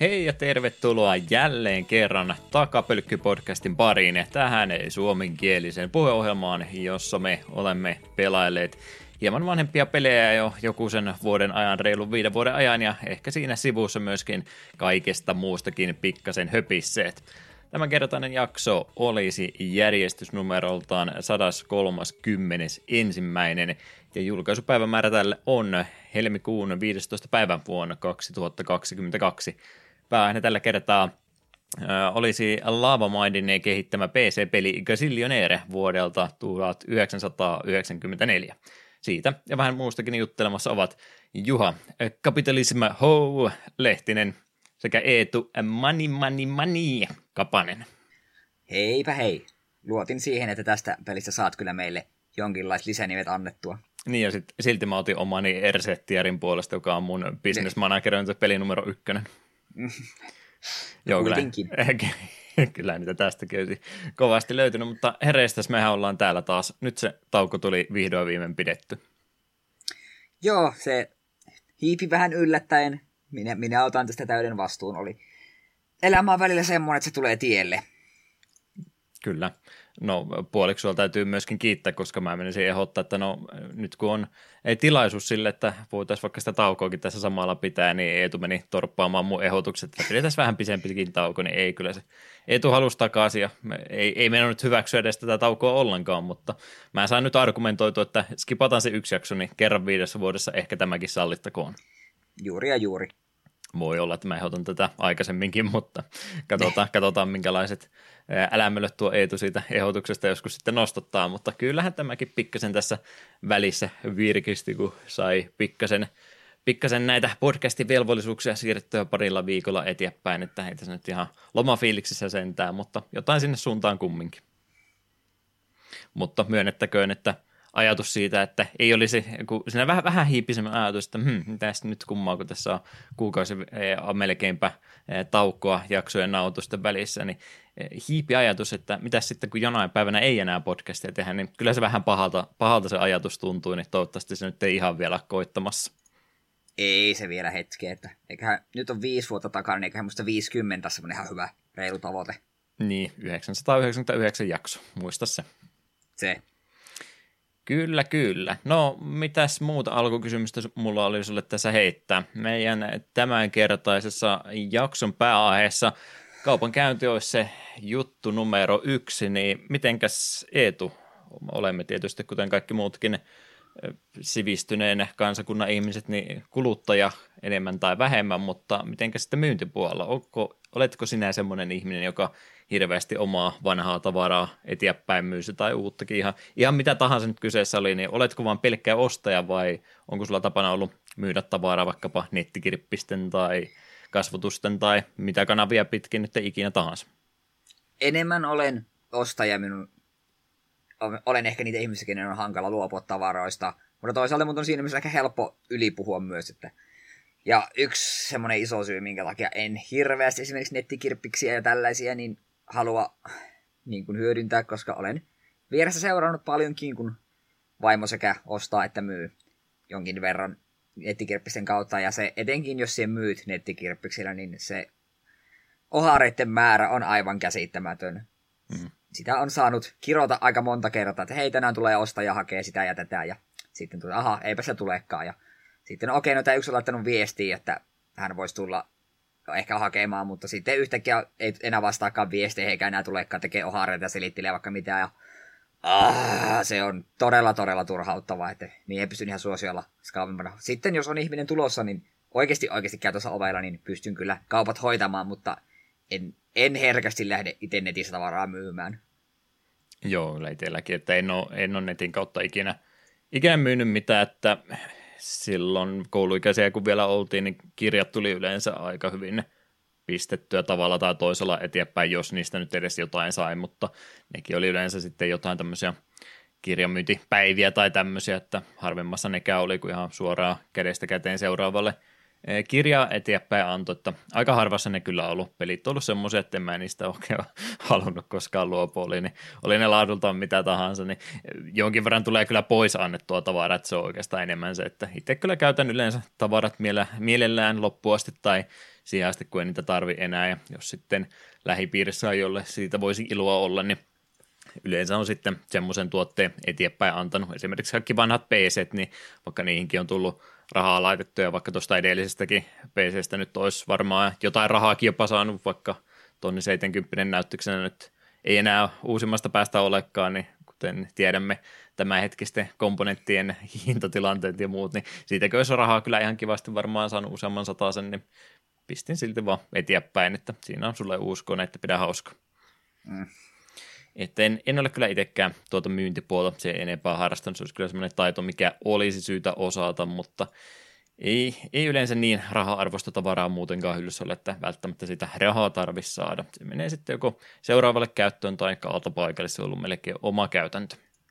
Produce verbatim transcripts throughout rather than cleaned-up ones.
Hei ja tervetuloa jälleen kerran Takapölkky-podcastin pariin ja tähän suomenkielisen puheohjelmaan, jossa me olemme pelailleet hieman vanhempia pelejä jo joku sen vuoden ajan, reilun viiden vuoden ajan ja ehkä siinä sivussa myöskin kaikesta muustakin pikkasen höpisseet. Tämänkertainen jakso olisi järjestysnumeroltaan sata kolmekymmentäyksi ja julkaisupäivämäärä tälle on helmikuun viidestoista päivän vuonna kaksituhattakaksikymmentäkaksi. Pääaihe tällä kertaa äh, olisi Lava Mindin kehittämä P C-peli Gazillionaire vuodelta tuhatyhdeksänsataayhdeksänkymmentäneljä. Siitä ja vähän muustakin juttelemassa ovat Juha Capitalism Ho Lehtinen sekä Eetu Money Money Money Kapanen. Heipä hei. Luotin siihen, että tästä pelistä saat kyllä meille jonkinlaiset lisänimet annettua. Niin ja sit, silti mä otin omani Ersettiärin puolesta, joka on mun business managerointi peli numero ykkönen. Joo, kyllä, kyllä niitä tästäkin olisi kovasti löytynyt, mutta hereistäs mehän ollaan täällä taas. Nyt se tauko tuli vihdoin viimein pidetty. Joo, se hiipi vähän yllättäen. Minä, minä otan tästä täyden vastuun. Oli elämä on välillä semmoinen, että se tulee tielle. Kyllä. No puoliksi sulla täytyy myöskin kiittää, koska mä menisin ehdottaa, että no nyt kun on ei tilaisuus sille, että voitaisiin vaikka sitä taukoakin tässä samalla pitää, niin Eetu meni torppaamaan mun ehdotukset, että pidetään vähän pisempikin tauko, niin ei kyllä se Eetu halusi takaisin ja ei, ei meidän nyt hyväksyä edes tätä taukoa ollenkaan, mutta mä saan nyt argumentoitua, että skipataan se yksi jakso, niin kerran viidessä vuodessa ehkä tämäkin sallittakoon. Juuri ja juuri. Voi olla, että mä ehdotan tätä aikaisemminkin, mutta katsotaan, katsotaan minkälaiset älämölöt tuo Eetu siitä ehdotuksesta joskus sitten nostattaa, mutta kyllähän tämäkin pikkasen tässä välissä virkisti, kun sai pikkasen, pikkasen näitä podcastin velvollisuuksia siirrettyä parilla viikolla eteenpäin, että ei tässä nyt ihan lomafiiliksissä sentään, mutta jotain sinne suuntaan kumminkin. Mutta myönnettäköön, että ajatus siitä, että ei olisi, kun siinä vähän, vähän hiipisemmän ajatus, että hmm, tästä nyt kummaa, kun tässä on kuukausi melkeinpä taukoa jaksojen nautusten välissä, niin hiipi ajatus, että mitä sitten kun jonain päivänä ei enää podcastia tehdä, niin kyllä se vähän pahalta, pahalta se ajatus tuntuu, niin toivottavasti se nyt ei ihan vielä koittamassa. Ei se vielä hetki, että eiköhän, nyt on viisi vuotta takana, niin eiköhän musta viisikymmentä semmoinen ihan hyvä reilu tavoite. Niin, yhdeksänsataayhdeksänkymmentäyhdeksän jakso, muista se. Se. Kyllä, kyllä. No, mitäs muuta alkukysymystä mulla oli sulle tässä heittää? Meidän tämänkertaisessa jakson pääaiheessa kaupankäynti olisi se juttu numero yksi, niin mitenkäs Eetu? Olemme tietysti, kuten kaikki muutkin sivistyneen kansakunnan ihmiset, niin kuluttaja enemmän tai vähemmän, mutta mitenkäs sitten myyntipuolella? Onko, oletko sinä semmoinen ihminen, joka hirveästi omaa vanhaa tavaraa eteenpäin myysi tai uuttakin, ihan, ihan mitä tahansa nyt kyseessä oli, niin oletko vaan pelkkää ostaja vai onko sulla tapana ollut myydä tavaraa vaikkapa nettikirppisten tai kasvotusten tai mitä kanavia pitkin nyt ikinä tahansa? Enemmän olen ostaja, minun olen ehkä niitä ihmisiä, kenen on hankala luopua tavaroista, mutta toisaalta mun on siinä myös aika helppo ylipuhua myös. Että... Ja yksi semmoinen iso syy, minkä takia en hirveästi esimerkiksi nettikirppiksiä ja tällaisia, niin halua niin kuin hyödyntää, koska olen vieressä seurannut paljonkin, kun vaimo sekä ostaa että myy jonkin verran nettikirppisten kautta. Ja se etenkin, jos siihen myyt nettikirppiksillä, niin se ohareiden määrä on aivan käsittämätön. Mm. Sitä on saanut kirota aika monta kertaa, että hei, tänään tulee ostaja, hakee sitä ja tätä, ja sitten tulee, aha, eipä se tulekaan, ja sitten okei, no tämä yksi on laittanut viestiä, että hän voisi tulla ehkä hakemaan, mutta sitten yhtäkkiä ei enää vastaakaan viestejä, eikä enää tulekaan tekee ohareita ja selittelee vaikka mitään, ja ah, se on todella, todella turhauttavaa, että niin ei pysty ihan suosiolla kauempana. Sitten jos on ihminen tulossa, niin oikeasti oikeasti käy tuossa ovella, niin pystyn kyllä kaupat hoitamaan, mutta en, en herkästi lähde itse netissä tavaraa myymään. Joo, kyllä itselläkin, että en ole, en ole netin kautta ikinä, ikinä myynyt mitään, että silloin kouluikäisiä kun vielä oltiin, niin kirjat tuli yleensä aika hyvin pistettyä tavalla tai toisella eteenpäin, jos niistä nyt edes jotain sai, mutta nekin oli yleensä sitten jotain tämmöisiä kirjamyyntipäiviä tai tämmöisiä, että harvemmassa nekään oli kuin ihan suoraan kädestä käteen seuraavalle kirjaa eteenpäin antoi, että aika harvassa ne kyllä ollut. Pelit on ollut semmoisia, että en mä niistä oikein halunnut koskaan luopua, oli, niin oli ne laadultaan mitä tahansa, niin jonkin verran tulee kyllä pois annettua tavaraa, että se on oikeastaan enemmän se, että itse kyllä käytän yleensä tavarat miele- mielellään loppuun asti tai siihen asti, kun ei niitä tarvi enää, ja jos sitten lähipiirissä on, jolle siitä voisi iloa olla, niin yleensä on sitten semmoisen tuotteen eteenpäin antanut. Esimerkiksi kaikki vanhat P C:t, niin vaikka niihinkin on tullut rahaa laitettu, ja vaikka tuosta edellisestäkin P C:stä nyt olisi varmaan jotain rahaakin jopa saanut, vaikka tonni seitsemänkymmentä näyttöksenä nyt ei enää uusimmasta päästä olekaan, niin kuten tiedämme tämänhetkisten komponenttien hintatilanteet ja muut, niin siitäkin olisi rahaa kyllä ihan kivasti varmaan saanut useamman sataisen, niin pistin silti vaan eteenpäin, että siinä on sulle uusi kone, että pidä hauska. Mm. Että en, en ole kyllä itsekään tuota myyntipuolta se enempää harrastanut, se olisi kyllä semmoinen taito, mikä olisi syytä osata, mutta ei, ei yleensä niin raha-arvoista tavaraa muutenkaan hyllyssä ole, että välttämättä sitä rahaa tarvitsisi saada. Se menee sitten joko seuraavalle käyttöön tai kaatopaikalle, se on ollut melkein oma käytäntö.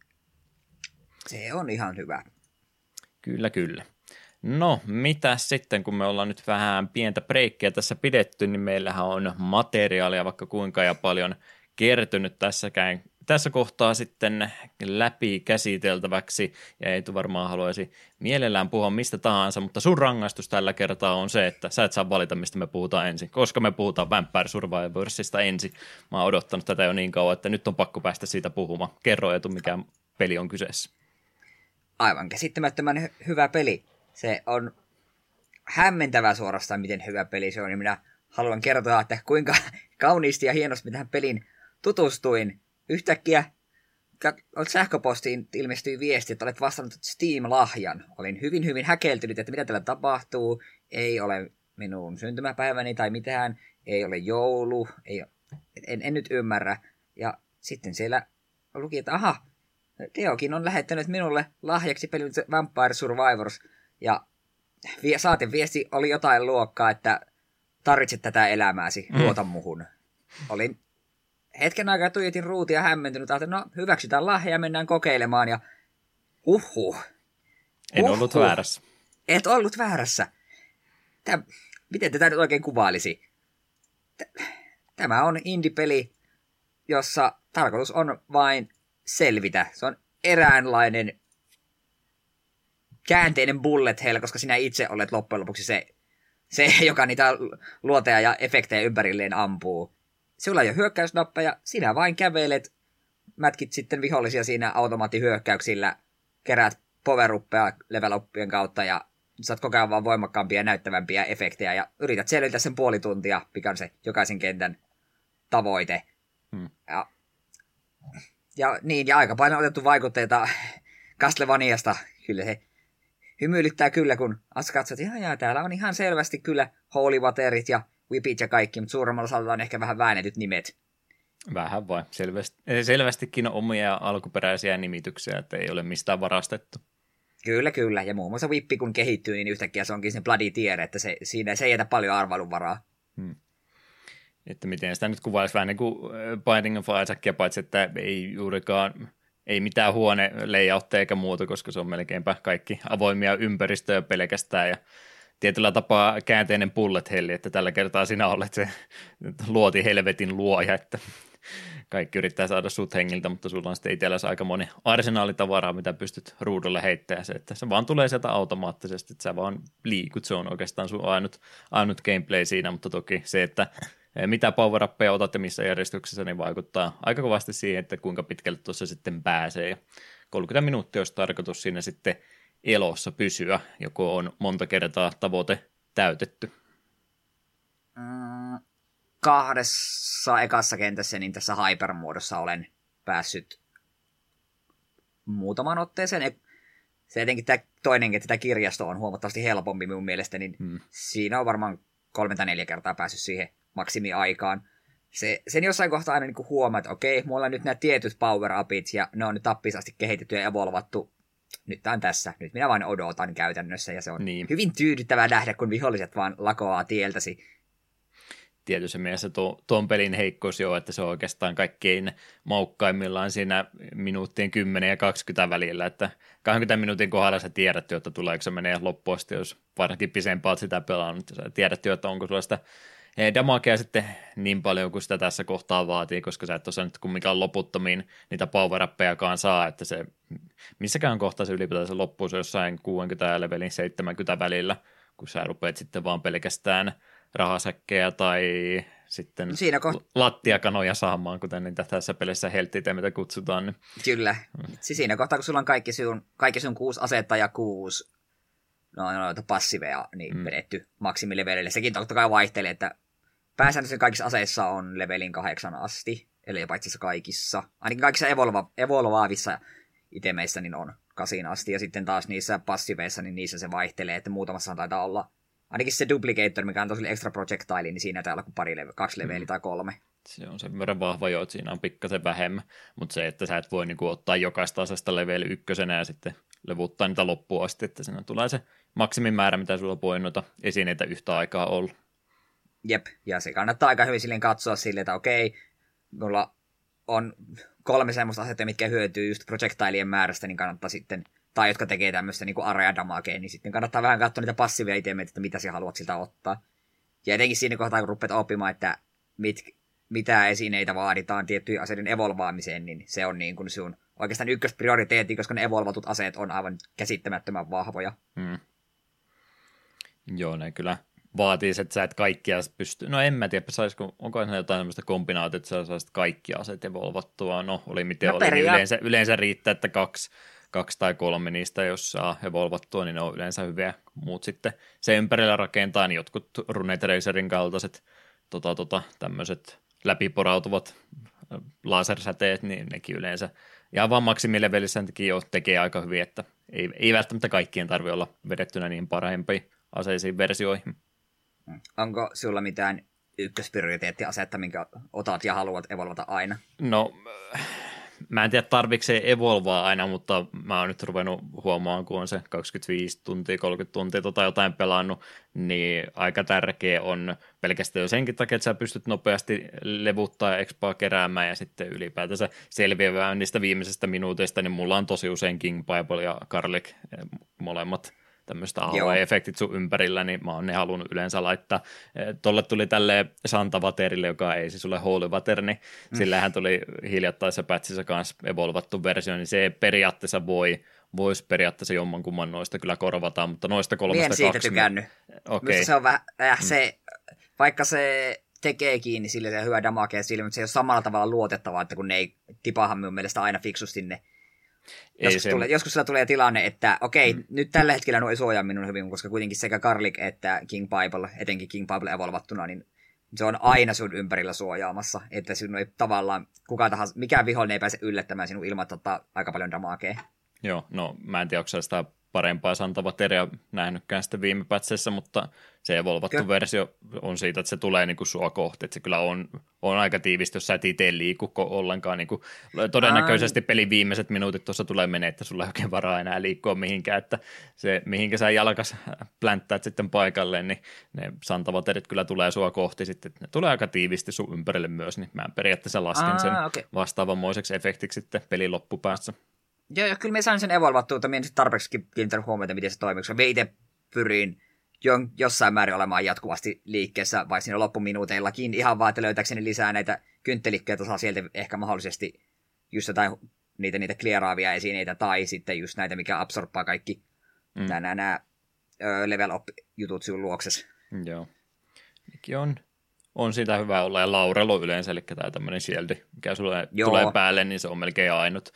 Se on ihan hyvä. Kyllä, kyllä. No, mitä sitten, kun me ollaan nyt vähän pientä breikkiä tässä pidetty, niin meillähän on materiaalia vaikka kuinka ja paljon kertynyt tässäkään, tässä kohtaa sitten läpi käsiteltäväksi, ja ei varmaan haluaisi mielellään puhua mistä tahansa, mutta sun rangaistus tällä kertaa on se, että sä et saa valita, mistä me puhutaan ensin, koska me puhutaan Vampire Survivorsista ensin. Mä oon odottanut tätä jo niin kauan, että nyt on pakko päästä siitä puhumaan. Kerro, Eetu, mikä peli on kyseessä. Aivan käsittämättömän hy- hyvä peli. Se on hämmentävää suorastaan, miten hyvä peli se on, ja minä haluan kertoa, että kuinka kauniisti ja hienosti tähän pelin tutustuin. Yhtäkkiä sähköpostiin ilmestyi viesti, että olet vastannut Steam-lahjan. Olin hyvin, hyvin häkeltynyt, että mitä täällä tapahtuu. Ei ole minun syntymäpäiväni tai mitään. Ei ole joulu. Ei, en, en nyt ymmärrä. Ja sitten siellä luki, että aha, Teokin on lähettänyt minulle lahjaksi pelin Vampire Survivors. Ja saateviesti oli jotain luokkaa, että tarvitset tätä elämääsi, luota mm. muhun. Olin hetken aikaa tuijotin ruutia hämmentynyt, että no hyväksytään lahja ja mennään kokeilemaan, ja huhhuh. En huhhuh. ollut väärässä. Et ollut väärässä. Täm, miten tätä nyt oikein kuvailisi? Tämä on indie-peli, jossa tarkoitus on vain selvitä. Se on eräänlainen käänteinen bullet hell, koska sinä itse olet loppujen lopuksi se, se joka niitä luoteja ja efektejä ympärilleen ampuu. Sulla ei ole hyökkäysnappeja, sinä vain kävelet, mätkit sitten vihollisia siinä automaattihyökkäyksillä, keräät power-uppeja level-uppien kautta ja saat koko ajan vaan voimakkaampia ja näyttävämpiä efektejä ja yrität selvitä sen puoli tuntia, mikä on se jokaisen kentän tavoite. Hmm. Ja, ja niin, ja aika paljon otettu vaikutteita Castlevaniasta. Kyllä se hymyilyttää kyllä, kun as katsot, että jaa, täällä on ihan selvästi kyllä Holy Waterit ja Whipit ja kaikki, mutta suuremmalla osalla on ehkä vähän väännetyt nimet. Vähän vai. Selvästi, selvästikin on omia alkuperäisiä nimityksiä, että ei ole mistään varastettu. Kyllä, kyllä. Ja muun muassa Whippi kun kehittyy, niin yhtäkkiä se onkin sen bloody tier, että se, siinä se ei jätä paljon arvailunvaraa. Hmm. Että miten sitä nyt kuvaisi vähän niin kuin Binding of Isaacia, paitsi että ei juurikaan, ei mitään huone layoutteja eikä muuta, koska se on melkeinpä kaikki avoimia ympäristöjä pelkästään ja tietyllä tapaa käänteinen bullet helli, että tällä kertaa sinä olet se luoti helvetin luoja, että kaikki yrittää saada sut hengiltä, mutta sulla on sitten itselläsi aika moni arsenaalitavaraa, mitä pystyt ruudulle heittämään se, että se vaan tulee sieltä automaattisesti, että sä vaan liikut, se on oikeastaan sun ainut, ainut gameplay siinä, mutta toki se, että mitä power-uppeja otat ja missä järjestyksessä, niin vaikuttaa aika kovasti siihen, että kuinka pitkälle tuossa sitten pääsee, ja kolmekymmentä minuuttia olisi tarkoitus siinä sitten elossa pysyä, joko on monta kertaa tavoite täytetty. Mm, kahdessa ekassa kentässä, niin tässä Hyper-muodossa olen päässyt muutaman otteeseen. Se etenkin tämä toinen, että tämä kirjasto on huomattavasti helpompi minun mielestä, niin hmm. siinä on varmaan kolme tai neljä kertaa päässyt siihen maksimiaikaan. Se, sen jossain kohtaa aina niin huomaa, että okei, mulla on nyt nämä tietyt power-upit, ja ne on nyt tappisasti kehitetty ja evolvattu. Nyt tämä on tässä. Nyt minä vain odotan käytännössä, ja se on niin hyvin tyydyttävää nähdä, kun viholliset vaan lakoaa tieltäsi. Tietyssä mielessä tuo, tuon pelin heikkous jo, että se on oikeastaan kaikkein maukkaimmillaan siinä minuuttien kymmenen ja kaksikymmentä välillä, että kaksikymmentä minuutin kohdalla sä tiedät jo, että tuleeko se menee loppuun asti, jos varsinkin pisempää olet sitä pelannut, sä tiedät jo, että onko sulla sitä damagea sitten niin paljon kuin sitä tässä kohtaa vaatii, koska sä et osaa nyt kumminkaan loputtomiin niitä power-uppejakaan saa, että se missäkään kohtaa se ylipäätään loppuu se jossain kuusikymmentä levelin seitsemänkymmentä välillä, kun sä rupeat sitten vaan pelkästään rahasäkkejä tai sitten no siinä koht- lattiakanoja saamaan, kuten niitä tässä pelissä helttiteitä kutsutaan. Niin. Kyllä. Siis siinä kohtaa, kun sulla on kaikki sun, kaikki sun kuusi asetta ja kuusi no, noita passiveja niin mm. vedetty maksimilevelille. Sekin totta kai vaihtelee, että pääsääntöisesti kaikissa aseissa on levelin kahdeksan asti, eli paitsi kaikissa. Ainakin kaikissa evolva, evolvaavissa itemeissä niin on kasin asti, ja sitten taas niissä passiveissa, niin niissä se vaihtelee, että muutamassa taitaa olla ainakin se duplicator, mikä on tosi extra projectile, niin siinä täällä kuin pari leve, kaksi leveliä mm. tai kolme. Se on sen verran vahva jo, että siinä on pikkasen vähemmän, mutta se, että sä et voi niinku ottaa jokaista asesta level ykkösenä ja sitten levuttaa niitä loppuun asti, että siinä tulee se maksimimäärä, mitä sulla voi noita esineitä yhtä aikaa olla. Jep, ja se kannattaa aika hyvin silleen katsoa silleen, että okei, mulla on kolme semmoista asetta, mitkä hyötyy just projectilien määrästä, niin kannattaa sitten, tai jotka tekee tämmöistä niin kuin area damagea, niin sitten kannattaa vähän katsoa niitä passiivia itemeitä, että mitä sä haluat siltä ottaa. Ja etenkin siinä kohtaa, kun rupeat oppimaan, että mit, mitä esineitä vaaditaan tiettyjen aseiden evolvaamiseen, niin se on niin kuin sun oikeastaan ykkösprioriteetti, koska ne evolvatut aseet on aivan käsittämättömän vahvoja. Hmm. Joo, ne kyllä vaatii, että sä et kaikkia pysty. No en mä tiedä, saisiko, onko jotain sellaista kombinaatiota, että sä saisit kaikki aseet evolvattua. No oli miten no, oli, niin yleensä, yleensä riittää, että kaksi, kaksi tai kolme niistä, jos saa evolvattua, niin ne on yleensä hyviä. Muut sitten se ympärillä rakentaa, niin jotkut Rune Tracerin kaltaiset tota, tota, tämmöiset läpiporautuvat lasersäteet, niin nekin yleensä ihan vaan maksimilevelissä jo tekee aika hyvin, että ei, ei välttämättä kaikkien tarvitse olla vedettynä niin parhaimpiin aseisiin versioihin. Onko sulla mitään ykkösprioriteettiasetta, minkä otat ja haluat evolvata aina? No, mä en tiedä tarvitsee evolvaa aina, mutta mä oon nyt ruvennut huomaamaan, kun on se kaksikymmentäviisi tuntia, kolmekymmentä tuntia tota jotain pelannut, niin aika tärkeä on pelkästään jo senkin takia, että sä pystyt nopeasti levuttaa ja expaa keräämään ja sitten ylipäätänsä selviämään niistä viimeisistä minuuteista, niin mulla on tosi usein King Bible ja Garlic molemmat tämmöistä A O E-efektit sun ympärillä, niin mä oon ne halunnut yleensä laittaa. Tolle tuli tälleen Santa Vaterille, joka ei siis ole Holy Vater, niin mm. sillähän tuli hiljattaisessa patchissa kanssa evolvattu versio, niin se periaatteessa voi, voisi periaatteessa jommankumman noista kyllä korvata, mutta noista kolmesta kaksi. Mien siitä tykännyt. Okay. Se on vähän, äh, se, vaikka se tekee kiinni sille se hyvä damage sille, mutta se ei ole samalla tavalla luotettavaa, että kun ne ei tipaha minun mielestä aina fiksusti ne. Joskus, se... tulee, joskus sillä tulee tilanne, että okei, mm. nyt tällä hetkellä nuo ei suojaa minun hyvin, koska kuitenkin sekä Garlic että King Bible, etenkin King Bible evolvattuna, niin se on aina sun ympärillä suojaamassa, että sinun ei tavallaan kukaan tahansa, mikään vihollinen ei pääse yllättämään sinun ilman, että ottaa aika paljon damagea. Joo, no mä en tiedä, onko sitä parempaa Santa Vateria nähnytkään sitten viime pätseessä, mutta se evolvattu Ky- versio on siitä, että se tulee niinku sua kohti, että se kyllä on, on aika tiivistä, jos sä et itse liiku ollenkaan. Niinku, todennäköisesti pelin viimeiset minuutit tuossa tulee menee, että sulla ei oikein varaa enää liikkua mihinkään, että se mihinkä sä jalkas plänttäät sitten paikalleen, niin ne Santa Vaterit kyllä tulee sua kohti sitten, ne tulee aika tiivisti sun ympärille myös, niin mä periaatteessa lasken Aa, sen okay. vastaavanmoiseksi efektiksi sitten pelin loppupäässä. Joo, ja kyllä me sain sen evolvattua, mutta minä en tarpeeksi kiinnittänyt huomiota, miten se toimii, koska me itse pyrin jon, jossain määrin olemaan jatkuvasti liikkeessä, vaikka siinä loppuminuuteillakin, ihan vaan, että löytääkseni lisää näitä kynttelikköjä, saa sieltä ehkä mahdollisesti just jotain niitä, niitä clearaavia esineitä, tai sitten just näitä, mikä absorbbaa kaikki mm. nämä, nämä level up-jutut sinun luoksesi. Joo, nekin on. On siitä hyvä olla, ja Laurelo yleensä, eli tämä tämmöinen shieldi, mikä sulle Joo. tulee päälle, niin se on melkein ainut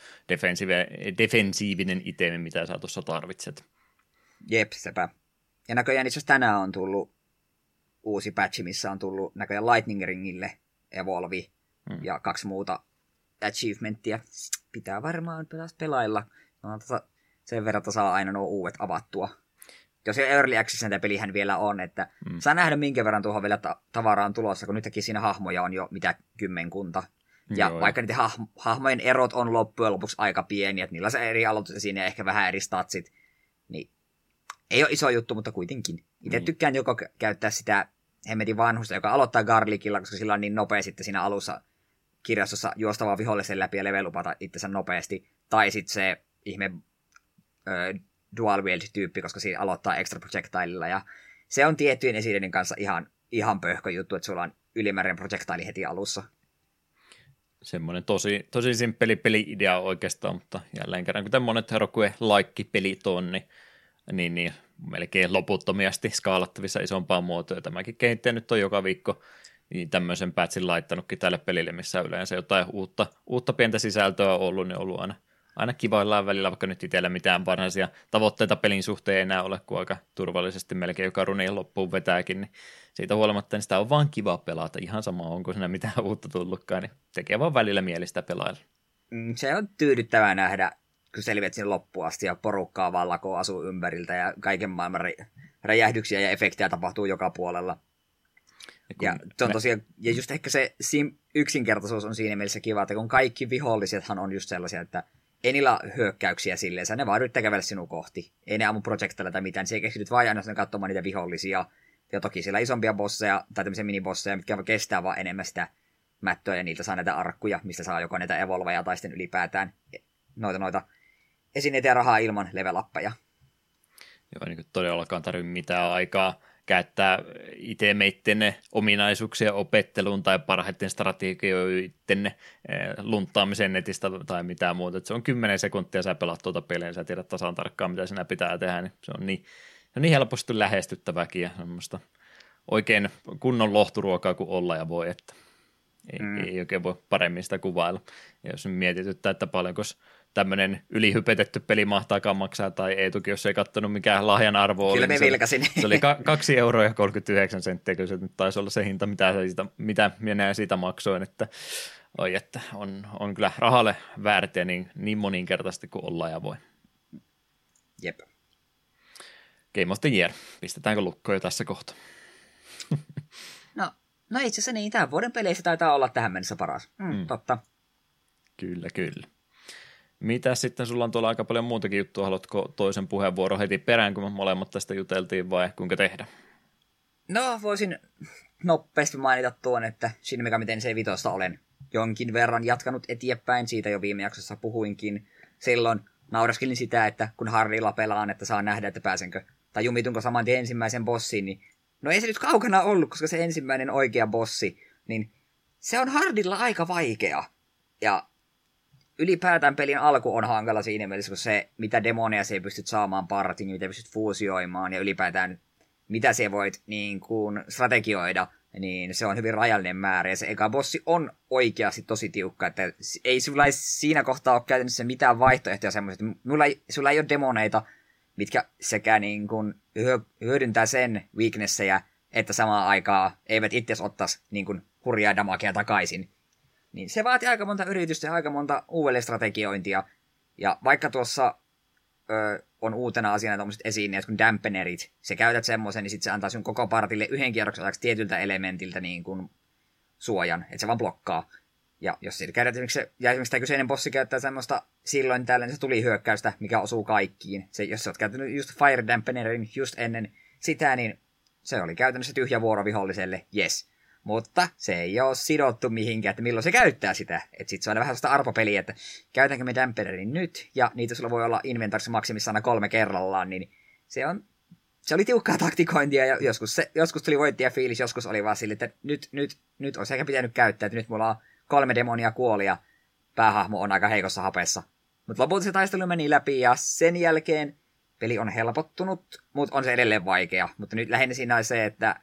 defensiivinen itemi, mitä sä tuossa tarvitset. Jep, sepä. Ja näköjään itse asiassa tänään on tullut uusi patchi, missä on tullut näköjään Lightning Ringille Evolvi hmm. ja kaksi muuta achievementtia. Pitää varmaan pelailla. No, sen verran saa aina nuo uudet avattua. Jos Early Access tämä pelihän vielä on, että mm. saa nähdä minkä verran tuohon vielä ta- tavaraa on tulossa, kun nytkin siinä hahmoja on jo mitä kymmenkunta. Ja Joo, vaikka niiden hah- hahmojen erot on loppujen lopuksi aika pieniä, että niillä on se eri aloitus siinä ja ehkä vähän eri statsit, niin ei ole iso juttu, mutta kuitenkin. Itse mm. tykkään joko käyttää sitä hemmetin vanhusta, joka aloittaa Garlicilla, koska sillä on niin nopea sitten siinä alussa kirjastossa juostavaa vihollisen läpi ja levelupata itsensä nopeasti. Tai sitten se ihme... Öö, dual wield-tyyppi, koska siinä aloittaa extra projectilella, ja se on tiettyjen esineiden kanssa ihan, ihan pöhkö juttu, että sulla on ylimääräinen projectile heti alussa. Semmoinen tosi, tosi simppeli peli-idea oikeastaan, mutta jälleen kerran, kuten monet Herokue-like-pelit on, niin, niin, niin melkein loputtomiasti skaalattavissa isompaa muotoa. Tämäkin kehittäjä nyt on joka viikko niin tämmöisen patchin laittanutkin tälle pelille, missä yleensä jotain uutta, uutta pientä sisältöä on ollut, niin on ollut aina, aina kivaillaan välillä, vaikka nyt itsellä mitään varsinaisia tavoitteita pelin suhteen ei enää ole, kun aika turvallisesti melkein joka runiin loppuun vetääkin, niin siitä huolimatta niin sitä on vaan kiva pelata, ihan sama onko siinä mitään uutta tullutkaan, niin tekee vaan välillä mielistä pelailla. Se on tyydyttävää nähdä, kun selviät sinne loppuun asti ja porukkaa vaan lakoo asuu ympäriltä ja kaiken maailman räjähdyksiä ja efektejä tapahtuu joka puolella. Ja, se on tosiaan, ja just ehkä se sim, yksinkertaisuus on siinä mielessä kiva, että kun kaikki vihollisethan on just sellaisia, että ei niillä hyökkäyksiä silleen, ne vaan yrittää kävellä sinua kohti. Ei ne ammu projektilla tai mitään, se ei keksinyt vaan ainoastaan katsomaan niitä vihollisia. Ja toki siellä isompia bosseja tai tämmöisiä minibosseja, mitkä kestää vaan enemmän sitä mättöä ja niiltä saa näitä arkkuja, mistä saa joko näitä evolveja tai sitten ylipäätään noita noita esineitä ja rahaa ilman levelappeja. Joo, niin kuin todellakaan tarvitse mitään aikaa käyttää itemeitten ominaisuuksia opetteluun tai parhaiten strategioiden lunttaamiseen netistä tai mitään muuta. Että se on kymmenen sekuntia, sä pelaat tuota peliä, sä tiedät tasan tarkkaan, mitä sinä pitää tehdä, niin se on niin, se on niin helposti lähestyttäväkin ja semmoista oikein kunnon lohturuokaa kuin olla ja voi, että ei, mm. ei oikein voi paremmin sitä kuvailla. Ja jos mietityttää, että paljonko tämmöinen ylihypetetty peli mahtaakaan maksaa, tai Eetukin, jos ei katsonut mikään lahjan arvo oli. Kyllä me vilkasin. Se oli kaksi euroa ja kolmekymmentäyhdeksän senttiä, kun se nyt taisi olla se hinta, mitä, siitä, mitä minä siitä maksoin, että, oi, että on, on kyllä rahalle väärtiä niin, niin moninkertaisesti kuin ollaan ja voi. Jep. Game of the Year. Pistetäänkö lukkoon jo tässä kohtaa? No, no itse asiassa niin, tämän vuoden peleissä taitaa olla tähän mennessä paras. Mm, mm. Totta. Kyllä, kyllä. Mitä sitten, sulla on tuolla aika paljon muutakin juttua, haluatko toisen puheenvuoron heti perään, kun me molemmat tästä juteltiin, vai kuinka tehdä? No, voisin nopeasti mainita tuon, että Shin Megami Tensei viisi olen jonkin verran jatkanut eteenpäin, siitä jo viime jaksossa puhuinkin. Silloin nauraskelin sitä, että kun hardilla pelaan, että saa nähdä, että pääsenkö, tai jumitunko saman tien ensimmäisen bossiin, niin no ei se nyt kaukana ollut, koska se ensimmäinen oikea bossi, niin se on hardilla aika vaikea. Ja ylipäätään pelin alku on hankala siinä mielessä, kun se, mitä demoneja se ei pystyt saamaan partiin, mitä pystyt fuusioimaan, ja ylipäätään mitä se voit niin kuin strategioida, niin se on hyvin rajallinen määrä, ja se eka bossi on oikeasti tosi tiukka, että ei sulla ei siinä kohtaa ole käytännössä mitään vaihtoehtoja semmoiset, mulla ei, sulla ei ole demoneita, mitkä sekä niin kuin hyödyntää sen weaknessejä, että samaan aikaan eivät itse ottaisi niin kuin hurjaa damakea takaisin. Niin se vaatii aika monta yritystä ja aika monta uudelleen strategiointia. Ja vaikka tuossa ö, on uutena asiana tuommoiset esineet kuin dampenerit, se käytät semmoisen, niin sitten se antaa sun koko partille yhden kierroksen ajaksi tietyltä elementiltä niin kuin suojan, että se vaan blokkaa. Ja jos siitä käytät esimerkiksi, se, ja esimerkiksi tämä kyseinen bossi käyttää semmoista silloin tällä, niin se tuli hyökkäystä, mikä osuu kaikkiin. Se, jos sä oot käyttänyt just fire dampenerin just ennen sitä, niin se oli käytännössä tyhjä vuoro viholliselle, yes. Mutta se ei ole sidottu mihinkään, että milloin se käyttää sitä. Että sit se on vähän sellaista arpopeliä, että käytänkö me dampenerin nyt, ja niitä sulla voi olla inventarissa maksimissa aina kolme kerrallaan, niin se on, se oli tiukkaa taktikointia, ja joskus, se, joskus tuli voittajafiilis, joskus oli vaan sille, että nyt, nyt, nyt olisi ehkä pitänyt käyttää, että nyt mulla on kolme demonia kuoli, ja päähahmo on aika heikossa hapessa. Mutta lopulta se taistelu meni läpi, ja sen jälkeen peli on helpottunut, mutta on se edelleen vaikea. Mutta nyt lähinnä siinä on se, että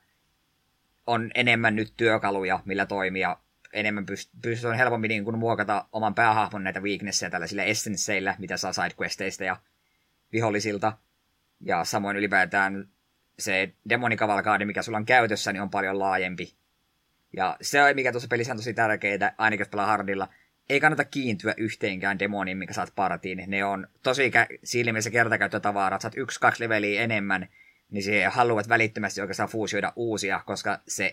on enemmän nyt työkaluja, millä toimia. Enemmän pystyy pyst- on helpommin niin kuin muokata oman päähahmon näitä weaknesseja tällaisilla essenceillä, mitä saa sidequesteista ja vihollisilta. Ja samoin ylipäätään se demonikavalkaadi, mikä sulla on käytössä, niin on paljon laajempi. Ja se on, mikä tuossa pelissä on tosi tärkeää, ainakin jos pelaa hardilla. Ei kannata kiintyä yhteenkään demoniin, mikä saat partiin. Ne on tosi kä- silmissä kertakäyttötavarat. Saat yksi, kaksi leveliä enemmän, niin se haluat välittömästi oikeastaan fuusioida uusia, koska se,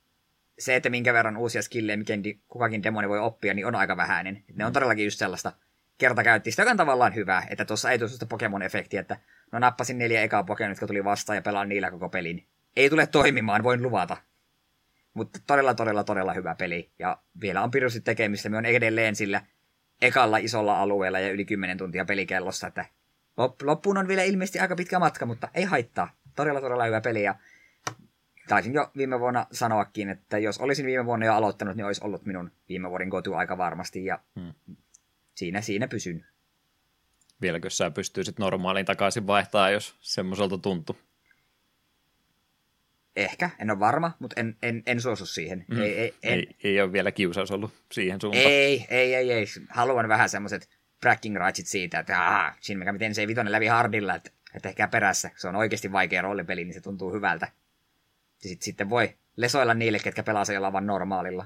se että minkä verran uusia skillejä mikin kukakin demoni voi oppia, niin on aika vähäinen. Ne on todellakin just sellaista kertakäyttistä, joka on tavallaan hyvä, että tuossa ei tule sellaista Pokemon-efektiä, että no nappasin neljä ekaa Pokemon, jotka tuli vastaan ja pelaan niillä koko pelin. Ei tule toimimaan, voin luvata. Mutta todella, todella, todella hyvä peli. Ja vielä on pirusti tekemistä. Me on edelleen sillä ekalla isolla alueella ja yli kymmenen tuntia pelikellossa, että loppuun on vielä ilmeisesti aika pitkä matka, mutta ei haittaa. Todella, todella hyvä peli. Ja taisin jo viime vuonna sanoakin, että jos olisin viime vuonna jo aloittanut, niin olisi ollut minun viime vuoden kotu aika varmasti. Ja hmm. siinä, siinä pysyn. vieläkö sä pystyisit normaaliin takaisin vaihtaa, jos semmoiselta tuntui? Ehkä, en ole varma, mutta en, en, en suostu siihen. Mm. Ei, ei, en... ei, ei ole vielä kiusaus ollut siihen suuntaan. Ei, ei, ei, ei. Haluan vähän semmoiset bragging rightsit siitä, että aah, Shin Megami Tensei viisi läpi hardilla, että, että ehkä perässä. Se on oikeasti vaikea roolipeli, niin se tuntuu hyvältä. Ja sit, sitten voi lesoilla niille, ketkä pelaa se jollain vaan normaalilla.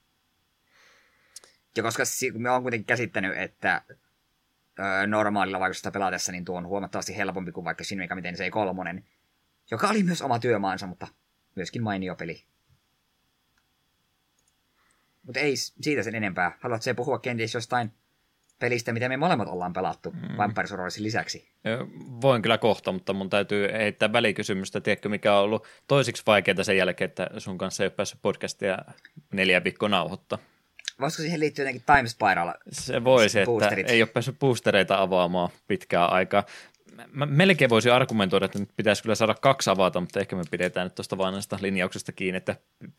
Ja koska me on kuitenkin käsittänyt, että öö, normaalilla vaikutusta pelatessa, niin tuo on huomattavasti helpompi kuin vaikka Shin Megami Tensei kolme, joka oli myös oma työmaansa, mutta myöskin mainio peli. Mutta ei siitä sen enempää. Haluatko se puhua kenties jostain pelistä, mitä me molemmat ollaan pelattu mm. Vampire Survivorsin lisäksi? Voin kyllä kohta, mutta mun täytyy heittää välikysymystä. Tiedätkö, mikä on ollut toisiksi vaikeaa sen jälkeen, että sun kanssa ei ole päässyt podcastia neljä viikkoa nauhoittaa? Voisiko siihen liittyä jotenkin Time Spiral? Se voisi, että ei ole päässyt boostereita avaamaan pitkään aikaa. Mä melkein voisin argumentoida, että nyt pitäisi kyllä saada kaksi avata, mutta ehkä me pidetään nyt tuosta vaan näistä linjauksista kiinni, että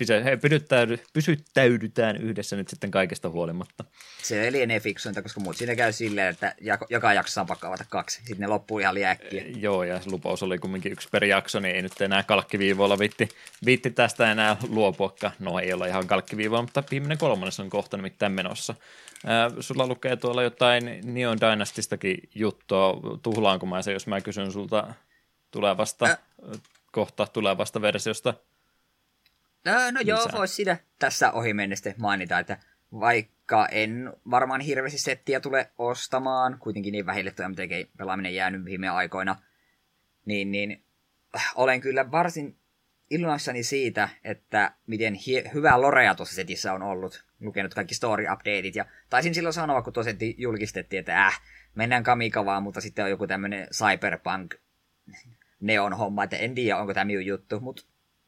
pysyttäydytään yhdessä nyt sitten kaikesta huolimatta. Se lienee fiksuinta, koska muut siinä käy silleen, että joka jaksossa on pakko avata kaksi. Sitten ne loppuu ihan liian äkkiä. Joo, ja lupaus oli kumminkin yksi per jakso, niin ei nyt enää kalkkiviivoilla viitti, viitti tästä enää luopuakaan. No ei olla ihan kalkkiviivoilla, mutta viimeinen kolmannes on kohta nimittäin menossa. Äh, sulla lukee tuolla jotain Neon Dynastistakin juttua. Tuhlaanko mä se, jos mä kysyn sulta tulevasta, äh. kohta tulevasta versiosta? No, no joo, voisi sitä tässä ohi mennessä mainita, että vaikka en varmaan hirveästi settiä tule ostamaan, kuitenkin niin vähille tuo M T G-pelaaminen jäänyt viime aikoina, niin, niin olen kyllä varsin iloissani siitä, että miten hie- hyvää lorea tuossa setissä on ollut. Lukenut kaikki story-updateit, ja taisin silloin sanoa, kun tuo setti julkistettiin, että äh, mennään Kamikavaan, mutta sitten on joku tämmönen cyberpunk neon homma, että en tiedä, onko tämä minun juttu, mutta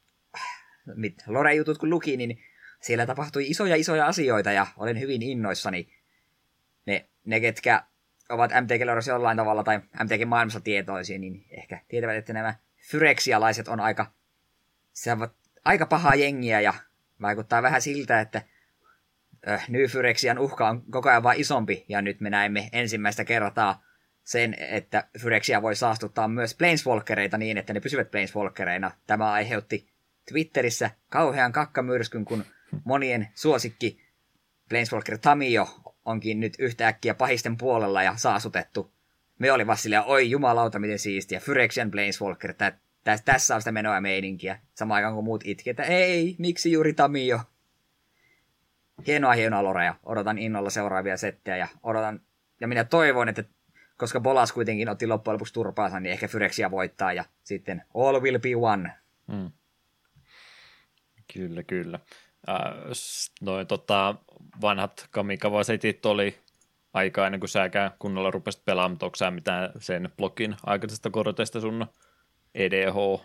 lore-jutut kun luki, niin siellä tapahtui isoja isoja asioita, ja olen hyvin innoissani. Ne, ne ketkä ovat M T G-loressa jollain tavalla, tai M T G-maailmassa tietoisia, niin ehkä tietävät, että nämä fyreksialaiset on aika, se ovat aika pahaa jengiä, ja vaikuttaa vähän siltä, että äh, New Phyrexian uhka on koko ajan vaan isompi, ja nyt me näemme ensimmäistä kertaa sen, että Phyrexia voi saastuttaa myös Planeswalkereita niin, että ne pysyvät Planeswalkereina. Tämä aiheutti Twitterissä kauhean kakkamyrskyn, kun monien suosikki Planeswalker Tamio onkin nyt yhtäkkiä pahisten puolella ja saasutettu. Me oli vasta silleen, oi jumalauta, miten siistiä, Phyrexian Planeswalker, tä, tä, tässä on sitä menoa ja meininkiä. Samaan aikaan kuin muut itki, että ei, miksi juuri Tamio? Hienoa, hienoa lorea. Odotan innolla seuraavia settejä ja odotan, ja minä toivon, että koska Bolas kuitenkin otti loppujen lopuksi turpaansa, niin ehkä Phyrexia voittaa ja sitten all will be one. Mm. Kyllä, kyllä. Äh, noin tota, vanhat Kamikava-setit oli aika ennen kuin säkään kunnolla rupesit pelaamaan, mutta onko sä mitään sen blogin aikaisesta korteista sun E D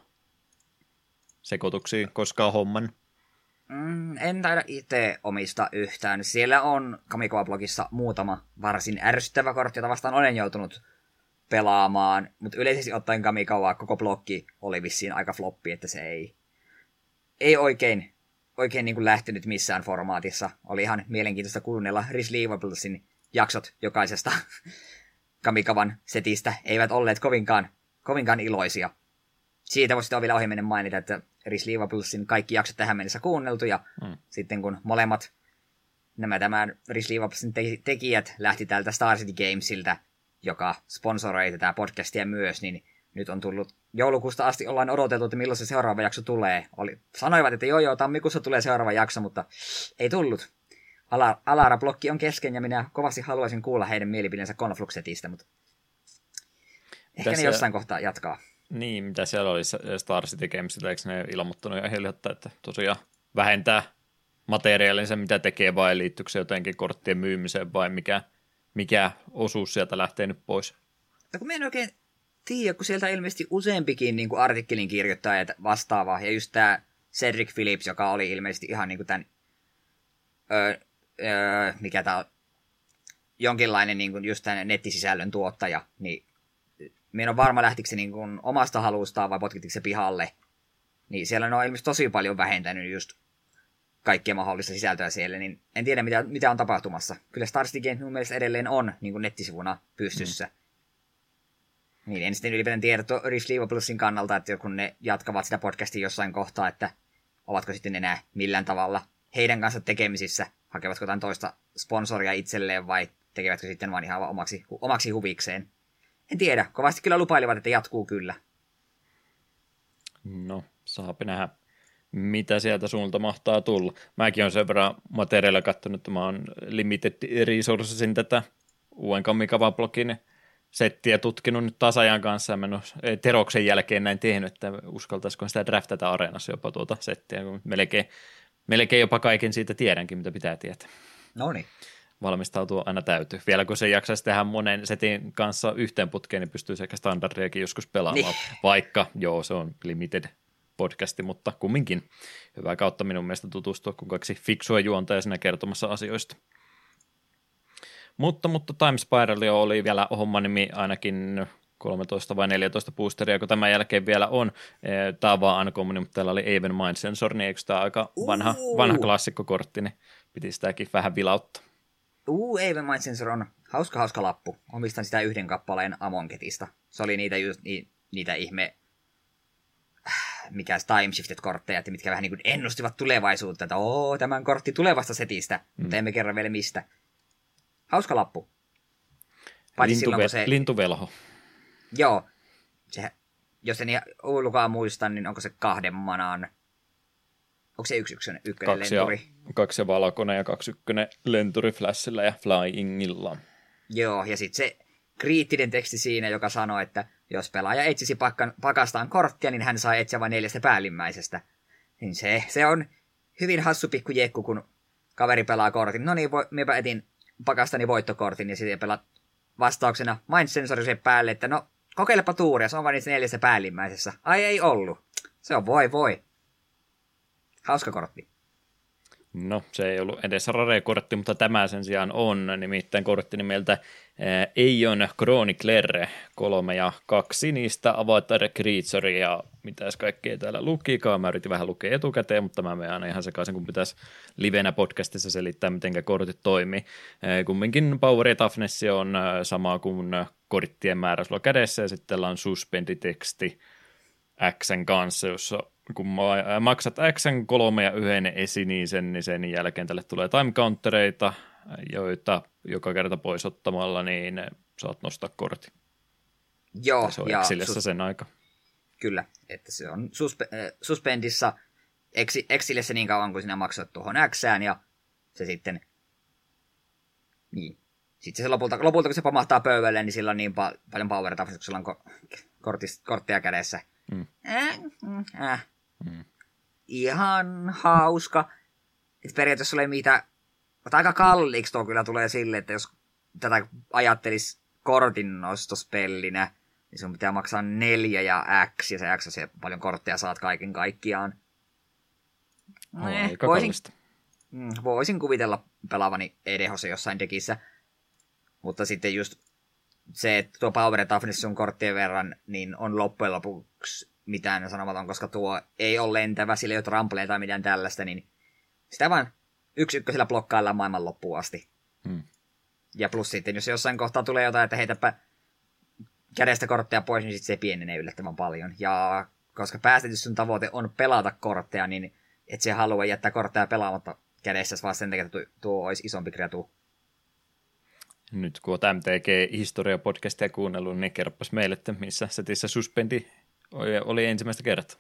H-sekoituksiin koskaan homman? Mm, en taida itse omista yhtään. Siellä on Kamikava-blogissa muutama varsin ärsyttävä kortti, jota vastaan olen joutunut pelaamaan, mutta yleisesti ottaen Kamikava koko bloggi oli vissiin aika floppi, että se ei, ei oikein, oikein niin kuin lähtenyt missään formaatissa. Oli ihan mielenkiintoista kuunnella Resleevablesin jaksot jokaisesta Kamikavan setistä. Eivät olleet kovinkaan, kovinkaan iloisia. Siitä voisi sitten vielä ohimennen mainita, että Resleevablesin kaikki jaksot tähän mennessä kuunneltu, ja mm. sitten kun molemmat nämä tämän Resleevablesin te- tekijät lähti täältä Star City Gamesiltä, joka sponsoroi tätä podcastia myös, niin nyt on tullut joulukuusta asti, ollaan odoteltu, että milloin se seuraava jakso tulee. Oli, sanoivat, että joo joo, tammikuussa tulee seuraava jakso, mutta ei tullut. Ala, Alara-blokki on kesken, ja minä kovasti haluaisin kuulla heidän mielipiteensä Conflux-setistä, mutta ehkä Tässä... ne jossain kohtaa jatkaa. Niin, mitä siellä oli Star City Gamesilta, eikö ne ilmoittanut ja hiljattain, että tosiaan vähentää materiaalinsa, mitä tekee, vai liittyykö se jotenkin korttien myymiseen, vai mikä, mikä osuus sieltä lähtee nyt pois? No kun mä en oikein tiedä, kun sieltä ilmeisesti useampikin niin kuin artikkelin kirjoittajat vastaava, ja just tämä Cedric Phillips, joka oli ilmeisesti ihan niin kuin tämän, öö, öö, mikä tämä on, jonkinlainen niin kuin just tämän nettisisällön tuottaja, niin minä en ole varma, lähtikö se niin kuin omasta halustaan vai potkitiko se pihalle. Niin siellä on ilmeisesti tosi paljon vähentänyt just kaikkea mahdollista sisältöä siellä, niin en tiedä mitä, mitä on tapahtumassa. Kyllä Star City Games mun mielestä edelleen on niin kuin nettisivuna pystyssä. Mm. Niin, en sitten ylipäätään tiedä Rift League Plusin kannalta, että kun ne jatkavat sitä podcastia jossain kohtaa, että ovatko sitten enää millään tavalla heidän kanssa tekemisissä, hakevatko jotain toista sponsoria itselleen vai tekevätkö sitten vain ihan omaksi, omaksi huvikseen. En tiedä, kovasti kyllä lupailivat, että jatkuu kyllä. No, saapi nähdä, mitä sieltä suunta mahtaa tulla. Mäkin olen sen verran materiaalia katsonut, että mä oon limited resourcesin tätä uuden Kamikawa-blogin settiä tutkinut nyt tasajan kanssa, ja mä en ole Teroksen jälkeen näin tehnyt, että uskaltaisiko sitä draftata areenassa jopa tuota settiä, kun melkein, melkein jopa kaiken siitä tiedänkin, mitä pitää tietää. No niin. Valmistautua aina täytyy. Vielä kun se jaksaisi tehdä monen setin kanssa yhteen putkeen, niin pystyisi ehkä standardiakin joskus pelaamaan, niin. Vaikka joo, se on limited podcasti, mutta kumminkin hyvä kautta minun mielestä tutustua, kun kaksi fiksua juontaa siinä kertomassa asioista. Mutta, mutta Time Spiral oli vielä homman nimi ainakin kolmetoista vai neljätoista boosteria, kun tämän jälkeen vielä on. Tämä on vaan Uncommon, mutta täällä oli Even Mind Sensor, niin eikö tämä aika vanha, vanha klassikkokortti, niin piti sitäkin vähän vilauttaa. Uu, Even Mind Sensor on hauska hauska lappu. Omistan sitä yhden kappaleen Amonketista. Se oli niitä, just, ni, niitä ihme, mikä Time Shifted-kortteja, että mitkä vähän niin kuin ennustivat tulevaisuutta, että oo, tämän kortti tulevasta setistä, mm. mutta emme kerro vielä mistä. Hauska lappu. Lintuve- silloin, se... Lintuvelho. Joo. Se, jos en ulkoa muista, niin onko se kahden manaan? Onko se yksi ykkönen, ykkönen kaksi lenturi? Ja, kaksi ja valkoinen ja kaksi ykkönen lenturi Flashilla ja Flyingilla. Joo, ja sitten se kriittinen teksti siinä, joka sanoo, että jos pelaaja etsisi pakkan, pakastaan korttia, niin hän saa etsiä vain neljästä päällimmäisestä. Niin se, se on hyvin hassu pikku jekku, kun kaveri pelaa kortin. No niin, vo, minäpä etin pakastani voittokortin, ja sitten pelaa vastauksena Mind Sensori sen päälle, että no, kokeilepa tuuria, se on vain niissä neljässä päällimmäisessä. Ai ei ollut. Se on voi voi. Hauska kortti. No, se ei ollut edes rare-kortti, mutta tämä sen sijaan on, nimittäin kortti nimeltä Eion Chronicler, kolme ja kaksi niistä Avatar Creature ja mitäs kaikkea täällä lukikaan. Mä yritin vähän lukea etukäteen, mutta mä menen aina ihan sekaisin, kun pitäisi livenä podcastissa selittää, miten kortit toimii. Kumminkin Power ja Toughness on sama kuin korttien määrä sulla kädessä, ja sitten on suspenditeksti Xn kanssa, jossa kun maksat Xn kolme ja yhden esinisen, niin sen jälkeen tälle tulee time countereita, joita joka kerta pois ottamalla, niin saat nostaa kortin. Joo. Se on ja Exilessä sus- sen aika. Kyllä, että se on suspe- äh, suspendissa Ex- Exilessä niin kauan, kun sinä maksat tuohon Xään, ja se sitten, niin, sitten se lopulta, lopulta kun se pamahtaa pöydälle, niin sillä on niin pa- paljon power kun sillä on ko- kortis- kortteja kädessä. Mm. Äh, äh. Mm. Ihan hauska. Et periaatteessa ole mitä, mutta aika kalliiksi tuo kyllä tulee sille, että jos tätä ajattelisi kortin nostospellinä, niin sun pitää maksaa neljä ja X, ja se X on se paljon kortteja saat kaiken kaikkiaan. Oh, eh, aika voisin, kallista. voisin kuvitella pelaavani E D H:ssa jossain dekissä, mutta sitten just se, että tuo Power and Toughness sun korttien verran, niin on loppujen lopuksi mitään sanomaton, koska tuo ei ole lentävä, sillä ei ole trampleja tai mitään tällaista, niin sitä vaan yksi ykkösellä blokkaillaan maailman loppuun asti. Hmm. Ja plus sitten, jos jossain kohtaa tulee jotain, että heitäpä kädestä kortteja pois, niin sitten se pienenee yllättävän paljon. Ja koska päästetys sun tavoite on pelata kortteja, niin et se halua jättää kortteja pelaamatta kädessä, vaan sen takia, että tuo olisi isompi kreatu. Nyt kun olet M T G-historia-podcastia kuunnellut, niin kerropas meille, että missä setissä suspendi oli, oli ensimmäistä kertaa.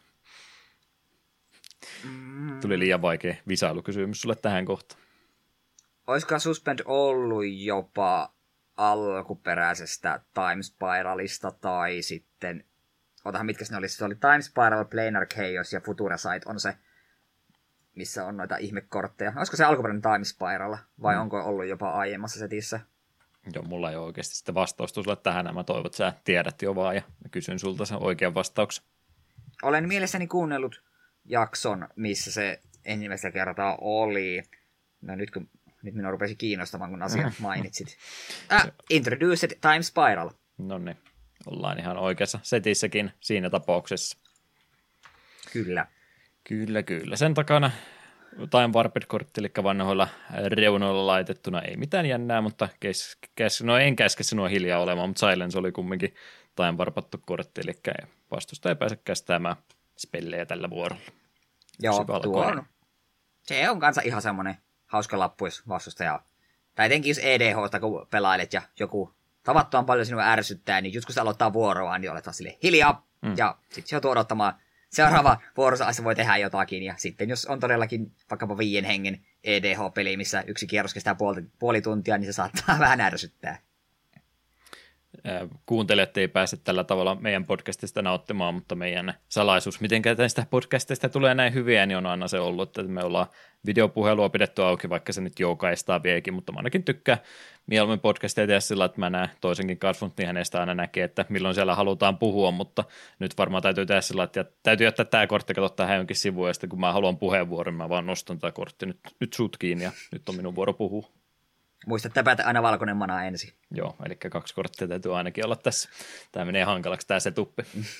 Mm. Tuli liian vaikea visailukysymys sulle tähän kohtaan. Olisiko Suspend ollut jopa alkuperäisestä Time Spiralista tai sitten, otahan mitkä ne oli, se oli Time Spiral, Planar Chaos ja Futura Sight on se, missä on noita ihmekortteja. Olisiko se alkuperäinen Time Spiral vai mm. onko ollut jopa aiemmassa setissä? Joo, mulla ei ole oikeasti sitten vastausta sulle tähän, mä toivon, että sä tiedät jo vaan ja kysyn sulta sen oikean vastauksen. Olen mielessäni kuunnellut jakson, missä se ensimmäistä kertaa oli. No nyt kun nyt minua rupesi kiinnostamaan, kun asiat mainitsit. Ah, Introduced Time Spiral. No niin, ollaan ihan oikeassa setissäkin siinä tapauksessa. Kyllä. Kyllä, kyllä. Sen takana Time Warped-kortti, eli vanhoilla reunoilla laitettuna, ei mitään jännää, mutta kes, kes, no en käske sinua hiljaa olemaan, mutta Silence oli kumminkin osittain varpattu kortti, eli vastustaja ei pääse kästäämään spellejä tällä vuorolla. Joo, tuo on. Se on kanssa ihan semmoinen hauska lappu, jos vastustaja. Tai etenkin jos E D H:sta kun pelailet ja joku tavattoman paljon sinua ärsyttää, niin just kun se aloittaa vuoroaan, niin olet vaan silleen hiljaa. Mm. Ja sitten se joutuu odottamaan seuraava vuorossa se voi tehdä jotakin. Ja sitten jos on todellakin vaikkapa viien hengen E D H-peli, missä yksi kierros kestää puoli, puoli tuntia, niin se saattaa vähän ärsyttää. Kuuntelijat ei pääse tällä tavalla meidän podcastista nauttimaan, mutta meidän salaisuus, miten tästä podcastista tulee näin hyviä, niin on aina se ollut, että me ollaan videopuhelua pidetty auki, vaikka se nyt joukaistaa viekin, mutta mä ainakin tykkään mieluummin podcastia tehdä sillä, että mä näen toisenkin kasvot, niin hänestä aina näkee, että milloin siellä halutaan puhua, mutta nyt varmaan täytyy tehdä sillä, että täytyy jättää tämä kortti, katsoa tähän jonkin sivuun, ja sitten kun mä haluan puheenvuoron, mä vaan nostan tätä korttia nyt, nyt sut kiinni, ja nyt on minun vuoro puhua. Muista, että päätä aina valkoinen mana ensin. Joo, eli kaksi korttia täytyy ainakin olla tässä. Tämä menee hankalaksi tämä setuppi.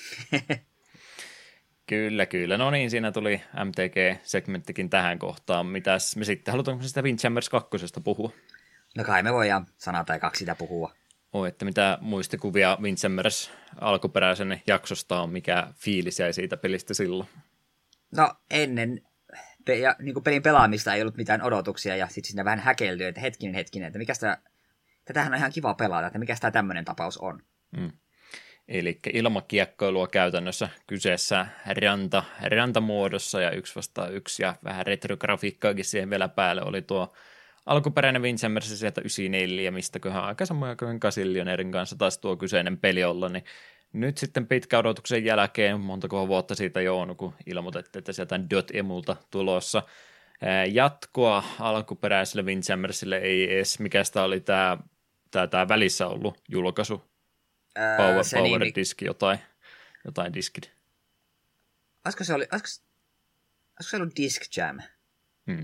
Kyllä, kyllä. No niin, siinä tuli M T G-segmenttikin tähän kohtaan. Mitäs me sitten, halutaanko sitä Windjammers kakkosesta puhua? No kai me voidaan sana tai kaksi sitä puhua. Oi, että mitä muistikuvia Windjammers alkuperäisen jaksosta on, mikä fiilis jäi siitä pelistä silloin? No ennen pe- ja, niin kuin pelin pelaamista ei ollut mitään odotuksia ja sitten siinä vähän häkeltyy, että hetkinen hetkinen, että mikä sitä, tätähän on ihan kiva pelata, että mikä tämä tämmöinen tapaus on. Mm. Eli ilmakiekkoilua käytännössä kyseessä ranta, rantamuodossa ja yksi vastaan yksi ja vähän retrografiikkaakin siihen vielä päälle oli tuo alkuperäinen Windjammers sieltä yhdeksänkymmentäneljä, mistäköhän aika samoin kuin Gazillionairen kanssa taas tuo kyseinen peli olla, niin nyt sitten pitkä odotuksen jälkeen, montako vuotta siitä jo on, kun ilmoitettiin, että sieltä on Dot-emulta tulossa jatkoa alkuperäiselle Windjammersille, ei edes, mikä sitä oli tämä, tämä, tämä välissä ollut julkaisu. Power, power niin, diski, jotain, jotain diskid. Olisiko se, oli, olisiko, olisiko se ollut Disc Jam? Hmm.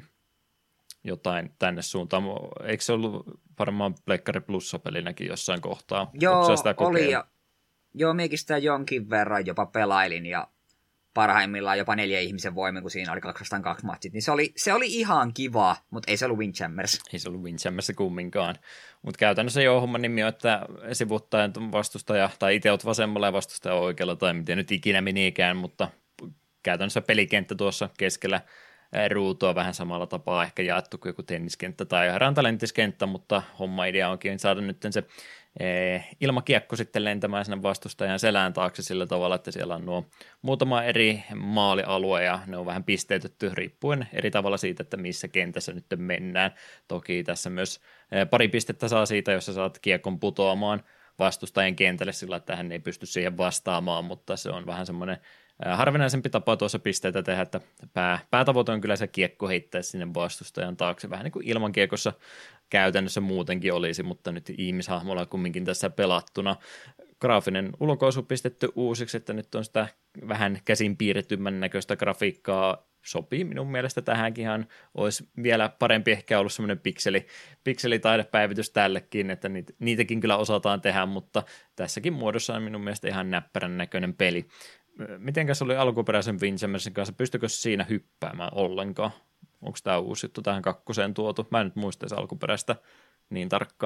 Jotain tänne suuntaan. Eikö se ollut varmaan Pleikkari Plussa-pelinäkin jossain kohtaa? Joo, sitä oli. Ja, joo, minäkin sitä jonkin verran jopa pelailin ja parhaimmillaan jopa neljä ihmisen voimin, kun siinä oli kaksi vastaan kaksi matchit. Niin se oli, se oli ihan kiva, mutta ei se ollut Windjammers. Ei se ollut Windjammers kumminkaan. Mutta käytännössä jo homman nimi on, että sivuttajan vastustaja, tai itse olet vasemmalla ja vastustaja oikealla, tai miten nyt ikinä menikään, mutta käytännössä pelikenttä tuossa keskellä ruutua vähän samalla tapaa ehkä jaettu kuin joku tenniskenttä tai rantalentiskenttä, mutta homma idea onkin saada nyt se ilmakiekko sitten lentämään sinne vastustajan selän taakse sillä tavalla, että siellä on nuo muutama eri maalialue ja ne on vähän pisteytetty riippuen eri tavalla siitä, että missä kentässä nyt mennään. Toki tässä myös pari pistettä saa siitä, jos sä saat kiekon putoamaan vastustajan kentälle sillä, että hän ei pysty siihen vastaamaan, mutta se on vähän semmoinen harvinaisempi tapa tuossa pisteitä tehdä, että pää, päätavoite on kyllä se kiekko heittää sinne vastustajan taakse, vähän niin kuin ilman kiekossa käytännössä muutenkin olisi, mutta nyt ihmishahmolla kumminkin tässä pelattuna. Graafinen ulkoisu pistetty uusiksi, että nyt on sitä vähän käsin piirrettymän näköistä grafiikkaa, sopii minun mielestä tähänkin ihan olisi vielä parempi ehkä ollut semmoinen pikseli, pikselitaidepäivitys tällekin, että niitä, niitäkin kyllä osataan tehdä, mutta tässäkin muodossa on minun mielestä ihan näppärän näköinen peli. Mitenkäs oli alkuperäisen Windjammersin kanssa? Pystykö siinä hyppäämään ollenkaan? Onko tämä uusi juttu tähän kakkoseen tuotu? Mä en nyt muista se alkuperäistä niin tarkka.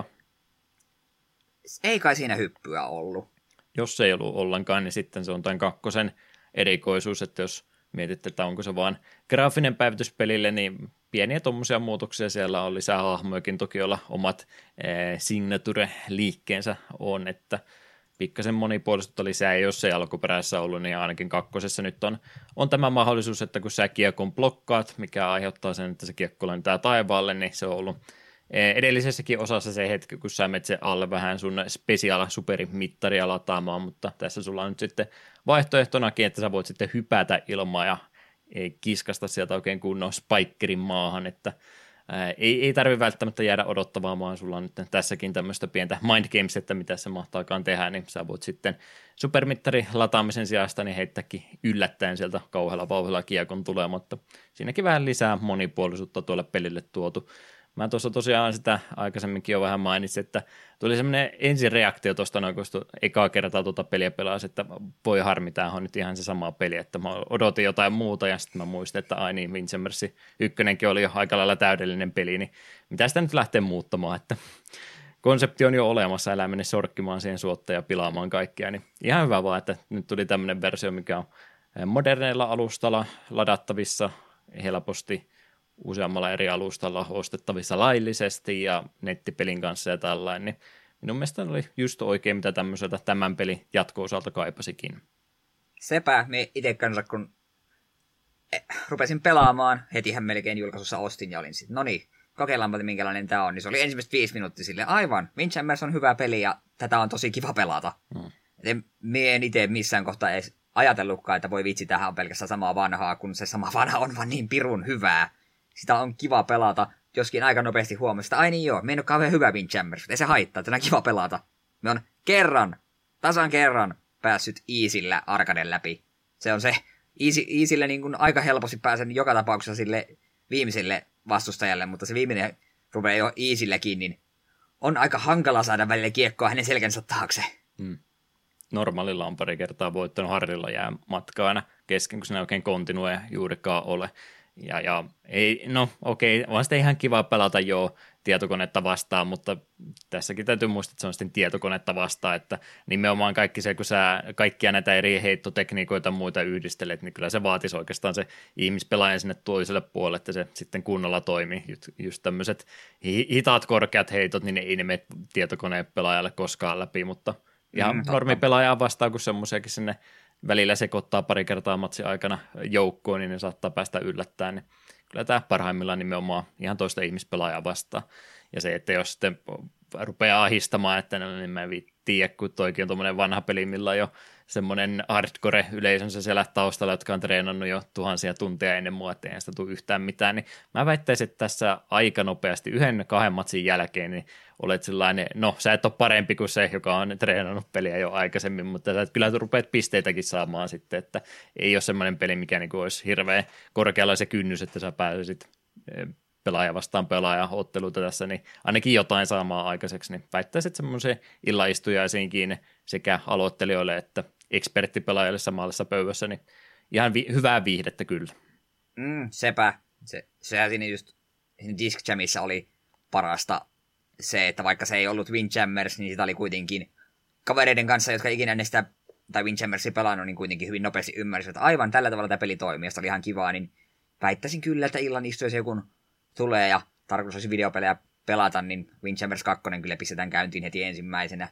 Ei kai siinä hyppyä ollut. Jos se ei ollut ollenkaan, niin sitten se on tämän kakkosen erikoisuus, että jos mietit, että onko se vaan graafinen päivitys pelille, niin pieniä tuommoisia muutoksia siellä on, lisää hahmojakin toki olla omat eh, signature-liikkeensä on, että pikkasen monipuolisuutta lisää, ja jos ei alkuperäisessä ollut, niin ainakin kakkosessa nyt on, on tämä mahdollisuus, että kun sä kiekon blokkaat, mikä aiheuttaa sen, että se kiekko lentää taivaalle, niin se on ollut edellisessäkin osassa se hetki, kun sä menet se alle vähän sun special superimittaria lataamaan, mutta tässä sulla on nyt sitten vaihtoehtonakin, että sä voit sitten hypätä ilmaa ja kiskasta sieltä oikein kunnon spikerin maahan, että Ää, ei, ei tarvitse välttämättä jäädä odottamaan, vaan sulla on nyt tässäkin tämmöistä pientä mind games, että mitä se mahtaakaan tehdä, niin sä voit sitten supermittari lataamisen sijasta niin heittääkin yllättäen sieltä kauhealla vauhdilla kiekon tulematta. Siinäkin vähän lisää monipuolisuutta tuolle pelille tuotu. Mä tuossa tosiaan sitä aikaisemminkin jo vähän mainitsin, että tuli semmoinen ensireaktio tuosta noin, kun ekaa kertaa tuota peliä pelasi, että voi harmi, tämähän on nyt ihan se sama peli, että mä odotin jotain muuta ja sitten mä muistin, että ai niin, Windjammersi ykkönenkin oli jo aika lailla täydellinen peli, niin mitä sitä nyt lähtee muuttamaan, että konsepti on jo olemassa, älä mene sorkkimaan siihen suotta ja pilaamaan kaikkia, niin ihan hyvä vaan, että nyt tuli tämmöinen versio, mikä on moderneilla alustalla ladattavissa helposti, useammalla eri alustalla ostettavissa laillisesti ja nettipelin kanssa ja tällainen, niin minun mielestä oli just oikein, mitä tämmöiseltä tämän pelin jatko-osalta kaipasikin. Sepä, me itse kanssa kun rupesin pelaamaan, hetihän melkein julkaisussa ostin ja olin sitten, no niin, kokeillaanpa minkälainen tämä on, niin se oli ensimmäiset viisi minuuttia silleen, aivan, Windjammers on hyvä peli ja tätä on tosi kiva pelata. Hmm. Et mie en itse missään kohtaa edes ajatellutkaan, että voi vitsi, tähän on pelkästään samaa vanhaa, kun se sama vanha on vaan niin pirun hyvää. Sitä on kiva pelata, joskin aika nopeasti huomasi, että ai niin joo, me en ole kauhean hyvä Windjammers, mutta ei se haittaa, että on kiva pelata. Me on kerran, tasan kerran päässyt Easyllä arkaden läpi. Se on se, Easy, Easyllä niin kuin aika helposti pääsen joka tapauksessa sille viimeiselle vastustajalle, mutta se viimeinen rupeaa jo Easylläkin, niin on aika hankala saada välillä kiekkoa hänen selkänsä taakse. Hmm. Normaalilla on pari kertaa voittanut, Harrilla jää matkaa aina kesken, kun siinä oikein kontinueja juurikaan ole. Ja, ja ei, no okei, vaan sitten ihan kiva pelata jo tietokonetta vastaan, mutta tässäkin täytyy muistaa, että se on sitten tietokonetta vastaan, että nimenomaan kaikki se, kun sä kaikkia näitä eri heittotekniikoita ja muita yhdistelet, niin kyllä se vaatisi oikeastaan se ihmispelaajan sinne toiselle puolelle, että se sitten kunnolla toimii. Just, just tämmöiset hitaat korkeat heitot, niin ei ne mene tietokoneen pelaajalle koskaan läpi, mutta ihan mm, normipelaajaa vastaan, kun semmoisiakin sinne välillä sekoittaa pari kertaa matsin aikana joukkoon, niin ne saattaa päästä yllättäen. Niin kyllä tämä parhaimmillaan nimenomaan ihan toista ihmispelaajaa vastaan. Ja se, että jos sitten rupeaa ahistamaan, että no, niin mä en tiedä, kun toikin on tuommoinen vanha peli, millä on jo semmoinen hardcore-yleisönsä siellä taustalla, jotka on treenannut jo tuhansia tunteja ennen mua, että ei sitä tule yhtään mitään, niin mä väittäisin, että tässä aika nopeasti yhden kahden matsin jälkeen, niin olet sellainen, no sä et ole parempi kuin se, joka on treenannut peliä jo aikaisemmin, mutta sä et kyllä rupeat pisteitäkin saamaan sitten, että ei ole semmoinen peli, mikä niin kuin olisi hirveän korkealla se kynnys, että sä pääsisit pelaaja vastaan pelaaja otteluita tässä, niin ainakin jotain saamaan aikaiseksi, niin väittäisin, että semmoisen illaistujaisiinkin sekä aloittelijoille että eksperttipelaajalle samalla pöydässä, niin ihan vi- hyvää viihdettä kyllä. Mm, sepä. Se, sehän siinä just siinä Disc Jamissa oli parasta se, että vaikka se ei ollut Windjammers, niin sitä oli kuitenkin kavereiden kanssa, jotka ikinä ne sitä, tai Windjammersia pelannut, niin kuitenkin hyvin nopeasti ymmärsivät, että aivan tällä tavalla tämä peli toimii, ja sitä oli ihan kivaa, niin väittäisin kyllä, että illan istuessa joku tulee ja tarkoitus olisi videopelejä pelata, niin Windjammers kaksi kyllä pistetään käyntiin heti ensimmäisenä.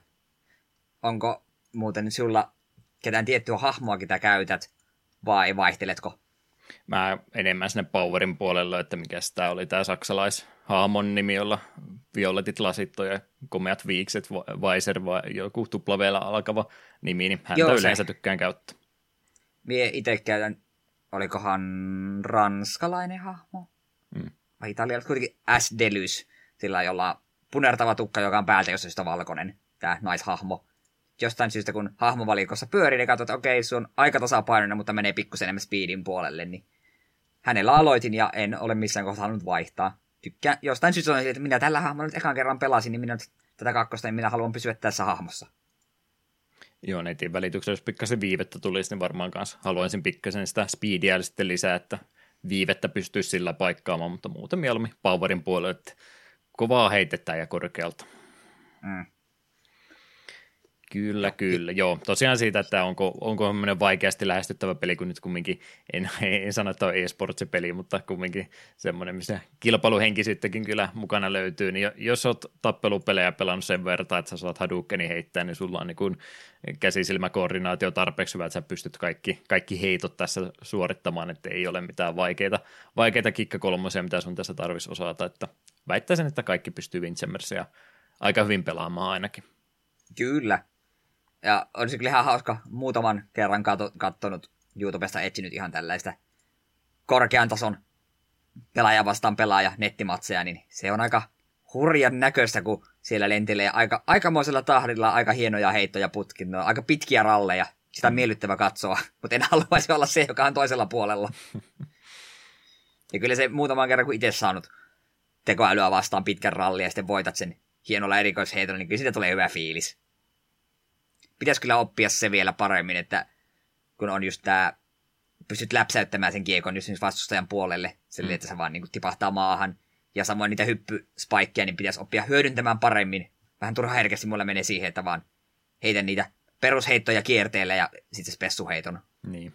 Onko muuten sulla ketään tiettyä hahmoa, ketä käytät, vai vaihteletko? Mä enemmän sinne Powerin puolella, että mikä tämä oli tämä saksalaishahmon nimi, jolla violetit lasit ja komeat viikset, Weiser vai joku tuplaveellä alkava nimi, niin häntä Joo, yleensä tykkään käyttää. Mie itse käytän, olikohan ranskalainen hahmo? Mm. Vai italialainen, kuitenkin S. Delys, sillä jolla punertava tukka, joka on päältä, jos on sitä valkoinen, tämä naishahmo. Jostain syystä, kun hahmovalikossa pyörii, niin katsot, että okei, se on aika tasapainoinen, mutta menee pikkusen enemmän speedin puolelle, niin hänellä aloitin ja en ole missään kohtaa halunnut vaihtaa. Tykkään, jostain syystä on, että minä tällä hahmolla nyt ekan kerran pelasin, niin minä tätä kakkosta, niin minä haluan pysyä tässä hahmossa. Joo, netin välityksessä, jos pikkasen viivettä tulisi, niin varmaan kanssa haluaisin pikkasen sitä speedia sitten lisää, että viivettä pystyisi sillä paikkaamaan, mutta muuten mieluummin Powerin puolelle, että kovaa heitetään ja korkealta. Mm. Kyllä, kyllä. Joo, tosiaan siitä, että onko, onko semmoinen vaikeasti lähestyttävä peli, kun nyt kumminkin, en, en sano, että on e-sports-peli, mutta kumminkin semmoinen, missä kilpailuhenkisyyttäkin kyllä mukana löytyy, niin jos olet tappelupelejä pelannut sen verran, että sä saat Hadoukeni heittää, niin sulla on niin kuin käsisilmäkoordinaatio tarpeeksi hyvä, että sä pystyt kaikki, kaikki heitot tässä suorittamaan, että ei ole mitään vaikeita, vaikeita kikkakolmosia, mitä sun tässä tarvitsisi osata, että väittäisin, että kaikki pystyy Windjammersia aika hyvin pelaamaan ainakin. Kyllä. Ja on se kyllä ihan hauska muutaman kerran katsonut YouTubesta, etsinyt ihan tällaista korkean tason pelaaja vastaan pelaaja nettimatseja, niin se on aika hurjan näköistä, kun siellä lentelee aika, aikamoisella tahdilla aika hienoja heittoja putkin, no, aika pitkiä ralleja. Sitä on miellyttävä katsoa, mutta en haluaisi olla se, joka on toisella puolella. Ja kyllä se muutaman kerran, kun itse saanut tekoälyä vastaan pitkän rallin ja sitten voitat sen hienolla erikoisheitolla, niin kyllä siitä tulee hyvä fiilis. Pitäisi kyllä oppia se vielä paremmin, että kun on just tää, pystyt läpsäyttämään sen kiekon just vastustajan puolelle, silleen, että se vaan niin kuin tipahtaa maahan. Ja samoin niitä hyppyspikeja, niin pitäisi oppia hyödyntämään paremmin. vähän turha herkästi mulle menee siihen, että vaan heitän niitä perusheittoja kierteellä ja sitten spessuheiton. Niin.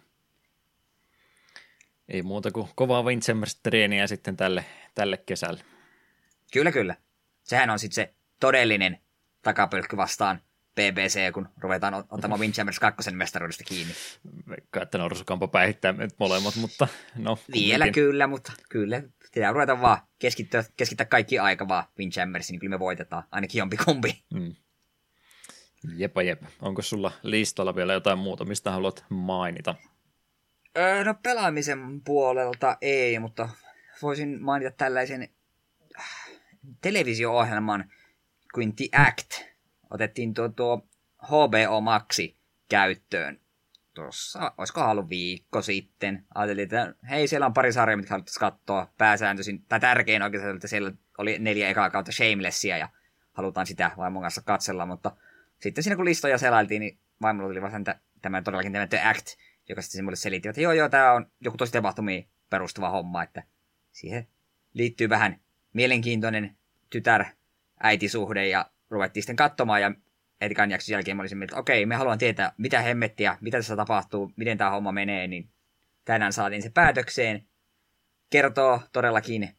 Ei muuta kuin kovaa Windjammers-treeniä sitten tälle, tälle kesälle. Kyllä, kyllä. Sehän on sitten se todellinen takapölkky vastaan B B C, kun ruvetaan ottamaan Windjammers kakkosen mestaruudesta kiinni. Veikkaan, että Norsukampa päihittää molemmat, mutta no. Vielä kumminkin. Kyllä, mutta kyllä. Pitää ruveta vaan keskittyä, keskittää kaikki aika vaan Windjammersiin, niin kyllä me voitetaan. Ainakin jompikumpi. Mm. Jepa jep. Onko sulla listalla vielä jotain muuta, mistä haluat mainita? Öö, no pelaamisen puolelta ei, mutta voisin mainita tällaisen televisio-ohjelman kuin The Act. Otettiin tuo, tuo H B O Maxi käyttöön. Tuossa, olisiko ollut viikko sitten. Ajateltiin, että hei, siellä on pari sarjaa, mitkä haluttaisiin katsoa pääsääntöisin. Tai tärkein oikeastaan, että siellä oli neljä ekaa kautta Shamelessia ja halutaan sitä vaimon kanssa katsella. Mutta sitten siinä kun listoja selailtiin, niin vaimolla tuli vasta tämä todellakin tämä The Act, joka sitten mulle selitti, että joo joo, tämä on joku tosi tapahtumiin perustuva homma, että siihen liittyy vähän mielenkiintoinen tytär-äitisuhde ja ruvettiin sitten katsomaan ja etikan jakson jälkeen mä olisin mieltä, että okei, me haluan tietää, mitä hemmettiä, mitä tässä tapahtuu, miten tämä homma menee, niin tänään saatiin se päätökseen. Kertoo todellakin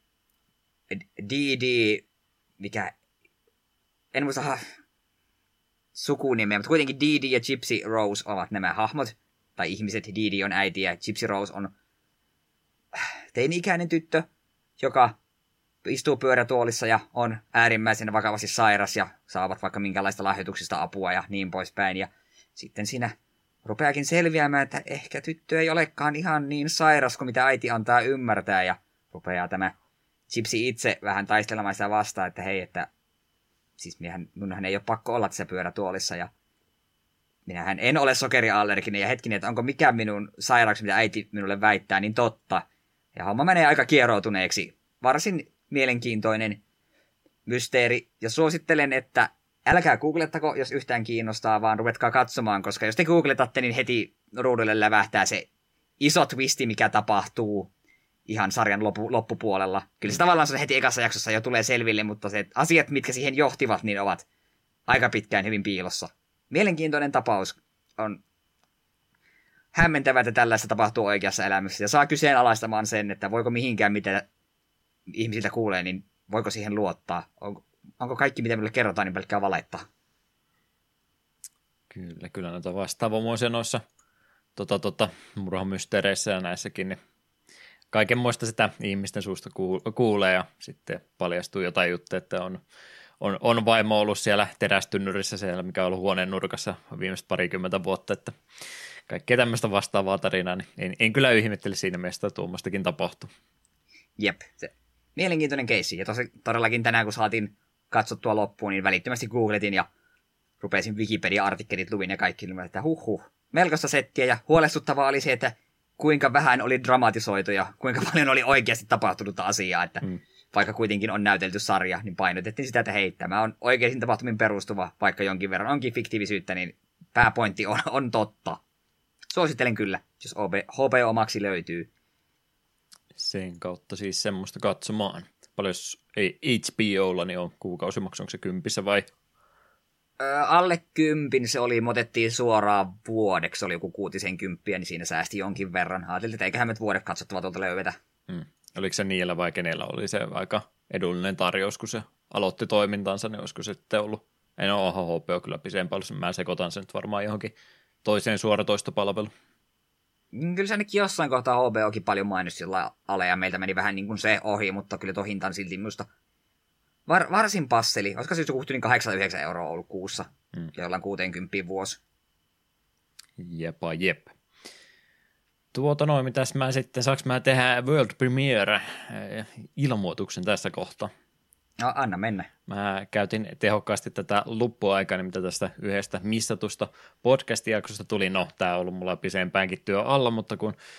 Dee, mikä, en muista sukunimeä, mutta kuitenkin Dee ja Gypsy Rose ovat nämä hahmot, tai ihmiset. Dee on äiti ja Gypsy Rose on teini-ikäinen tyttö, joka istuu pyörätuolissa ja on äärimmäisen vakavasti sairas ja saavat vaikka minkälaista lahjoituksista apua ja niin poispäin. Ja sitten siinä rupeakin selviämään, että ehkä tyttö ei olekaan ihan niin sairas kuin mitä äiti antaa ymmärtää. Ja rupeaa tämä Gypsy itse vähän taistelemaan sitä vastaan, että hei, että siis minähän, minunhan ei ole pakko olla tässä pyörätuolissa ja minähän en ole sokeriallerginen ja hetkinen, että onko mikään minun sairauksi, mitä äiti minulle väittää, niin totta. Ja homma menee aika kieroutuneeksi. Varsin mielenkiintoinen mysteeri, ja suosittelen, että älkää googlettako, jos yhtään kiinnostaa, vaan ruvetkaa katsomaan, koska jos te googletatte, niin heti ruudulle lävähtää se iso twisti, mikä tapahtuu ihan sarjan loppu, loppupuolella. Kyllä se tavallaan se heti ekassa jaksossa jo tulee selville, mutta se asiat, mitkä siihen johtivat, niin ovat aika pitkään hyvin piilossa. Mielenkiintoinen tapaus. On hämmentävää, että tällaista tapahtuu oikeassa elämässä, ja saa kyseenalaistamaan sen, että voiko mihinkään, mitä ihmisiltä kuulee, niin voiko siihen luottaa? Onko, onko kaikki, mitä minulle kerrotaan, niin pelkkää valetta? Kyllä, kyllä noita vastaavomoisia noissa tota, tota, murhamysteereissä ja näissäkin, niin kaikenmoista sitä ihmisten suusta kuulee ja sitten paljastuu jotain juttuja, että on, on, on vaimo ollut siellä terästynnyrissä siellä, mikä on ollut huoneen nurkassa viimeiset parikymmentä vuotta, että kaikkea tämmöistä vastaavaa tarinaa, niin en, en kyllä ihmettele siinä mielessä, että tuommoistakin tapahtuu. Jep, se mielenkiintoinen keissi. Ja tosi, todellakin tänään, kun saatiin katsottua loppuun, niin välittömästi googletin ja rupesin Wikipedia-artikkelit luvin ja kaikki, niin että huh huh. Melkoista settiä ja huolestuttavaa oli se, että kuinka vähän oli dramatisoitu ja kuinka paljon oli oikeasti tapahtunutta asiaa, että mm. vaikka kuitenkin on näytelty sarja, niin painotettiin sitä, että hei, tämä on oikeisiin tapahtumiin perustuva, vaikka jonkin verran onkin fiktiivisyyttä, niin pääpointti on, on totta. Suosittelen kyllä, jos H B O Maxi löytyy. Sen kautta siis semmoista katsomaan. Paljon jos ei H B O:lla, niin on kuukausimaksu, onko se kympissä vai? Öö, alle kympin se oli, me otettiin suoraan vuodeksi, se oli joku kuutisen kymppiä, niin siinä säästi jonkin verran. Ajattelin, että eiköhän me vuodet katsottava tuolta löydetä. Hmm. Oliko se niillä vai kenellä oli se aika edullinen tarjous, kun se aloitti toimintansa, niin olisiko se sitten ollut? En ole H B O kyllä pisempään, mä sekoitan sen nyt varmaan johonkin toiseen suoratoistopalveluun. Kyllä se ainakin jossain kohtaa H B Okin paljon mainitsi sillä alle, ja meiltä meni vähän niin kuin se ohi, mutta kyllä tuo hinta on silti minusta var, varsin passeli. Olisiko se joku niin kahdeksan yhdeksän euroa ollut kuussa, hmm. ja jollain kuusikymmentä vuosi. Jepa jep. Tuota noin, mitäs mä sitten, saanko mä tehdä World Premiere-ilmoituksen tässä kohtaa? No, anna mennä. Mä käytin tehokkaasti tätä loppuaikaa, mitä tästä yhdestä missatusta podcast-jaksosta tuli. No, tää on ollut mulla pisempäänkin työ alla, mutta kun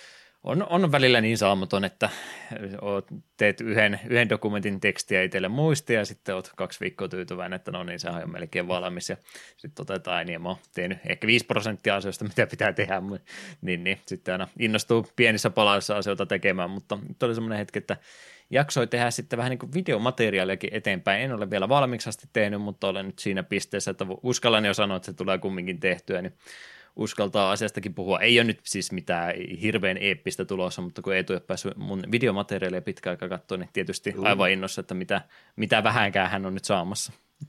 On, on välillä niin saamaton, että teet yhden, yhden dokumentin tekstiä itselle muistia ja sitten oot kaksi viikkoa tyytyväinen, että no niin, sehän on melkein valmis ja sitten otetaan niin, mä oon tehnyt ehkä viisi prosenttia asioista, mitä pitää tehdä, niin, niin sitten aina innostuu pienissä palaissa asioita tekemään, mutta nyt oli semmoinen hetki, että jaksoi tehdä sitten vähän niin kuin videomateriaaliakin eteenpäin. En ole vielä valmiiksi asti tehnyt, mutta olen nyt siinä pisteessä, että uskallan jo sanoa, että se tulee kumminkin tehtyä, niin uskaltaa asiastakin puhua. Ei ole nyt siis mitään hirveän eeppistä tulossa, mutta kun ei tule päässyt mun videomateriaalia pitkä aikaa katsoa, niin tietysti aivan innossa, että mitä, mitä vähänkään hän on nyt saamassa.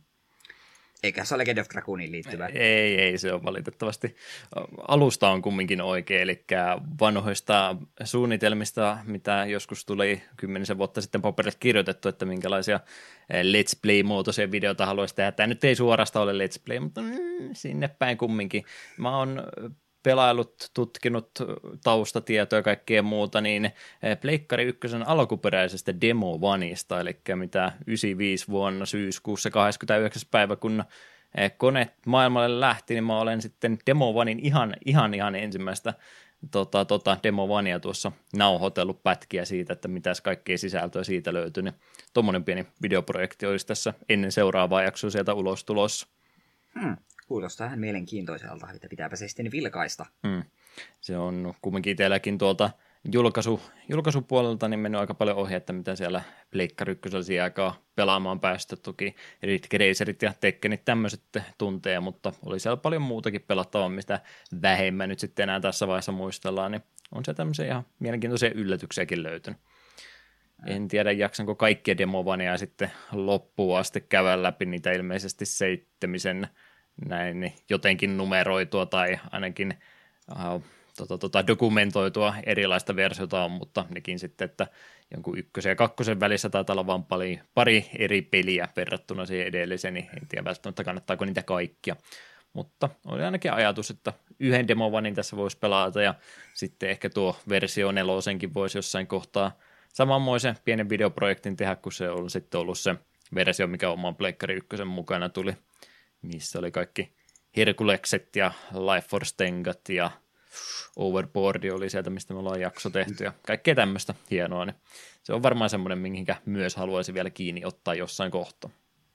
Eikä se ole Legend of Dragooniin liittyvä. Ei, ei se on valitettavasti. Alusta on kumminkin oikein, eli vanhoista suunnitelmista, mitä joskus tuli kymmenisen vuotta sitten paperille kirjoitettu, että minkälaisia Let's Play-muotoisia videoita haluaisi tehdä. Tämä nyt ei suorastaan ole Let's Play, mutta mm, sinne päin kumminkin. Mä oon pelailut, tutkinut taustatietoja ja kaikkea muuta, niin Pleikkari ykkösen alkuperäisestä Demo Oneista, eli mitä yhdeksänkymmentäviisi vuonna syyskuussa kahdeskymmenesyhdeksäs päivä, kun kone maailmalle lähti, niin mä olen sitten Demo Onein ihan, ihan, ihan ensimmäistä tota, tota, Demo Onea tuossa nauhoitellut pätkiä siitä, että mitäs kaikkea sisältöä siitä löytyy, niin tuommoinen pieni videoprojekti olisi tässä ennen seuraavaa jaksoa sieltä ulos tulossa. Hmm. Kuulostaa ihan mielenkiintoiselta, että pitääpä se sitten vilkaista. Hmm. Se on kumminkin itselläkin tuolta julkaisu, julkaisupuolelta niin mennyt aika paljon ohjeita, mitä siellä Pleikkari ykkösellä siihen aikaa pelaamaan päästä. Toki Ridge Racerit ja Tekkenit tämmöiset tuntee, mutta oli siellä paljon muutakin pelattavaa, mistä vähemmän nyt sitten enää tässä vaiheessa muistellaan, niin on se tämmöisiä ihan mielenkiintoisia yllätyksiäkin löytynyt. En tiedä, jaksanko kaikkia demovania sitten loppuun asti käydä läpi niitä ilmeisesti seitsemisen näin niin jotenkin numeroitua tai ainakin uh, tota, tota, dokumentoitua erilaista versiota on, mutta nekin sitten, että jonkun ykkösen ja kakkosen välissä taitaa olla vain pari, pari eri peliä verrattuna siihen edelliseen, niin en tiedä välttämättä kannattaako niitä kaikkia. Mutta oli ainakin ajatus, että yhden demovanin tässä voisi pelata ja sitten ehkä tuo versio nelosenkin voisi jossain kohtaa samanmoisen pienen videoprojektin tehdä, kun se on sitten ollut se versio, mikä oman Pleikkari ykkösen mukana tuli. Niissä oli kaikki Herkulekset ja Life Force Tengat ja Overboard oli sieltä, mistä me ollaan jakso tehty ja kaikkea tämmöistä hienoa. Niin se on varmaan semmoinen, minkä myös haluaisi vielä kiinni ottaa jossain kohtaa.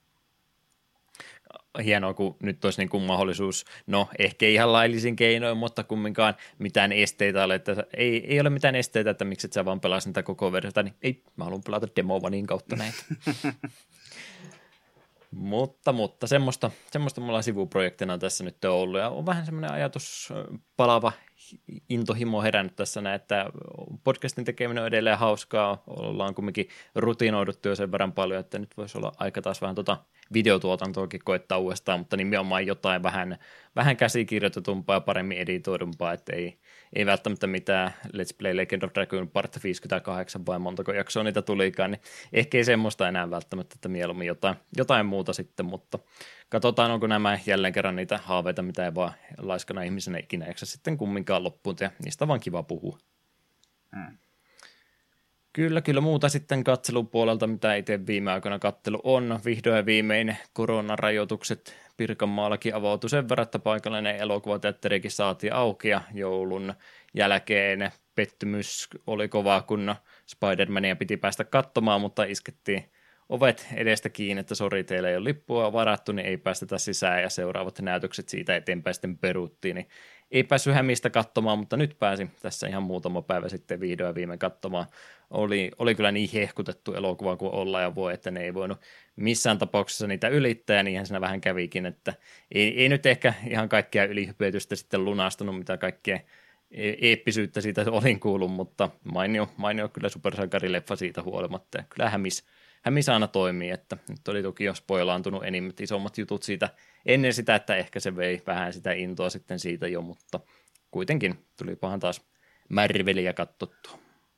Hienoa, kun nyt olisi niin kuin mahdollisuus, no ehkä ihan laillisin keinoin, mutta kumminkaan mitään esteitä ole, että ei, ei ole mitään esteitä, että miksi et sä vaan pelaa sitä koko versiota, niin ei, mä haluan pelata Demovanin kautta näitä. Mutta, mutta semmoista, semmoista mulla sivuprojektina tässä nyt on ollut, ja on vähän semmoinen ajatus palava intohimo herännyt tässä näin, että podcastin tekeminen on edelleen hauskaa, ollaan kumminkin rutinoiduttu jo sen verran paljon, että nyt voisi olla aika taas vähän tuota videotuotantoakin koittaa uudestaan, mutta nimenomaan jotain vähän, vähän käsikirjoitetumpaa ja paremmin editoidumpaa, että ei, ei välttämättä mitään Let's Play Legend of Dragoon part viisikymmentäkahdeksan vai montako jaksoa niitä tulikaan, niin ehkä ei semmoista enää välttämättä, että mieluummin jotain, jotain muuta sitten, mutta katsotaan, onko nämä jälleen kerran niitä haaveita, mitä ei vaan laiskana ihmisenä ikinä jaksa sitten kumminkaan loppuun, ja niistä on vaan kiva puhua. Mm. Kyllä, kyllä muuta sitten katselun puolelta, mitä itse viime aikoina kattelu on. Vihdoin ja viimein koronarajoitukset Pirkanmaallakin avautui sen verran, että paikallinen elokuvateatterikin saatiin auki ja joulun jälkeen pettymys oli kova, kun Spider-Mania piti päästä katsomaan, mutta iskettiin ovet edestä kiinni, että sori, teillä ei ole lippua varattu, niin ei päästetä sisään ja seuraavat näytökset siitä eteenpäin sitten peruttiin, niin ei päässyt hämistä katsomaan, mutta nyt pääsin tässä ihan muutama päivä sitten vihdoin ja viimein katsomaan. Oli, oli kyllä niin hehkutettu elokuva kuin olla ja voi, että ne ei voinut missään tapauksessa niitä ylittää, ja niinhän siinä vähän kävikin, että ei, ei nyt ehkä ihan kaikkea ylihypetystä sitten lunastunut, mitä kaikkea eeppisyyttä siitä olin kuullut, mutta mainio, mainio kyllä supersankarileffa siitä huolimatta, ja kyllä hämis, hämis aina toimii, että nyt oli toki jo spoilaantunut enimmät isommat jutut siitä ennen sitä, että ehkä se vei vähän sitä intoa sitten siitä jo, mutta kuitenkin tuli pahan taas Marvelia katsottua.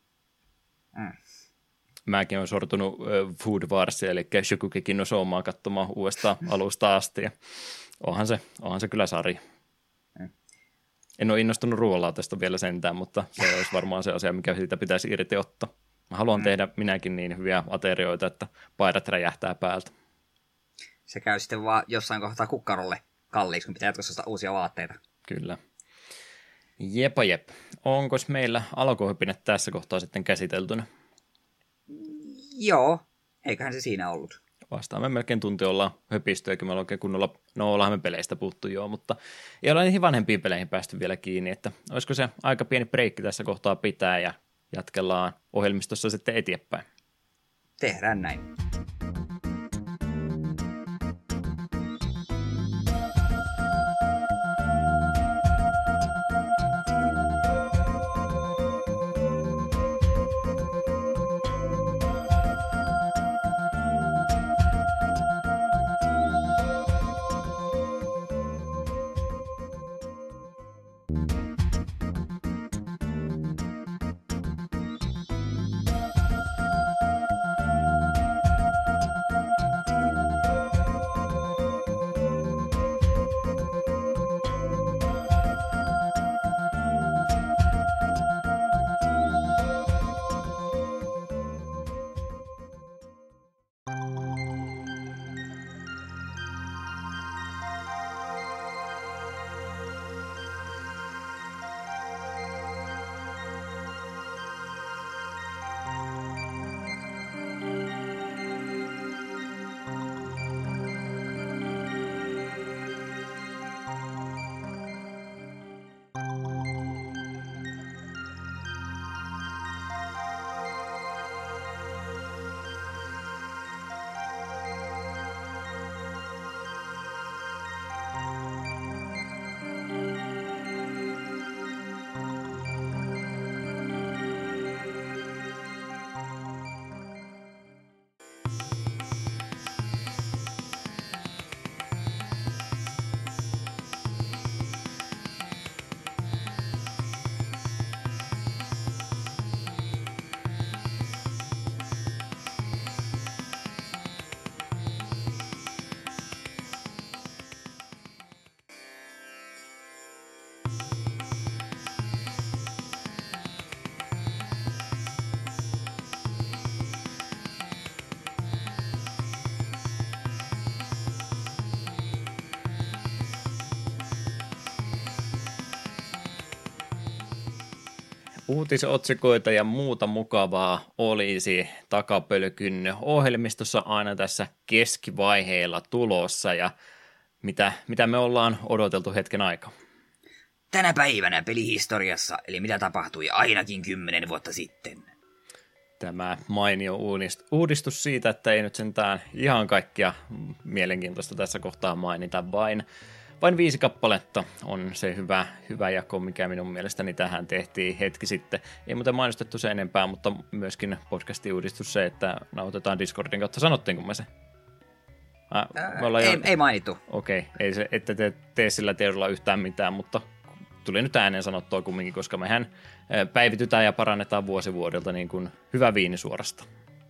Mm. Mäkin olen sortunut uh, Food Warsia, eli Shokugeki no Soumaa katsomaan uudestaan alusta asti, ja onhan se, onhan se kyllä sarja. Mm. En ole innostunut ruoanlaatesta vielä sentään, mutta se olisi varmaan se asia, mikä siitä pitäisi irti ottaa. Mä haluan mm. tehdä minäkin niin hyviä aterioita, että paidat räjähtää päältä. Se käy sitten vaan jossain kohtaa kukkarolle kalliiksi, kun pitää jatkossa uusia vaatteita. Kyllä. Jepa jep. onko meillä alkuhypinät tässä kohtaa sitten käsiteltynä? Joo, eiköhän se siinä ollut. Vastaan me melkein tunti ollaan höpisty, eikä me olla oikein kunnolla, no ollaan me peleistä puhuttu joo, mutta ei olla niihin vanhempiin peleihin päästy vielä kiinni, että olisiko se aika pieni breikki tässä kohtaa pitää ja jatkellaan ohjelmistossa sitten eteenpäin. Tehdään näin. Uutisotsikoita ja muuta mukavaa olisi Takapölkyn ohjelmistossa aina tässä keskivaiheilla tulossa ja mitä, mitä me ollaan odoteltu hetken aikaa. Tänä päivänä pelihistoriassa, eli mitä tapahtui ainakin kymmenen vuotta sitten. Tämä mainio uudistus siitä, että ei nyt sentään ihan kaikkia mielenkiintoista tässä kohtaa mainita, vain Vain viisi kappaletta on se hyvä, hyvä jako, mikä minun mielestäni tähän tehtiin hetki sitten. Ei muuten mainostettu se enempää, mutta myöskin podcastin uudistus se, että nauhoitetaan Discordin kautta. Sanottiinko me se? Ah, me ei, jo... ei mainittu. Okei, okay. Ei se, ette te tee sillä tiedolla yhtään mitään, mutta tuli nyt ääneen sanottua kumminkin, koska mehän päivitytään ja parannetaan vuosi vuodelta niin kuin hyvä viini suorasta.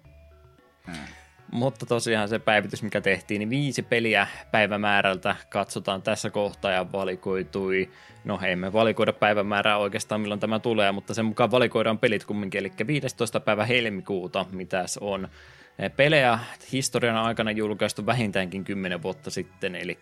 Hmm. Mutta tosiaan se päivitys, mikä tehtiin, niin viisi peliä päivämäärältä katsotaan tässä kohtaa ja valikoitui. No ei me valikoida päivämäärää oikeastaan milloin tämä tulee, mutta sen mukaan valikoidaan pelit kumminkin, eli viidestoista päivä helmikuuta, mitäs on pelejä historian aikana julkaistu vähintäänkin kymmenen vuotta sitten, eli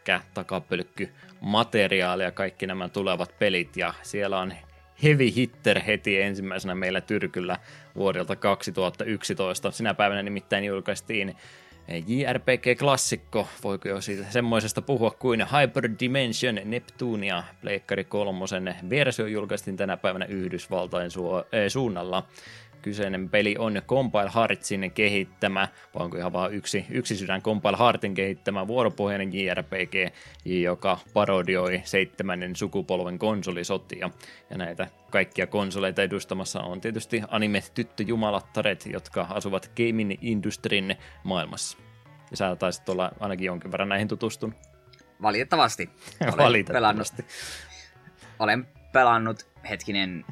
takapölkkymateriaalia ja kaikki nämä tulevat pelit, ja siellä on heavy hitter heti ensimmäisenä meillä Tyrkyllä vuodelta kaksituhattayksitoista. Sinä päivänä nimittäin julkaistiin J R P G-klassikko, voiko jo siitä semmoisesta puhua kuin Hyperdimension Neptunia, Pleikkari kolmosen versio julkaistiin tänä päivänä Yhdysvaltain su- äh, suunnalla. Kyseinen peli on Compile Heartsin kehittämä, vai onko ihan vaan yksi, yksi sydän Compile Heartin kehittämä vuoropohjainen J R P G, joka parodioi seitsemännen sukupolven konsolisotia. Ja näitä kaikkia konsoleita edustamassa on tietysti anime-tyttöjumalattaret, jotka asuvat gaming industrin maailmassa. Ja sä taisit olla ainakin jonkin verran näihin tutustunut. Valitettavasti. Olen Valitettavasti. Pelannut, olen pelannut hetkinen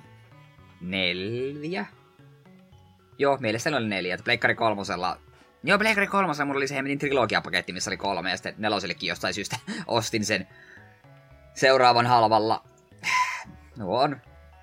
neljä. Joo, mielestäni oli neljä. Pleikkari kolmosella... Joo, Pleikkari kolmosella mulla oli se hemmetin trilogiapaketti, missä oli kolme, ja sitten nelosellekin jostain syystä ostin sen seuraavan halvalla. No on...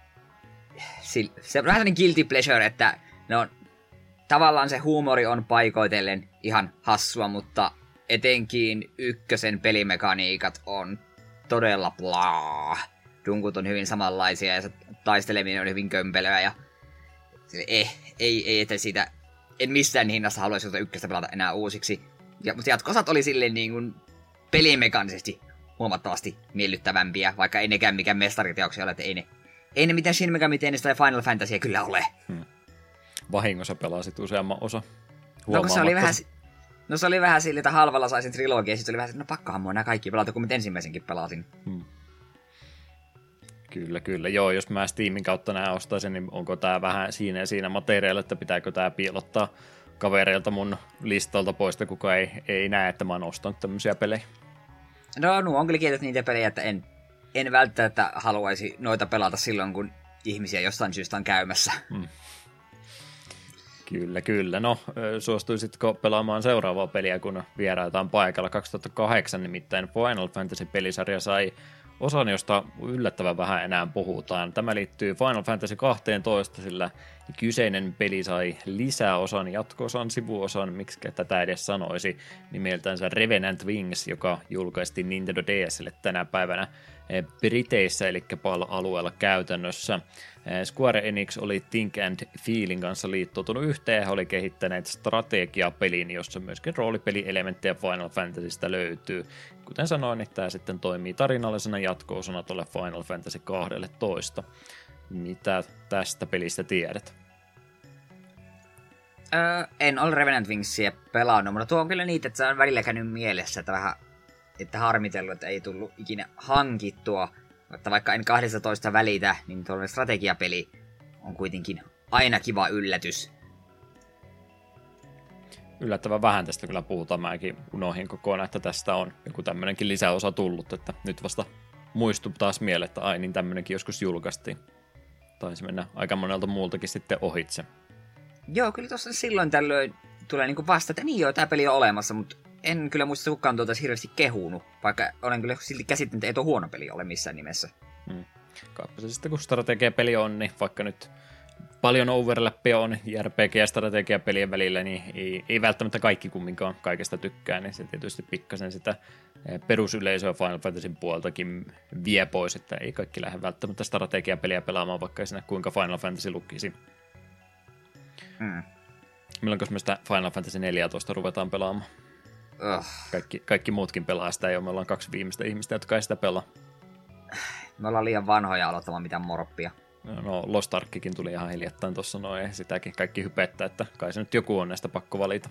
Se on vähän sellainen guilty pleasure, että ne on... Tavallaan se huumori on paikoitellen ihan hassua, mutta etenkin ykkösen pelimekaniikat on todella plaa. Dunkut on hyvin samanlaisia, ja se taisteleminen oli hyvin kömpelöä ja ei, ei, ei, että siitä en missään hinnassa haluaisi jota ykköstä pelata enää uusiksi. Ja, mutta jatko-osat oli silleen niin kuin pelimekaanisesti huomattavasti miellyttävämpiä, vaikka ei nekään mikään mestariteoksia ole, että ei ne, ei ne mitään Shin Megami Tensei tai Final Fantasyä kyllä ole. Hmm. Vahingossa pelasit useamman osa. No, se oli vähän, no se oli vähän sille, että halvalla saisin trilogia, ja sitten oli vähän että no pakkohan mua nämä kaikki pelata, kun mä ensimmäisenkin pelasin. Hmm. Kyllä, kyllä. Joo, jos mä Steamin kautta nämä ostaisin, niin onko tää vähän siinä ja siinä materiaalilla, että pitääkö tää piilottaa kavereilta mun listalta pois, että kuka ei, ei näe, että mä oon ostanut tämmöisiä pelejä. No, nuo on kyllä kiitetty niitä pelejä, että en, en välttämättä haluaisi noita pelata silloin, kun ihmisiä jostain syystä on käymässä. Hmm. Kyllä, kyllä. No, suostuisitko pelaamaan seuraavaa peliä, kun vieraita on paikalla? kaksituhattakahdeksan nimittäin Final Fantasy-pelisarja sai osan, josta yllättävän vähän enää puhutaan. Tämä liittyy Final Fantasy kaksitoista, sillä kyseinen peli sai lisäosan, jatko-osan, sivuosan, miksi tätä edes sanoisi, nimeltänsä Revenant Wings, joka julkaistiin Nintendo D S:lle tänä päivänä Briteissä, eli P A L-alueella käytännössä. Square Enix oli Think and Feelin kanssa liittoutunut yhteen ja oli kehittäneet strategiapelin, jossa myöskin roolipelielementtejä Final Fantasystä löytyy. Kuten sanoin, niin tämä sitten toimii tarinallisena jatko-osana tuolle Final Fantasy kaksitoista. Mitä tästä pelistä tiedät? Öö, en ole Revenant Wingsia pelannut, mutta tuo on kyllä niitä, että se on välillä käynyt mielessä, että vähän että harmitellut, että ei tullut ikinä hankittua. Mutta vaikka en kaksitoista välitä, niin tuollainen strategiapeli on kuitenkin aina kiva yllätys. Yllättävän vähän tästä kyllä puhutaan. Mäkin unohin kokonaan, että tästä on joku tämmöinenkin lisäosa tullut, että nyt vasta muistuu taas mieleen, että ai niin tämmöinenkin joskus julkaistiin. Taisi mennä aika monelta muultakin sitten ohitse. Joo, kyllä tuossa silloin tällöin tulee niinku vasta, että niin joo, tämä peli on olemassa, mutta en kyllä muista, että kukaan tuota hirveästi kehunut, vaikka olen kyllä silti käsittänyt, että ei tuo huono peli ole missään nimessä. Hmm. Kaippa se sitten, kun strategiapeli on, niin vaikka nyt paljon overlappia on R P G- ja strategiapelien välillä, niin ei, ei välttämättä kaikki kumminkaan kaikesta tykkää, niin se tietysti pikkasen sitä perusyleisöä Final Fantasyn puoltakin vie pois, että ei kaikki lähde välttämättä strategiapeliä pelaamaan, vaikka ei siinä kuinka Final Fantasy lukisi. Hmm. Milloinko me sitä Final Fantasy neljätoista ruvetaan pelaamaan? Uh. Kaikki, kaikki muutkin pelaa sitä jo, me ollaan kaksi viimeistä ihmistä, jotka ei sitä pelaa. Me ollaan liian vanhoja aloittamaan mitään morppia. No, no Lost Arkikin tuli ihan hiljattain tuossa noin, sitäkin kaikki hypettää, että kai se nyt joku on näistä pakko valita.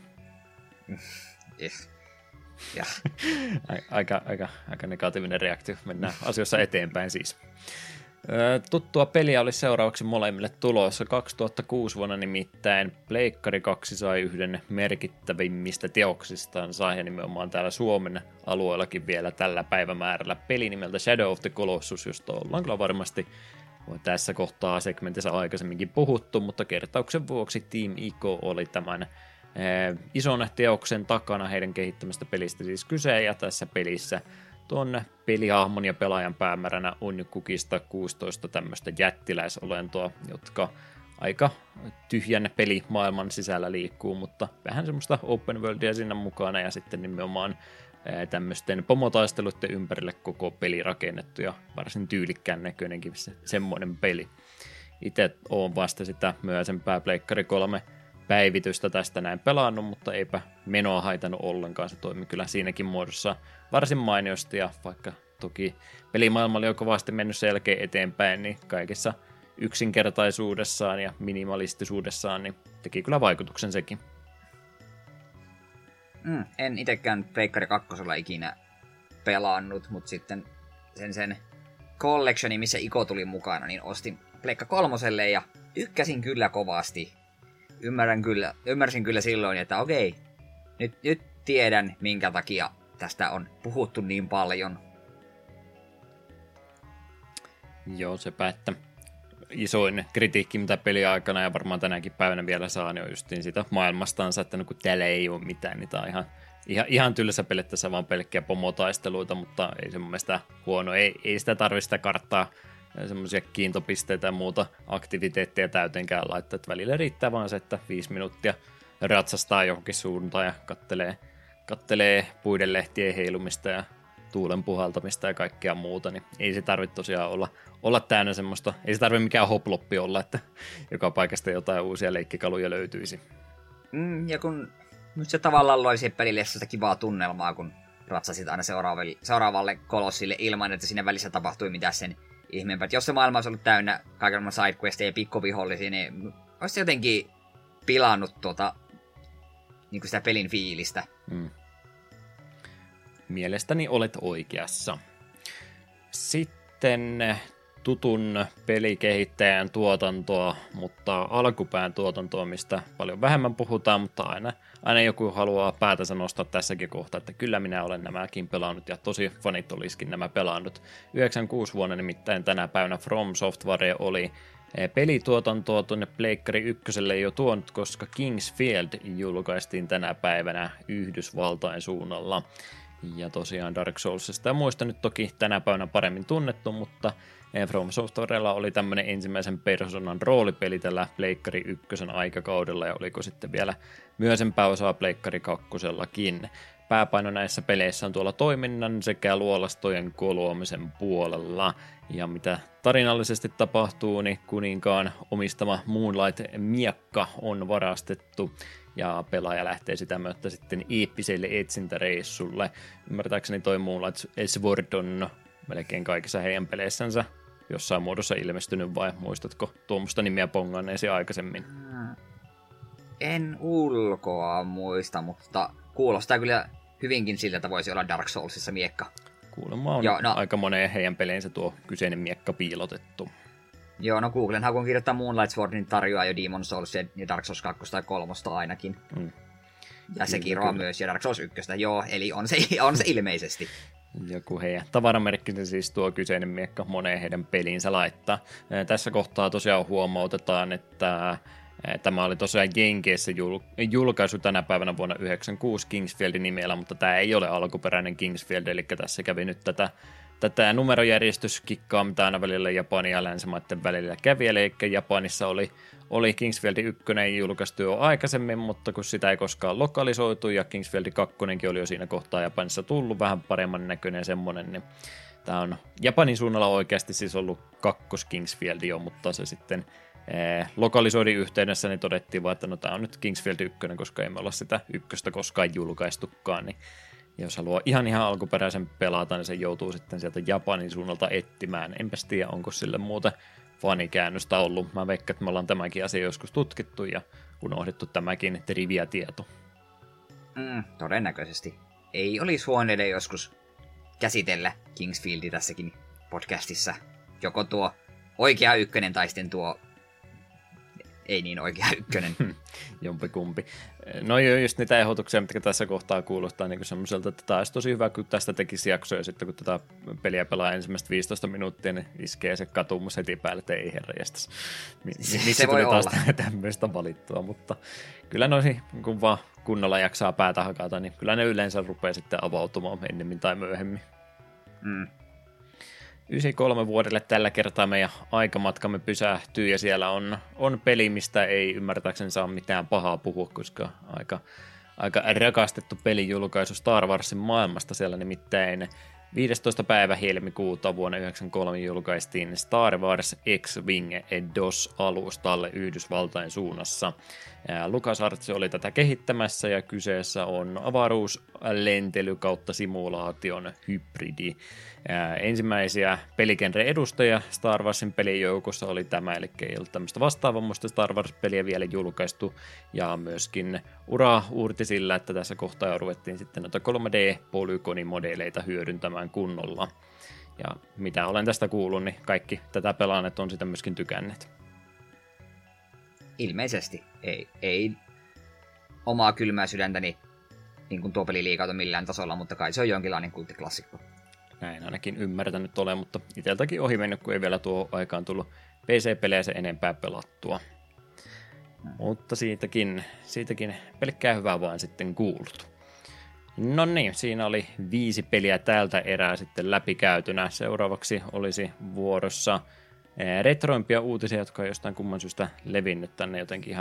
Yes. Yeah. aika, aika, aika negatiivinen reaktio, mennään asioissa eteenpäin siis. Tuttua peliä oli seuraavaksi molemmille tulossa. kaksituhattakuusi vuonna nimittäin Pleikkari kaksi sai yhden merkittävimmistä teoksistaan, sai nimenomaan täällä Suomen alueellakin vielä tällä päivämäärällä peli nimeltä Shadow of the Colossus, josta ollaan kyllä varmasti tässä kohtaa segmentissä aikaisemminkin puhuttu, mutta kertauksen vuoksi Team Ico oli tämän eh, ison teoksen takana, heidän kehittämästä pelistä siis kyse, ja tässä pelissä tuon pelihahmon ja pelaajan päämäränä on kukista kuusitoista tämmöistä jättiläisolentoa, jotka aika tyhjän pelimaailman sisällä liikkuu, mutta vähän semmoista open worldia siinä mukana ja sitten nimenomaan tämmöisten pomotaisteluiden ympärille koko peli rakennettu ja varsin tyylikkään näköinenkin se, semmoinen peli. Itse olen vasta sitä myöhäisempää Pleikkari kolme päivitystä tästä näin pelannut, mutta eipä menoa haitannut ollenkaan. Se toimi kyllä siinäkin muodossa varsin mainiosti, ja vaikka toki pelimaailma oli jo kovasti mennyt selkeä eteenpäin, niin kaikessa yksinkertaisuudessaan ja minimalistisuudessaan niin teki kyllä vaikutuksen sekin. Mm, en itsekään Pleikkari kakkosella ikinä pelannut, mutta sitten sen sen collectioni, missä Iko tuli mukana, niin ostin Pleikka kolmoselle ja tykkäsin kyllä kovasti. Ymmärrän kyllä, ymmärsin kyllä silloin, että okei, nyt, nyt tiedän, minkä takia tästä on puhuttu niin paljon. Joo, sepä, että isoin kritiikki, mitä peli aikana ja varmaan tänäkin päivänä vielä saa, niin on justiin siitä maailmastansa, että no kun täällä ei ole mitään, niin tää on ihan, ihan, ihan tylsä peli, tässä vaan pelkkiä pomotaisteluita, mutta ei se mun mielestä huono, ei, ei sitä tarvitse sitä karttaa, semmoisia kiintopisteitä ja muuta aktiviteetteja täytenkään laittaa, että välillä riittää vaan se, että viisi minuuttia ratsastaa johonkin suuntaan ja kattelee, kattelee puiden lehtien heilumista ja tuulen puhaltamista ja kaikkea muuta, niin ei se tarvitse tosiaan olla, olla täynnä semmoista, ei se tarvitse mikään hoploppi olla, että joka paikasta jotain uusia leikkikaluja löytyisi. Mm, ja kun nyt se tavallaan loi siihen pelille sitä kivaa tunnelmaa, kun ratsasit aina seuraavalle, seuraavalle kolossille ilman, että siinä välissä tapahtui mitään sen ihmeempää. Jos se maailma olisi ollut täynnä kaikenlaisia sidequesteja ja pikkuvihollisia, niin olisi jotenkin pilannut tuota, niin kuin sitä pelin fiilistä. Mm. Mielestäni olet oikeassa. Sitten tutun pelikehittäjän tuotantoa, mutta alkupään tuotantoa, mistä paljon vähemmän puhutaan, mutta aina, aina joku haluaa päätänsä nostaa tässäkin kohtaa, että kyllä minä olen nämäkin pelannut, ja tosi fanit olisikin nämä pelannut. yhdeksänkymmentäkuusi vuonna nimittäin tänä päivänä From Software oli pelituotantoa tuonne Pleikkari ykköselle jo tuonut, koska Kingsfield julkaistiin tänä päivänä Yhdysvaltain suunnalla. Ja tosiaan Dark Soulsista ja muista nyt toki tänä päivänä paremmin tunnettu, mutta From Softwarella oli tämmöinen ensimmäisen persoonan roolipeli tällä Pleikkari ykkösen aikakaudella, ja oliko sitten vielä myöhempää osaa Pleikkari kakkosellakin. Pääpaino näissä peleissä on tuolla toiminnan sekä luolastojen koluamisen puolella. Ja mitä tarinallisesti tapahtuu, niin kuninkaan omistama Moonlight-miekka on varastettu. Ja pelaaja lähtee sitä myötä sitten eeppiselle etsintäreissulle. Ymmärtääkseni toi Moonlight Sword on melkein kaikissa heidän peleissänsä jossain muodossa ilmestynyt, vai muistatko tuommoista nimeä ponganneesi aikaisemmin? En ulkoa muista, mutta kuulostaa kyllä hyvinkin siltä, että voisi olla Dark Soulsissa miekka. Kuulemma on Joo, no, aika moneen heidän peleensä tuo kyseinen miekka piilotettu. Joo, no Googlen hakun kirjoittaa Moonlight Sword, niin tarjoaa jo Demon's Souls ja Dark Souls kaksi tai kolme ainakin. Mm. Ja se kiroaa myös ja Dark Souls yksi. Joo, eli on se, on se ilmeisesti. Joku heidän tavaramerkkinsä siis tuo kyseinen miekka moneen heidän peliinsä laittaa. Tässä kohtaa tosiaan huomautetaan, että tämä oli tosiaan Jenkeissä jul- julkaisu tänä päivänä vuonna yhdeksänkymmentäkuusi Kingsfieldin nimellä, mutta tämä ei ole alkuperäinen Kingsfield, eli tässä kävi nyt tätä, tätä numerojärjestyskikkaa, mitä aina välillä Japanin ja länsimaiden välillä kävi, eli Japanissa oli, oli Kingsfield yksi julkaistu jo aikaisemmin, mutta kun sitä ei koskaan lokalisoitu, ja Kingsfield kaksi oli jo siinä kohtaa Japanissa tullut, vähän paremman näköinen semmoinen, niin tämä on Japanin suunnalla oikeasti siis ollut kakkos Kingsfield jo, mutta se sitten lokalisoidin yhteydessä niin todettiin vaan, että no tämä on nyt Kingsfield yksi, koska emme olla sitä ykköstä koskaan julkaistukaan, niin jos haluaa ihan ihan alkuperäisen pelata, niin se joutuu sitten sieltä Japanin suunnalta etsimään. Enpäs tiedä, onko sille muuta fanikäännöstä ollut. Mä veikkaan, että me ollaan tämäkin asia joskus tutkittu ja unohdettu tämäkin trivia-tieto. Mm, todennäköisesti. Ei olisi huoneiden joskus käsitellä Kingsfieldi tässäkin podcastissa. Joko tuo oikea ykkönen tai sitten tuo ei niin oikea ykkönen. Jompikumpi. No joo, just niitä ehdotuksia, mitkä tässä kohtaa kuulostaa niin semmoiselta, että tämä olisi tosi hyvä, kun tästä tekisi jaksoja, sitten kun tätä peliä pelaa ensimmäistä viisitoista minuuttia, niin iskee se katumus heti päälle, että ei herra jästäs. Miksi tuli taas tämmöistä valittua, mutta kyllä noisi, kun vaan kunnolla jaksaa päätä hakata, niin kyllä ne yleensä rupeaa sitten avautumaan ennemmin tai myöhemmin. Mm. yhdeksänkymmentäkolme vuodelle tällä kertaa meidän aikamatkamme pysähtyy, ja siellä on, on peli, mistä ei ymmärtääkseni saa mitään pahaa puhua, koska aika, aika rakastettu pelijulkaisu Star Warsin maailmasta. Siellä nimittäin viidestoista päivä helmikuuta vuonna yhdeksänkymmentäkolme julkaistiin Star Wars X-Wing DOS-alustalle Yhdysvaltain suunnassa. LucasArts oli tätä kehittämässä, ja kyseessä on avaruuslentely kautta simulaation hybridi. Ensimmäisiä peligenren edustajia Star Warsin pelijoukossa oli tämä, eli ei ollut tämmöistä vastaavammoista Star Wars-peliä vielä julkaistu, ja myöskin ura uurti sillä, että tässä kohtaa ruvettiin sitten noita kolme D-polygonimodeleita hyödyntämään kunnolla. Ja mitä olen tästä kuullut, niin kaikki tätä pelaaneet on sitä myöskin tykänneet. Ilmeisesti. Ei, ei omaa kylmää sydäntäni niin kuin tuo peli liikauta millään tasolla, mutta kai se on jonkinlainen kulttiklassikko. Näin ainakin ymmärtänyt ole, mutta itseltäkin ohi mennyt, kun ei vielä tuo aikaan tullut P C-pelejä se enempää pelattua. Hmm. Mutta siitäkin, siitäkin pelkkää hyvää vaan sitten kuultu. No niin, siinä oli viisi peliä tältä erää sitten läpikäytynä. Seuraavaksi olisi vuorossa retroimpia uutisia, jotka on jostain kumman syystä levinnyt tänne jotenkin ihan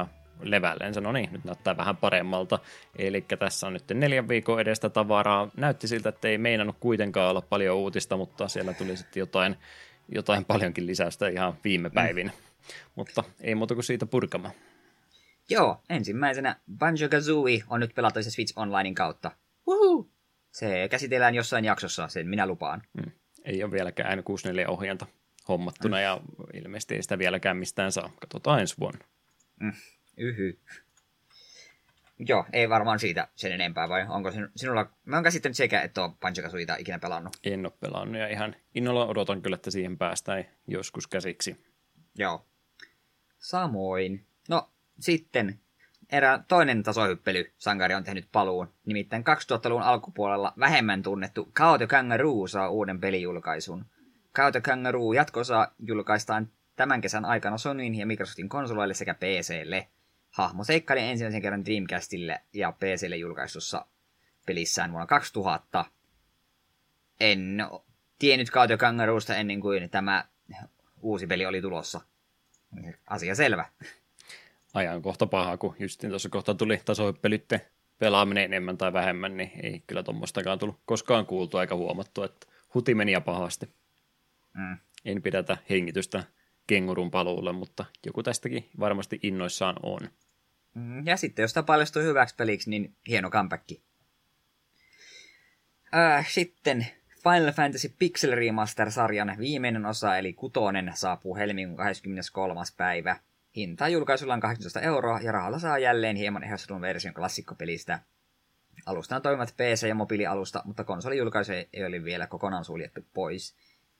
levälleensä. No niin, nyt näyttää vähän paremmalta. Eli tässä on nyt neljän viikon edestä tavaraa. Näytti siltä, että ei meinannut kuitenkaan olla paljon uutista, mutta siellä tuli sitten jotain, jotain paljonkin lisäystä ihan viime päivin. Mm. Mutta ei muuta kuin siitä purkamaan. Joo, ensimmäisenä Banjo-Kazooie on nyt pelattavissa Switch Onlinein kautta. Woohoo! Se käsitellään jossain jaksossa, sen minä lupaan. Mm. Ei ole vieläkään N kuusikymmentäneljä-ohjainta hommattuna, mm. ja ilmeisesti ei sitä vieläkään mistään saa. Katsotaan ensi vuonna. Mm. Yhy. Joo, ei varmaan siitä sen enempää, vai onko sinulla... Mä oon käsittänyt sekä, että on Banjo-Kazooieta ikinä pelannut. En ole pelannut, ja ihan innolla odotan kyllä, että siihen päästään joskus käsiksi. Joo. Samoin. No, sitten erään toinen tasohyppely sankari on tehnyt paluun. Nimittäin kaksituhattaluvun alkupuolella vähemmän tunnettu Kao Kangaroo saa uuden pelijulkaisun. Kao Kangaroo jatkosa julkaistaan tämän kesän aikana Sonyin ja Microsoftin konsoleille sekä P C:lle. Hahmo seikkaili ensimmäisen kerran Dreamcastille ja P C:lle julkaistussa pelissään vuonna kaksituhatta. En tiennyt Kao Kangaroosta ennen kuin tämä uusi peli oli tulossa. Asia selvä. Ajankohta paha, kun justiin tuossa kohta tuli tasohyppelytten pelaaminen enemmän tai vähemmän, niin ei kyllä tuommoistakaan tullut koskaan kuultu eikä huomattu, että huti meni ja pahasti. Mm. En pidätä hengitystä kengurun paluulle, mutta joku tästäkin varmasti innoissaan on. Mm, ja sitten jos sitä paljastui hyväksi peliksi, niin hieno comeback. Äh, sitten Final Fantasy Pixel Remaster-sarjan viimeinen osa, eli kutonen, saapuu helmikuun kahdeskymmeneskolmas päivä. Hinta julkaisulla on kahdeksantoista euroa, ja rahalla saa jälleen hieman ehdotetun version klassikkopelistä. Alustana toimivat P C- ja mobiilialusta, mutta konsolijulkaisu ei ole vielä kokonaan suljettu pois.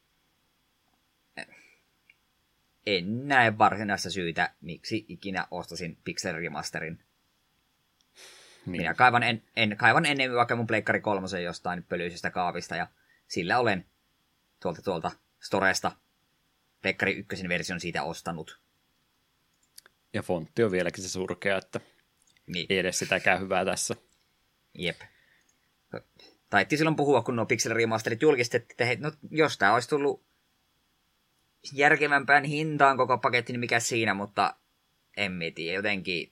En näe varsinaista syytä, miksi ikinä ostasin Pixel Remasterin. Niin. Minä kaivan, en, en, kaivan ennen vaikka mun Pleikkari kolmosen jostain pölyisestä kaapista, ja sillä olen tuolta tuolta Storesta Pleikkari ykkösen version siitä ostanut. Ja fontti on vieläkin se surkea, että niin. Ei edes sitäkään hyvää tässä. Jep. Taittiin silloin puhua, kun nuo Pixel Remasterit julkistettiin, että hei, no, jos tää olisi tullut järkevämpään hintaan koko paketti, niin mikä siinä, mutta en tiedä, jotenkin...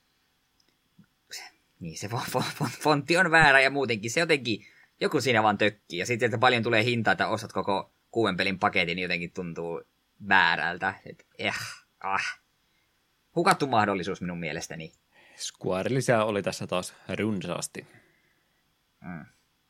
Niin, se fontti on väärä ja muutenkin se jotenkin, joku siinä vaan tökkii. Ja sitten, että paljon tulee hintaa, että ostat koko kuuden pelin paketin, niin jotenkin tuntuu väärältä. Et, eh, ah. Hukattu mahdollisuus minun mielestäni. Square lisää oli tässä taas runsaasti. Mm.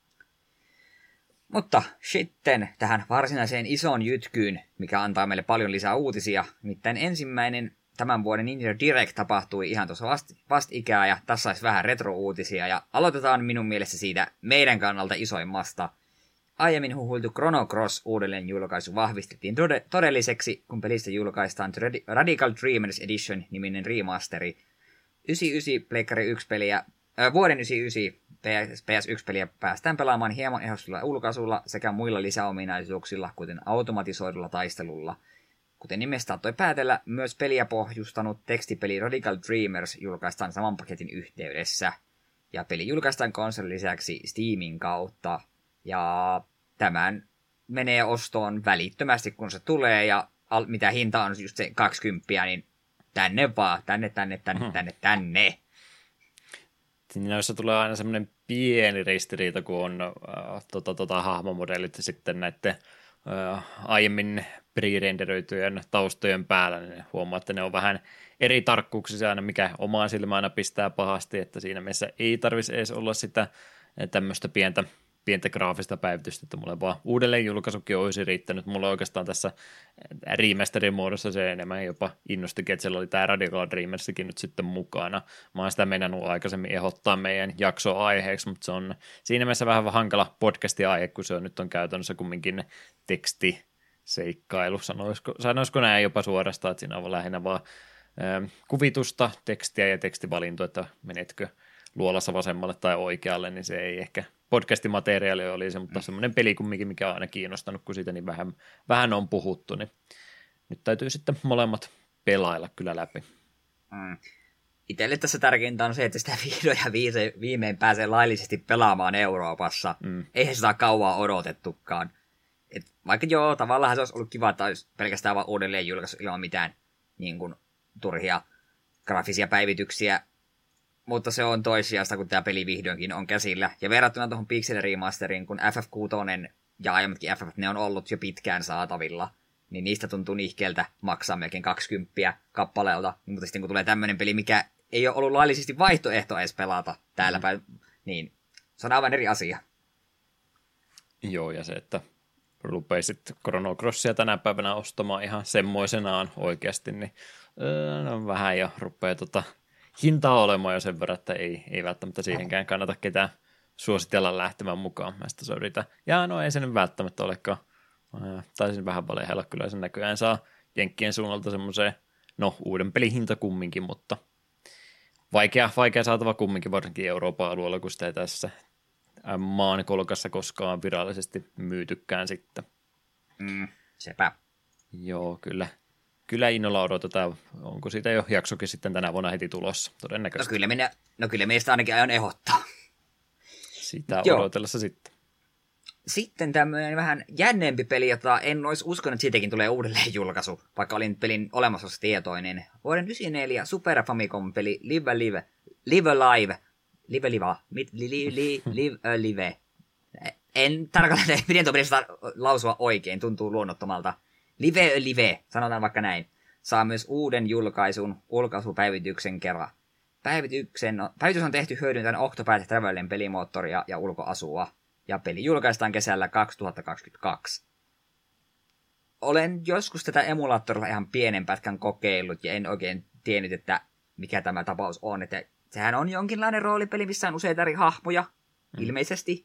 Mutta sitten tähän varsinaiseen isoon jytkyyn, mikä antaa meille paljon lisää uutisia. Nimittäin ensimmäinen tämän vuoden Nintendo Direct tapahtui ihan tuossa vast, vastikää, ja tässä olisi vähän retro-uutisia. Ja aloitetaan minun mielestä siitä meidän kannalta isoimmasta. Aiemmin huhuiltu Chrono Cross uudelleen julkaisu vahvistettiin tode- todelliseksi, kun pelistä julkaistaan Radical Dreamers Edition niminen remasteri. yhdeksänkymmentäyhdeksän Pleikkari yksi-peliä, äh, vuoden yhdeksänkymmentäyhdeksän P S yksi-peliä päästään pelaamaan hieman ehostulla ulkaisulla sekä muilla lisäominaisuuksilla, kuten automatisoidulla taistelulla. Kuten nimestä saattoi päätellä, myös peliä pohjustanut tekstipeli Radical Dreamers julkaistaan saman paketin yhteydessä. Ja peli julkaistaan konsolin lisäksi Steamin kautta. Ja tämän menee ostoon välittömästi, kun se tulee, ja al- mitä hinta on just se kaksikymmentä, niin tänne vaan, tänne, tänne, tänne, hmm. tänne, tänne. Noissa tulee aina semmoinen pieni ristiriita, kun on äh, tota, tota, hahmomodellit ja sitten näiden äh, aiemmin pre-renderöityjen taustojen päällä, niin huomaa, että ne on vähän eri tarkkuuksissa aina, mikä omaan silmään aina pistää pahasti, että siinä mielessä ei tarvitsisi edes olla sitä tämmöistä pientä pientä graafista päivitystä, että mulle vaan uudelleen julkaisukin olisi riittänyt. Mulla oikeastaan tässä remasterin muodossa se enemmän jopa innostikin, että siellä oli tämä Radical Dreamersikin nyt sitten mukana. Mä oon sitä meinannut aikaisemmin ehdottaa meidän jaksoaiheeksi, mutta se on siinä mielessä vähän hankala podcastin aihe, kun se on nyt on käytännössä kumminkin tekstiseikkailu. Sanoisiko, sanoisiko näin jopa suorastaan, että siinä on lähinnä vaan äh, kuvitusta, tekstiä ja tekstivalinto, että menetkö luolassa vasemmalle tai oikealle, niin se ei ehkä podcastimateriaali oli se, mutta mm. semmoinen peli kumminkin, mikä on aina kiinnostanut, kun siitä niin vähän, vähän on puhuttu, niin nyt täytyy sitten molemmat pelailla kyllä läpi. Mm. Itselle tässä tärkeintä on se, että sitä vihdoin ja viimein pääsee laillisesti pelaamaan Euroopassa. Mm. Eihän sitä kauaa odotettukaan. Et vaikka joo, tavallaan se olisi ollut kiva, että olisi pelkästään vaan uudelleen julkaisu ilman mitään niin kuin, turhia graafisia päivityksiä, mutta se on toissijasta, kun tämä peli vihdoinkin on käsillä. Ja verrattuna tuohon Pixel Remasteriin, kun F F kuusi ja aiemmatkin F F ne on ollut jo pitkään saatavilla, niin niistä tuntuu nihkeeltä maksaa melkein kaksikymmentä kappaleelta. Mutta sitten kun tulee tämmöinen peli, mikä ei ole ollut laillisesti vaihtoehto edes pelata täällä päin, niin se on aivan eri asia. Joo, ja se, että rupeisit Chrono Crossia tänä päivänä ostamaan ihan semmoisenaan oikeasti, niin öö, no vähän jo rupeaa tota hintaa olemaan jo sen verran, että ei, ei välttämättä siihenkään kannata ketään suositella lähtemään mukaan. Mä sitä yritän. Ja no ei se nyt välttämättä olekaan. Taisin vähän valehella, kyllä sen näköjään saa Jenkkien suunnalta semmoiseen, no uuden pelin hinta kumminkin, mutta vaikea, vaikea saatava kumminkin varsinkin Euroopan alueella, kun sitä ei tässä maan kolkassa koskaan virallisesti myytykään sitten. Mm, sepä. Joo, kyllä. Kyllä innolla odotetaan. Onko siitä jo jaksokin sitten tänä vuonna heti tulossa? Todennäköisesti. No kyllä, minä, no kyllä meistä ainakin aion ehdottaa. Sitä Joo. odotellessa sitten. Sitten tämmöinen vähän jänneempi peli, jota en olisi uskonut, että siitäkin tulee uudelleen julkaisu, vaikka olin pelin olemassaolosta tietoinen. Vuoden yhdeksänkymmentäneljä Super Famicom-peli Live Live, Live Live, Live Live, Live, Live, Live, Live. En tarkalleen, miten tuo pitäisi lausua oikein, tuntuu luonnottomalta. Live Live, sanotaan vaikka näin. Saa myös uuden julkaisun, ulkaisupäivityksen kerran. Päivityksen, päivitys on tehty hyödyntäen Octopath Travelin pelimoottoria ja ulkoasua. Ja peli julkaistaan kesällä kaksituhattakaksikymmentäkaksi. Olen joskus tätä emulaattorilla ihan pienen pätkän kokeillut ja en oikein tiennyt, että mikä tämä tapaus on. Että sehän on jonkinlainen roolipeli, missä on useita eri hahmoja, mm. ilmeisesti.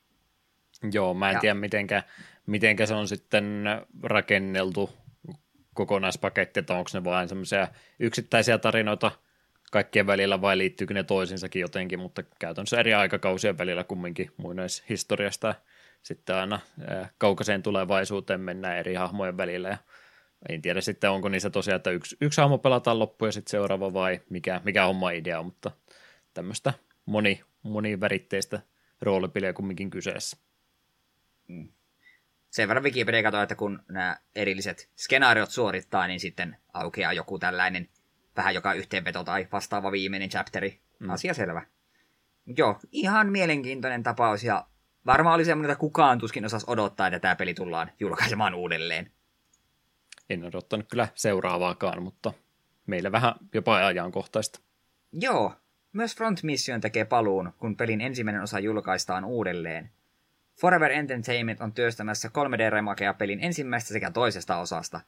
Joo, mä en ja. tiedä, mitenkä, mitenkä se on sitten rakenneltu kokonaispaketti, että onko ne vain semmoisia yksittäisiä tarinoita kaikkien välillä vai liittyykö ne toisinsakin jotenkin, mutta käytännössä eri aikakausien välillä kumminkin muinaishistoriasta. Sitten aina kaukaiseen tulevaisuuteen mennään eri hahmojen välillä ja en tiedä sitten onko niissä tosiaan, että yksi, yksi hahmo pelataan loppuun ja sitten seuraava vai mikä, mikä homma idea on, mutta tämmöistä moni, moniväritteistä roolipeliä kumminkin kyseessä. Mm. Sen verran Wikipedia katsoo, että kun nämä erilliset skenaariot suorittaa, niin sitten aukeaa joku tällainen vähän joka yhteenveto tai vastaava viimeinen chapteri. Mm. Asia selvä. Joo, ihan mielenkiintoinen tapaus ja varmaan oli semmoinen, että kukaan tuskin osasi odottaa, että tämä peli tullaan julkaisemaan uudelleen. En odottanut kyllä seuraavaakaan, mutta meillä vähän jopa ajankohtaista. Joo, myös Front Mission tekee paluun, kun pelin ensimmäinen osa julkaistaan uudelleen. Forever Entertainment on työstämässä kolme D-remakea pelin ensimmäisestä sekä toisesta osasta.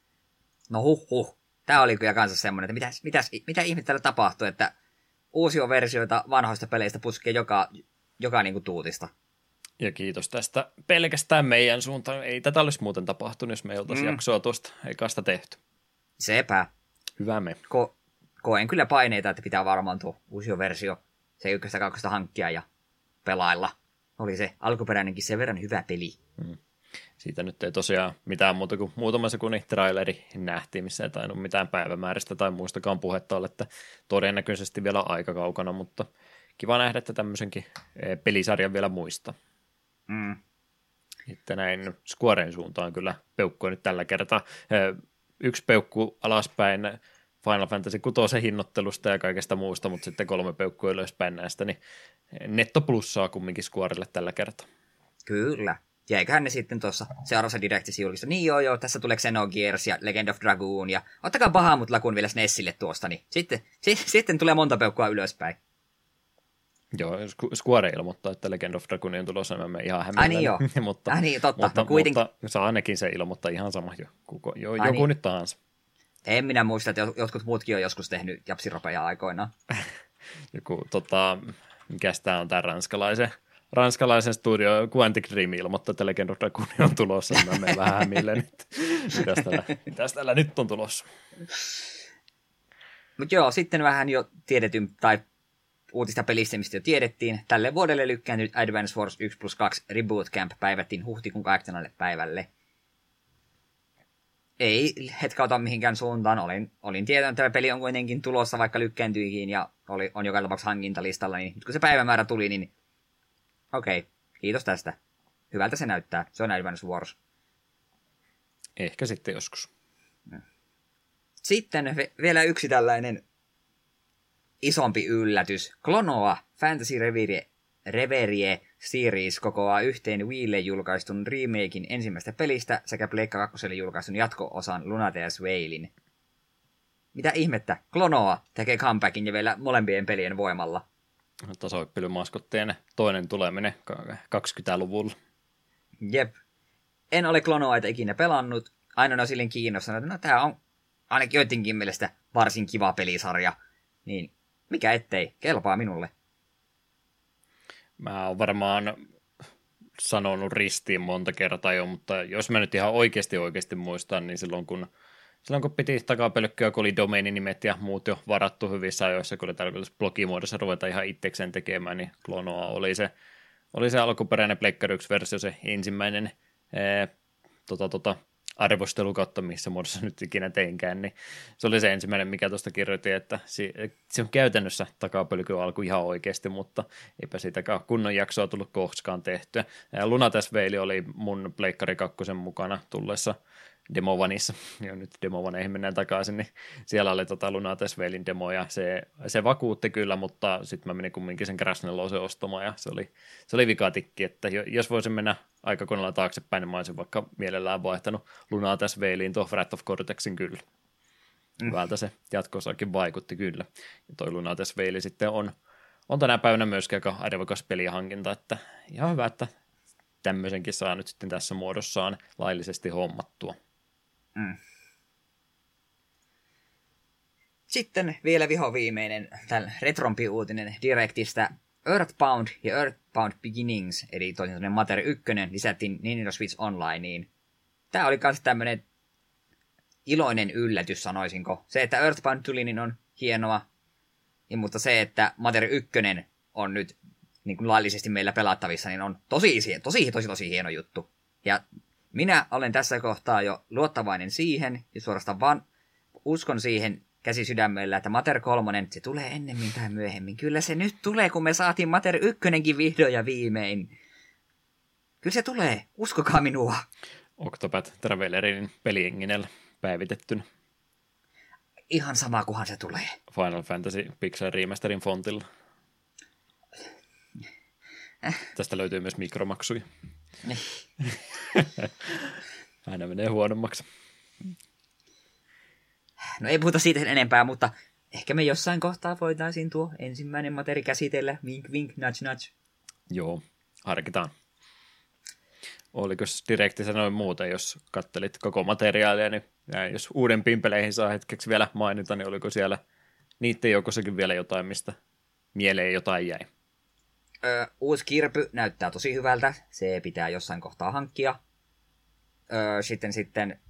No huh huh. Tää oli kyllä kanssa semmoinen, että mitäs, mitäs, mitä ihmettä täällä tapahtui, että uusia versioita vanhoista peleistä puskee joka, joka niinku tuutista. Ja kiitos tästä pelkästään meidän suuntaan. Ei tätä olisi muuten tapahtunut, jos me ei oltaisi mm. jaksoa tuosta ekasta tehty. Sepä. Hyvä me. Ko- koen kyllä paineita, että pitää varmaan tuo uusi versio se ykköstä kakkosta hankkia ja pelailla. Oli se alkuperäinenkin sen verran hyvä peli. Mm. Siitä nyt ei tosiaan mitään muuta kuin muutama sekunnin traileri nähtiin, missä ei tainnut mitään päivämääristä tai muistakaan puhetta ole, että todennäköisesti vielä aika kaukana, mutta kiva nähdä, että tämmöisenkin pelisarjan vielä muista. Mm. Sitten näin Squaren suuntaan kyllä peukkua nyt tällä kertaa. Yksi peukku alaspäin Final Fantasy kuusi hinnoittelusta ja kaikesta muusta, mutta sitten kolme peukkua ylöspäin näistä, niin netto plussaa kumminkin Squarelle tällä kertaa. Kyllä. Ja eiköhän ne sitten tuossa seuraavassa Directissa julkista. Niin joo joo, tässä tulee Xenogears ja Legend of Dragoon ja ottakaa Bahamut Lagoon vielä Nessille tuosta, niin sitten, si- sitten tulee monta peukkua ylöspäin. Joo, Square ilmoittaa, että Legend of Dragoon on tulossa, mä menen ihan hämmällä. Ai niin joo, mutta, Ai niin, totta. mutta, No, kuitenkin... mutta saa ainakin se ilmoittaa ihan sama jo, kuko, jo Ai joku niin. nyt tahansa. En minä muista, että jotkut muutkin on joskus tehnyt japsiropeja aikoinaan. Joku, tota, mikäs tää on tää ranskalaisen, ranskalaisen studio, Quantic Dream ilmoittaa, että Legend of Dragoon on tulossa, niin mä menen vähän hämille nyt. Mitäs täällä, mitäs täällä nyt on tulossa? Mutta joo, sitten vähän jo tiedetyn, tai uutista pelistä, mistä jo tiedettiin. Tälle vuodelle lykkääntynyt Advance Wars yksi plus kaksi Reboot Camp päivättiin huhtikuun kahdeksannelle päivälle. Ei hetkauta mihinkään suuntaan. Olin, olin tietoinen, että tämä peli on kuitenkin tulossa, vaikka lykkääntyikin, ja oli, on joka tapauksessa hankintalistalla. Niin nyt kun se päivämäärä tuli, niin okei, okay, kiitos tästä. Hyvältä se näyttää. Se on Advance Wars. Ehkä sitten joskus. Sitten vielä yksi tällainen isompi yllätys. Klonoa Fantasy Reverie, Reverie Series kokoaa yhteen Wiille julkaistun remakein ensimmäistä pelistä sekä Pleikka kakkoselle julkaistun jatko-osan Lunateas Veilin. Mitä ihmettä? Klonoa tekee comebackin ja vielä molempien pelien voimalla. Tasoippelymaskottien toinen tuleminen kaksikymmentäluvulla. Jep. En ole Klonoaita ikinä pelannut. Ainoana silleen kiinnostunut, että no tää on ainakin joidenkin mielestä varsin kiva pelisarja. Niin mikä ettei, kelpaa minulle. Mä oon varmaan sanonut ristiin monta kertaa jo, mutta jos mä nyt ihan oikeasti oikeasti muistan, niin silloin kun, silloin kun piti takapelkkyä, kun oli domeeninimet ja muut jo varattu hyvissä ajoissa, kun oli tarkoitus blogimuodossa ruveta ihan itsekseen tekemään, niin Klonoa oli se, oli se alkuperäinen Pleikkari yksi-versio, se ensimmäinen ää, tota, tota, arvostelu kautta, missä muodossa nyt ikinä teinkään, niin se oli se ensimmäinen, mikä tuosta kirjoitin, että se on käytännössä takapölky alku ihan oikeasti, mutta eipä siitäkään kunnon jaksoa tullut koskaan tehtyä. Lunateas Veil oli mun Pleikkari kakkosen mukana tullessa Demovanissa, ja nyt Demovaneihin mennään takaisin, niin siellä oli tota Lunateas Veilin demo, ja se, se vakuutti kyllä, mutta sitten mä menin kumminkin sen Krasnellosen ostamaan, ja se oli, se oli vikatikki, että jos voisin mennä aikakoneella taaksepäin, niin mä olisin vaikka mielellään vaihtanut Lunateas Veiliin tuo Wrath of Cortexin kyllä. Mm. Hyvältä se jatko-osakin vaikutti kyllä. Ja toi Lunateas Veil sitten on, on tänä päivänä myöskin aika arvokas pelihankinta, että ihan hyvä, että tämmöisenkin saa nyt sitten tässä muodossaan laillisesti hommattua. Mm. Sitten vielä vihoviimeinen tällä retrompi-uutinen Directistä. Earthbound ja Earthbound Beginnings, eli toisin sanoen Mater yksi, lisättiin Nintendo Switch Onlineen. Tää oli myös tämmönen iloinen yllätys, sanoisinko. Se, että Earthbound tuli, niin on hienoa, niin, mutta se, että Mater yksi on nyt niin kuin laillisesti meillä pelattavissa, niin on tosi, tosi, tosi, tosi hieno juttu. Ja minä olen tässä kohtaa jo luottavainen siihen, ja suorastaan vaan uskon siihen käsi sydämellä, että Mater kolme, se tulee ennemmin tai myöhemmin. Kyllä se nyt tulee, kun me saatiin Mater ykkönen vihdoin ja viimein. Kyllä se tulee, uskokaa minua. Octopath Travelerin pelienginellä päivitettynä. Ihan sama, kunhan se tulee. Final Fantasy Pixel Remasterin fontilla. Äh. Tästä löytyy myös mikromaksuja. Aina menee huonommaksi. No ei puhuta siitä enempää, mutta ehkä me jossain kohtaa voitaisiin tuo ensimmäinen materi käsitellä. Wink, wink, nudge, nudge. Joo, harkitaan. Oliko Directissä noin muuta, jos kattelit koko materiaalia, niin jos uudempiin peleihin saa hetkeksi vielä mainita, niin oliko siellä niiden joukossakin vielä jotain, mistä mieleen jotain jäi? Öö, uusi Kirpy näyttää tosi hyvältä. Se pitää jossain kohtaa hankkia. Öö, sitten sitten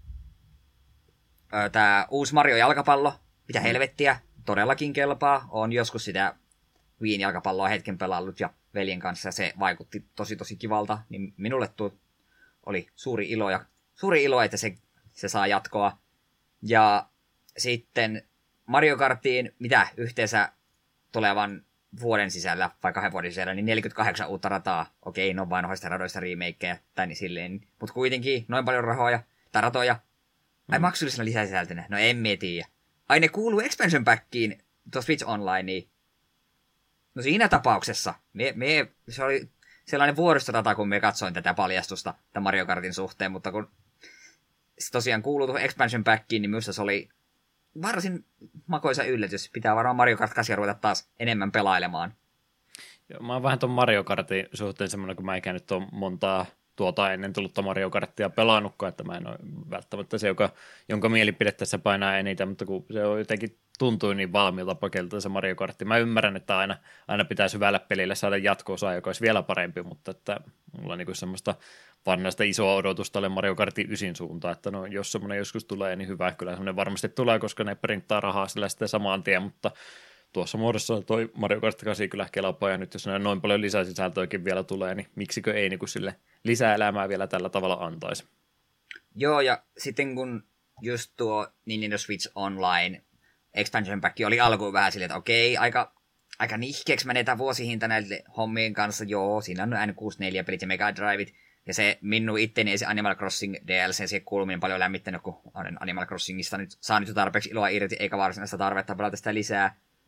öö, tämä uusi Mario-jalkapallo. Mitä helvettiä. Todellakin kelpaa. Olen joskus sitä Wiin jalkapalloa hetken pelannut ja veljen kanssa se vaikutti tosi tosi kivalta. Niin minulle tuo oli suuri ilo, ja, suuri ilo että se, se saa jatkoa. Ja sitten Mario Kartiin, mitä yhteensä tulevan vuoden sisällä, vai kahden vuoden sisällä, niin neljäkymmentäkahdeksan uutta rataa. Okei, no vain noista radoista remakeja, tai niin silleen. Mutta kuitenkin noin paljon rahoja, tai ratoja. Ai mm. maksullisena lisäsisältönä? No en mietiä. Ai ne kuuluu expansion packiin tuossa Switch Onlineen. No siinä tapauksessa. Me, me, se oli sellainen vuoristorata, kun me katsoin tätä paljastusta tämän Mario Kartin suhteen, mutta kun se tosiaan kuuluu tuohon expansion packiin, niin minusta se oli varsin makoisa yllätys. Pitää varmaan Mario Kart kahdeksan ruveta taas enemmän pelailemaan. Joo, mä oon vähän ton Mario Kartin suhteen semmoinen, kun mä en käynyt tuon montaa tuota ennen tullutta Mario Karttia pelannutkaan, että mä en ole välttämättä se, joka, jonka mielipide tässä painaa eniten, mutta kun se on jotenkin tuntui niin valmiilta pakelta se Mario Kartti. Mä ymmärrän, että aina, aina pitäisi hyvällä pelillä saada jatko-osaa, joka olisi vielä parempi, mutta että mulla on niin semmoista vannaista isoa odotusta ole Mario Kartin ysin suuntaan, että no, jos semmoinen joskus tulee, niin hyvä, kyllä semmoinen varmasti tulee, koska ne printtaa rahaa sillä sitten samaan tien, mutta tuossa muodossa toi Mario Kart kahdeksan kyllä kelpaa, ja nyt jos noin paljon lisäsisältöäkin vielä tulee, niin miksikö ei niin kuin sille lisää elämää vielä tällä tavalla antaisi. Joo, ja sitten kun just tuo Nintendo Switch Online expansion pack oli alkuun vähän silleen, että okei, aika, aika nihkeeksi menee tämä vuosihinta näille hommien kanssa. Joo, siinä on N kuusikymmentäneljä-pelit ja Mega Driveit. Ja se minun itteni ei se Animal Crossing D L C, se kuuluminen paljon lämmittänyt, kun Animal Crossingista nyt saa nyt jo tarpeeksi iloa irti, eikä varsinaista tarvetta pelata sitä lisää.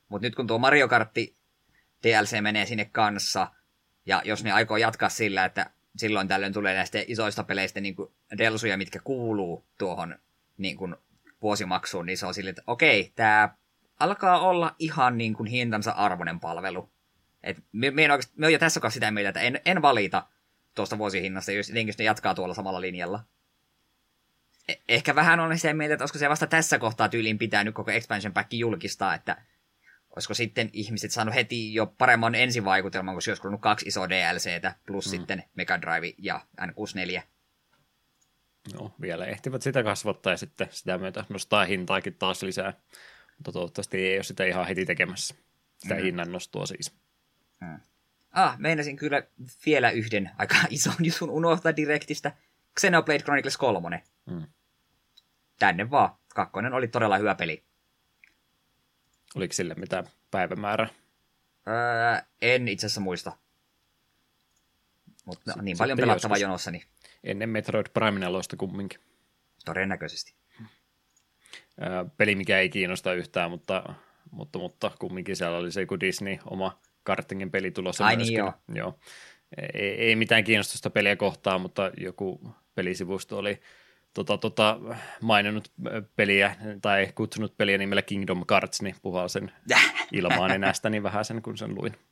Mutta nyt kun tuo Mario Kartti D L C menee sinne kanssa, ja jos ne aikoo jatkaa sillä, että silloin tällöin tulee näistä isoista peleistä niin kuin delsuja, mitkä kuuluu tuohon niin kuin vuosimaksuun, niin se on silleen, että okei, tämä alkaa olla ihan niin kuin hintansa arvoinen palvelu. Et me, me, en oikeasti, me on jo tässä kohtaa sitä mieltä, että en, en valita tuosta vuosihinnasta, jos etenkin jos ne jatkaa tuolla samalla linjalla. Eh, ehkä vähän on sitä mieltä, että olisiko se vasta tässä kohtaa tyyliin pitää nyt koko expansion pack julkistaa, että olisiko sitten ihmiset saanut heti jo paremman ensivaikutelman, kun se olisi kulunut kaksi isoa D L C:tä, plus mm. sitten Mega Drive ja N kuusikymmentäneljä. No, vielä ehtivät sitä kasvattaa ja sitten sitä myötä nostaa hintaakin taas lisää. Mutta toivottavasti ei ole sitä ihan heti tekemässä. Sitä mm. hinnan nostoa siis. Mm. Ah, meinasin kyllä vielä yhden aika ison jutun unohtaa Directistä. Xenoblade Chronicles kolme. Mm. Tänne vaan. Kakkonen oli todella hyvä peli. Oliko sille mitään päivämäärää? Öö, en itse asiassa muista. Mutta no, niin paljon pelattavaa jonossa. Niin... Ennen Metroid Prime neljä kumminkin. Todennäköisesti. Öö, peli, mikä ei kiinnosta yhtään, mutta, mutta, mutta kumminkin siellä oli se joku Disney oma kartingin peli tulossa. Ai myöskin. Niin joo. joo. Ei, ei mitään kiinnostusta peliä kohtaan, mutta joku pelisivusto oli tota, tota, maininnut peliä tai kutsunut peliä nimellä Kingdom Cards, niin puhua sen ilmaan enästäni vähän sen, kun sen luin.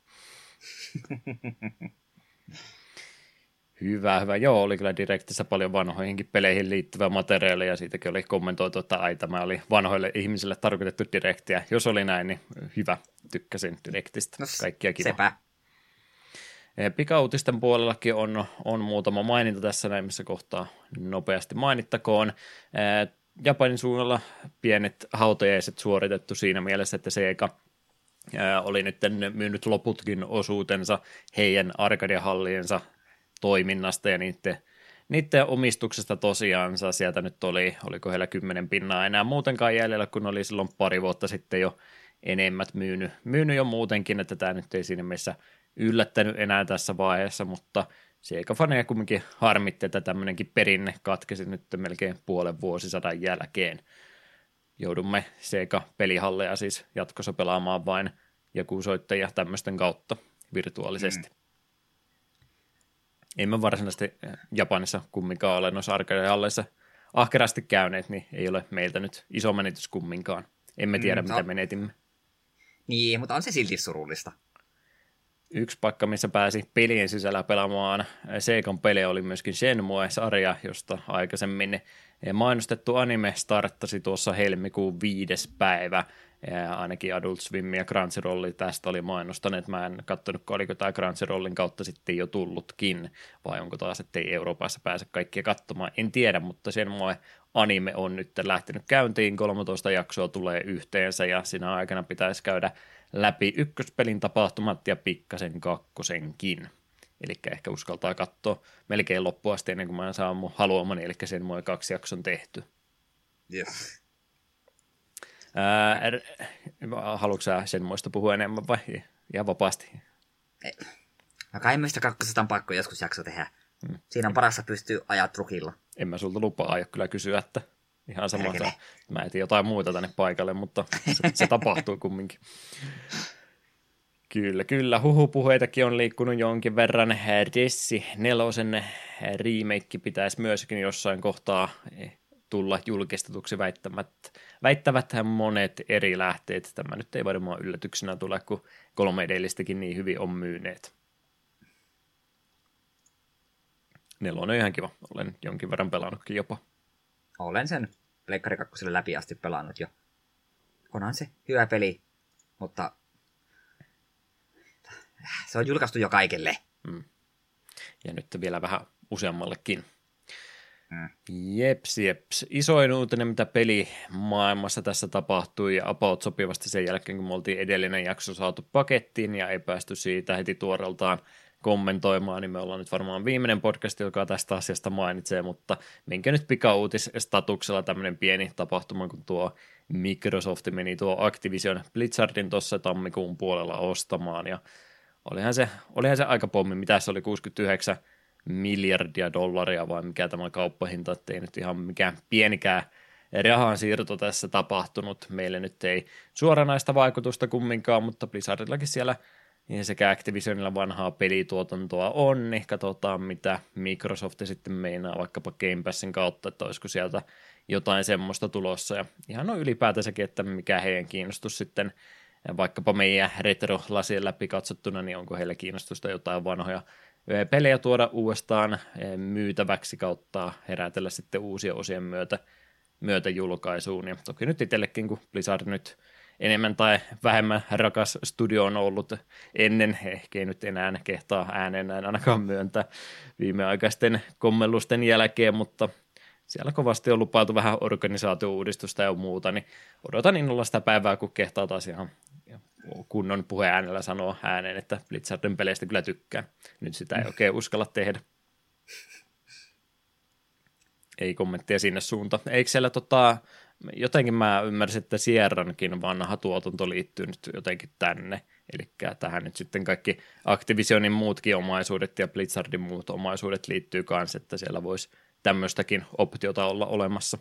Hyvä, hyvä. Joo, oli kyllä Directissä paljon vanhoihinkin peleihin liittyvää materiaalia, ja siitäkin oli kommentoitu, että ai, tämä oli vanhoille ihmisille tarkoitettu Directiä. Jos oli näin, niin hyvä. Tykkäsin Directistä. No, kaikkia kiva. Sepä. Pikauutisten puolellakin on, on muutama maininta tässä näin, missä kohtaa nopeasti mainittakoon. Japanin suunnalla pienet hautajaiset suoritettu siinä mielessä, että Sega oli nyt myynyt loputkin osuutensa heidän arcade-halliensa toiminnasta ja niiden, niiden omistuksesta tosiaansa. Sieltä nyt oli, oliko heillä kymmenen pinnaa enää muutenkaan jäljellä, kun oli silloin pari vuotta sitten jo enemmät myynyt, myynyt jo muutenkin, että tämä nyt ei siinä mielessä yllättänyt enää tässä vaiheessa, mutta Sega-faneja kumminkin harmitti, että tämmöinenkin perinne katkesi nyt melkein puolen vuosisadan jälkeen. Joudumme Sega-pelihalleja siis jatkossa pelaamaan vain jakusoittajia tämmöisten kautta virtuaalisesti. Mm. Emme varsinaisesti Japanissa kumminkaan ole noissa arcade-halleissa ahkerasti käyneet, niin ei ole meiltä nyt iso menetys kumminkaan. Emme tiedä, mm, no. mitä menetimme. Niin, mutta on se silti surullista. Yksi paikka, missä pääsi pelien sisällä pelaamaan Segan pelejä, oli myöskin Shenmue-sarja, josta aikaisemmin mainostettu anime starttasi tuossa helmikuun viides päivä. Ja ainakin Adult Swim ja Crunchyroll tästä oli mainostaneet. Mä en katsonut, oliko tämä Crunchyrollin kautta sitten jo tullutkin, vai onko taas, ettei Euroopassa pääse kaikkia katsomaan. En tiedä, mutta Shenmue anime on nyt lähtenyt käyntiin. kolmetoista jaksoa tulee yhteensä ja siinä aikana pitäisi käydä läpi ykköspelin tapahtumat ja pikkasen kakkosenkin. Eli ehkä uskaltaa katsoa melkein loppuun asti ennen kuin mä saan mun haluamani, eli Shenmue kaksi jakson tehty. Yes. Ää, haluatko sä Shenmuesta puhua enemmän vai ihan vapaasti? Ei. No kai meistä kakkosesta on pakko joskus jakso tehdä. Hmm. Siinä on parasta pystyy ajaa trukilla. En mä sulta lupaa aio kyllä kysyä, että ihan sama. Mä etin jotain muuta tänne paikalle, mutta se, se tapahtuu kumminkin. Kyllä, kyllä. Huhupuheitakin on liikkunut jonkin verran. Dessi nelosen remake pitäisi myöskin jossain kohtaa tulla julkistetuksi väittämättä. Väittäväthän monet eri lähteet. Tämä nyt ei varmaan yllätyksenä tule, kun kolme edellistäkin niin hyvin on myyneet. Nelonen on ihan kiva. Olen jonkin verran pelannutkin jopa. Olen sen Pleikkari kakkoselle läpi asti pelannut jo. Onhan se hyvä peli, mutta se on julkaistu jo kaikille. Mm. Ja nyt vielä vähän useammallekin. Mm. Jeps, jeps. Isoin uutinen, mitä pelimaailmassa tässä tapahtui, ja about sopivasti sen jälkeen, kun me oltiin edellinen jakso saatu pakettiin, ja ei päästy siitä heti tuoreeltaan kommentoimaan, niin me ollaan nyt varmaan viimeinen podcast, joka tästä asiasta mainitsee, mutta minkä nyt pikauutisstatuksella tämmöinen pieni tapahtuma, kun tuo Microsoft meni tuo Activision Blizzardin tuossa tammikuun puolella ostamaan, ja olihan se, olihan se aika pommi, mitä se oli, kuusikymmentäyhdeksän miljardia dollaria vai mikä tämä kauppahinta, ettei nyt ihan mikään pienikään rahan siirto tässä tapahtunut. Meille nyt ei suoranaista vaikutusta kumminkaan, mutta Blizzardillakin siellä niin sekä Activisionilla vanhaa pelituotantoa on, niin katsotaan mitä Microsoft sitten meinaa vaikkapa Game Passin kautta, että olisiko sieltä jotain semmoista tulossa. Ja ihan no ylipäätänsäkin, että mikä heidän kiinnostus sitten vaikkapa meidän retro-lasien läpi katsottuna, niin onko heillä kiinnostusta jotain vanhoja pelejä tuoda uudestaan myytäväksi kautta herätellä sitten uusia osien myötä, myötä julkaisuun. Ja toki nyt itsellekin, kun Blizzard nyt enemmän tai vähemmän rakas studio on ollut ennen, ehkä ei nyt enää kehtaa ääneen näin ainakaan myöntää viimeaikaisten kommellusten jälkeen, mutta siellä kovasti on lupailtu vähän organisaatio-uudistusta ja muuta, niin odotan innolla sitä päivää, kun kehtaa taas ihan kunnon puheäänellä sanoa ääneen, että Blizzardin peleistä kyllä tykkää. Nyt sitä ei oikein uskalla tehdä. Ei kommenttia sinne suuntaan. Eikö siellä tota, jotenkin mä ymmärsin, että Sierrankin vanha tuotanto liittyy nyt jotenkin tänne, eli tähän nyt sitten kaikki Activisionin muutkin omaisuudet ja Blizzardin muut omaisuudet liittyy kanssa, että siellä voisi tämmöistäkin optiota olla olemassa.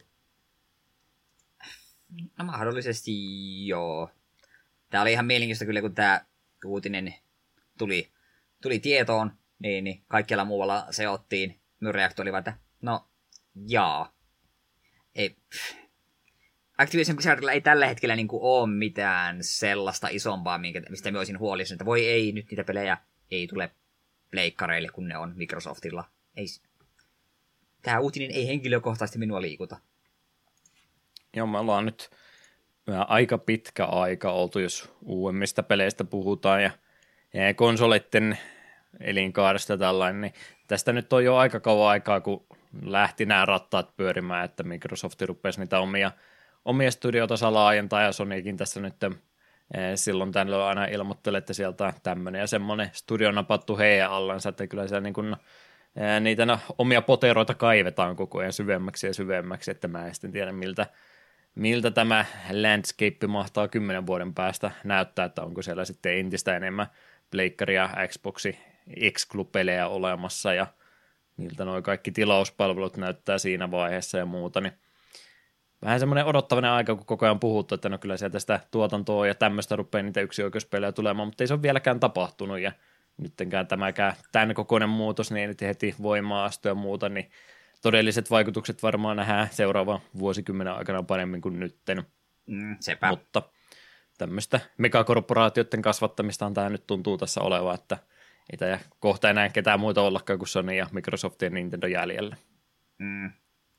No mahdollisesti joo. Tämä oli ihan mielenkiintoista kyllä, kun tämä uutinen tuli, tuli tietoon, niin, niin kaikkialla muualla seottiin. Minun reaktio oli vaan, että no jaa. Ei, Activision Blizzardilla ei tällä hetkellä niin kuin ole mitään sellaista isompaa, mistä minä olisin huolissani, että voi ei, nyt niitä pelejä ei tule pleikkareille, kun ne on Microsoftilla. Ei, tämä uutinen ei henkilökohtaisesti minua liikuta. Joo, me ollaan nyt aika pitkä aika oltu, jos uudemmista peleistä puhutaan ja konsoleiden elinkaaresta tällainen, niin tästä nyt on jo aika kauan aikaa, kun lähti nämä rattaat pyörimään, että Microsoft rupesi niitä omia, omia studioita laajentaa ja Sonykin tässä nyt silloin tällöin aina ilmoittelee, että sieltä on tämmöinen ja semmoinen studio napattu heidän allansa, että kyllä siellä niin kuin niitä no, omia poteroita kaivetaan koko ajan syvemmäksi ja syvemmäksi, että mä en sitten tiedä miltä, miltä tämä landscape mahtaa kymmenen vuoden päästä näyttää, että onko siellä sitten entistä enemmän pleikkaria, Xboxi, Exclu-pelejä olemassa ja miltä nuo kaikki tilauspalvelut näyttää siinä vaiheessa ja muuta, niin vähän semmoinen odottavainen aika, kun koko ajan puhuttu, että no kyllä sieltä sitä tuotantoa ja tämmöistä rupeaa niitä yksioikeuspelejä tulemaan, mutta ei se ole vieläkään tapahtunut ja nyttenkään tämäkään tämän kokoinen muutos, niin ei nyt heti voimaa astua ja muuta, niin todelliset vaikutukset varmaan nähdään seuraavan vuosikymmenen aikana paremmin kuin nytten. Mm, sepä. Mutta tämmöistä megakorporaatioiden kasvattamistaan tämä nyt tuntuu tässä oleva, että ei tämä kohta enää ketään muuta ollakaan kuin Sony ja Microsoft ja Nintendo jäljellä. Mm.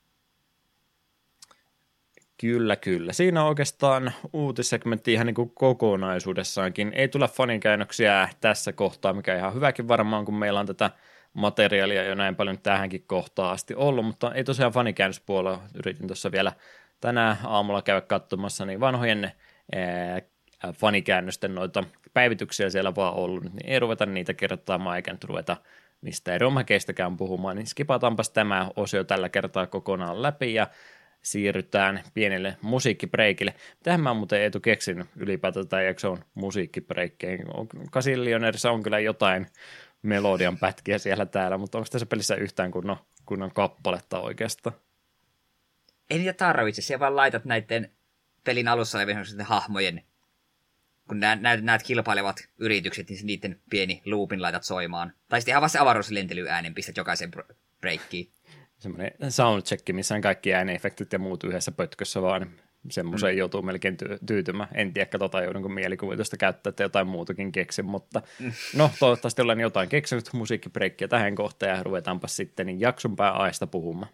Kyllä, kyllä. Siinä oikeastaan uutissegmentti ihan niin kuin kokonaisuudessaankin. Ei tule fanikäännöksiä tässä kohtaa, mikä ihan hyväkin varmaan, kun meillä on tätä materiaalia jo näin paljon tähänkin kohtaan asti ollut, mutta ei tosiaan fanikäännöspuolella. Yritin tuossa vielä tänään aamulla käydä katsomassa niin vanhojen ää, fanikäännösten noita päivityksiä siellä vaan ollut, niin ei ruveta niitä kertaamaan eikä nyt ruveta mistään romhakeistäkään puhumaan, niin skipataanpas tämä osio tällä kertaa kokonaan läpi ja siirrytään pienelle musiikkibreikille. Tähän mä muuten Eetu keksin ylipäätään tätä jakson musiikkibreikkeihin. Kasillioneerissa on kyllä jotain melodian pätkiä siellä täällä, mutta onko tässä pelissä yhtään kunnon, kunnon kappaletta oikeastaan? Ei niitä tarvitse, siellä vaan laitat näiden pelin alussa olevien hahmojen, kun näet, näet, näet kilpailevat yritykset, niin niiden pieni loopin laitat soimaan. Tai sitten ihan vaan se avaruuslentelyyäänen pistät jokaisen breikkiin. Semmoinen soundcheck, missä on kaikki ääniefektit ja muut yhdessä pötkössä vaan. Semmoiseen mm. joutuu melkein ty- tyytymään. En tiedä, katsotaan joudunko mielikuvitusta käyttää, että jotain muutakin keksin, mutta mm. no toivottavasti olen jotain keksinyt musiikkibreikkiä tähän kohtaan ja ruvetaanpa sitten niin jakson pääaista puhumaan.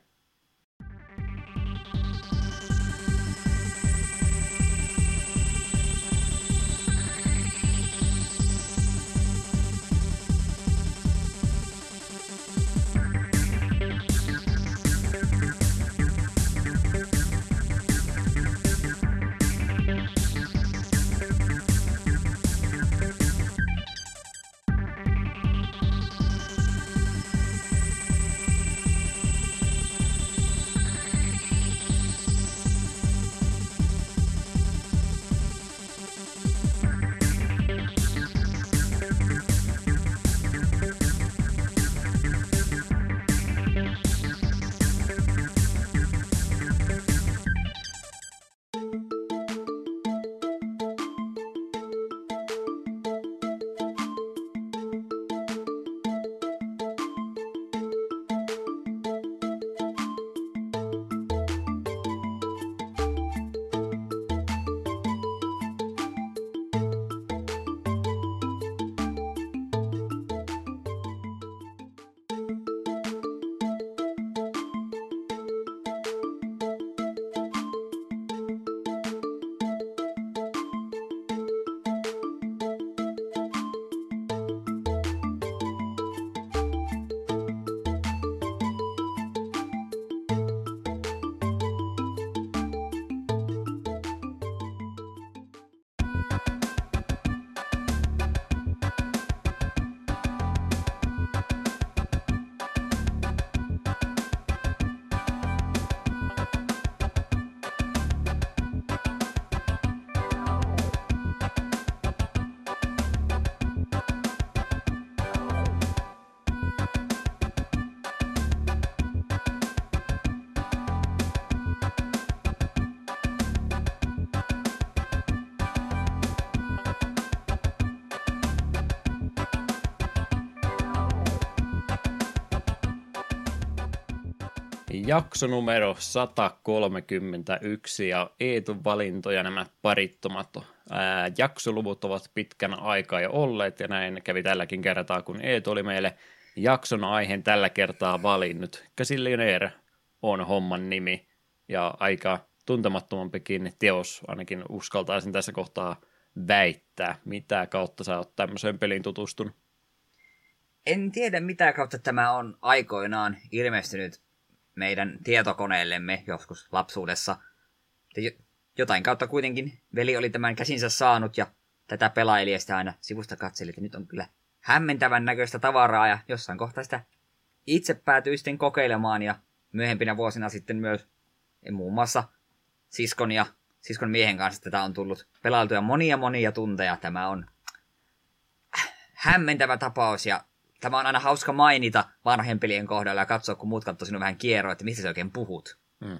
Jakso numero sata kolmekymmentäyksi ja Eetun valintoja nämä parittomat ää, jaksoluvut ovat pitkän aikaa jo olleet ja näin kävi tälläkin kertaa, kun Eetu oli meille jakson aiheen tällä kertaa valinnut. Gazillionaire on homman nimi ja aika tuntemattomampikin teos, ainakin uskaltaisin tässä kohtaa väittää. Mitä kautta sä oot tämmöiseen peliin tutustunut? En tiedä mitä kautta tämä on aikoinaan ilmestynyt meidän tietokoneellemme joskus lapsuudessa. Jotain kautta kuitenkin veli oli tämän käsinsä saanut ja tätä pelaili ja sitä aina sivusta katseli, että nyt on kyllä hämmentävän näköistä tavaraa ja jossain kohtaa sitä itse päätyi sitten kokeilemaan ja myöhempinä vuosina sitten myös muun muassa siskon ja siskon miehen kanssa tätä on tullut pelailtuja monia monia tunteja. Tämä on hämmentävä tapaus ja tämä on aina hauska mainita vanhojen pelien kohdalla ja katsoa, kun muut katsoo sinun vähän kierroa, että mistä sä oikein puhut. Hmm.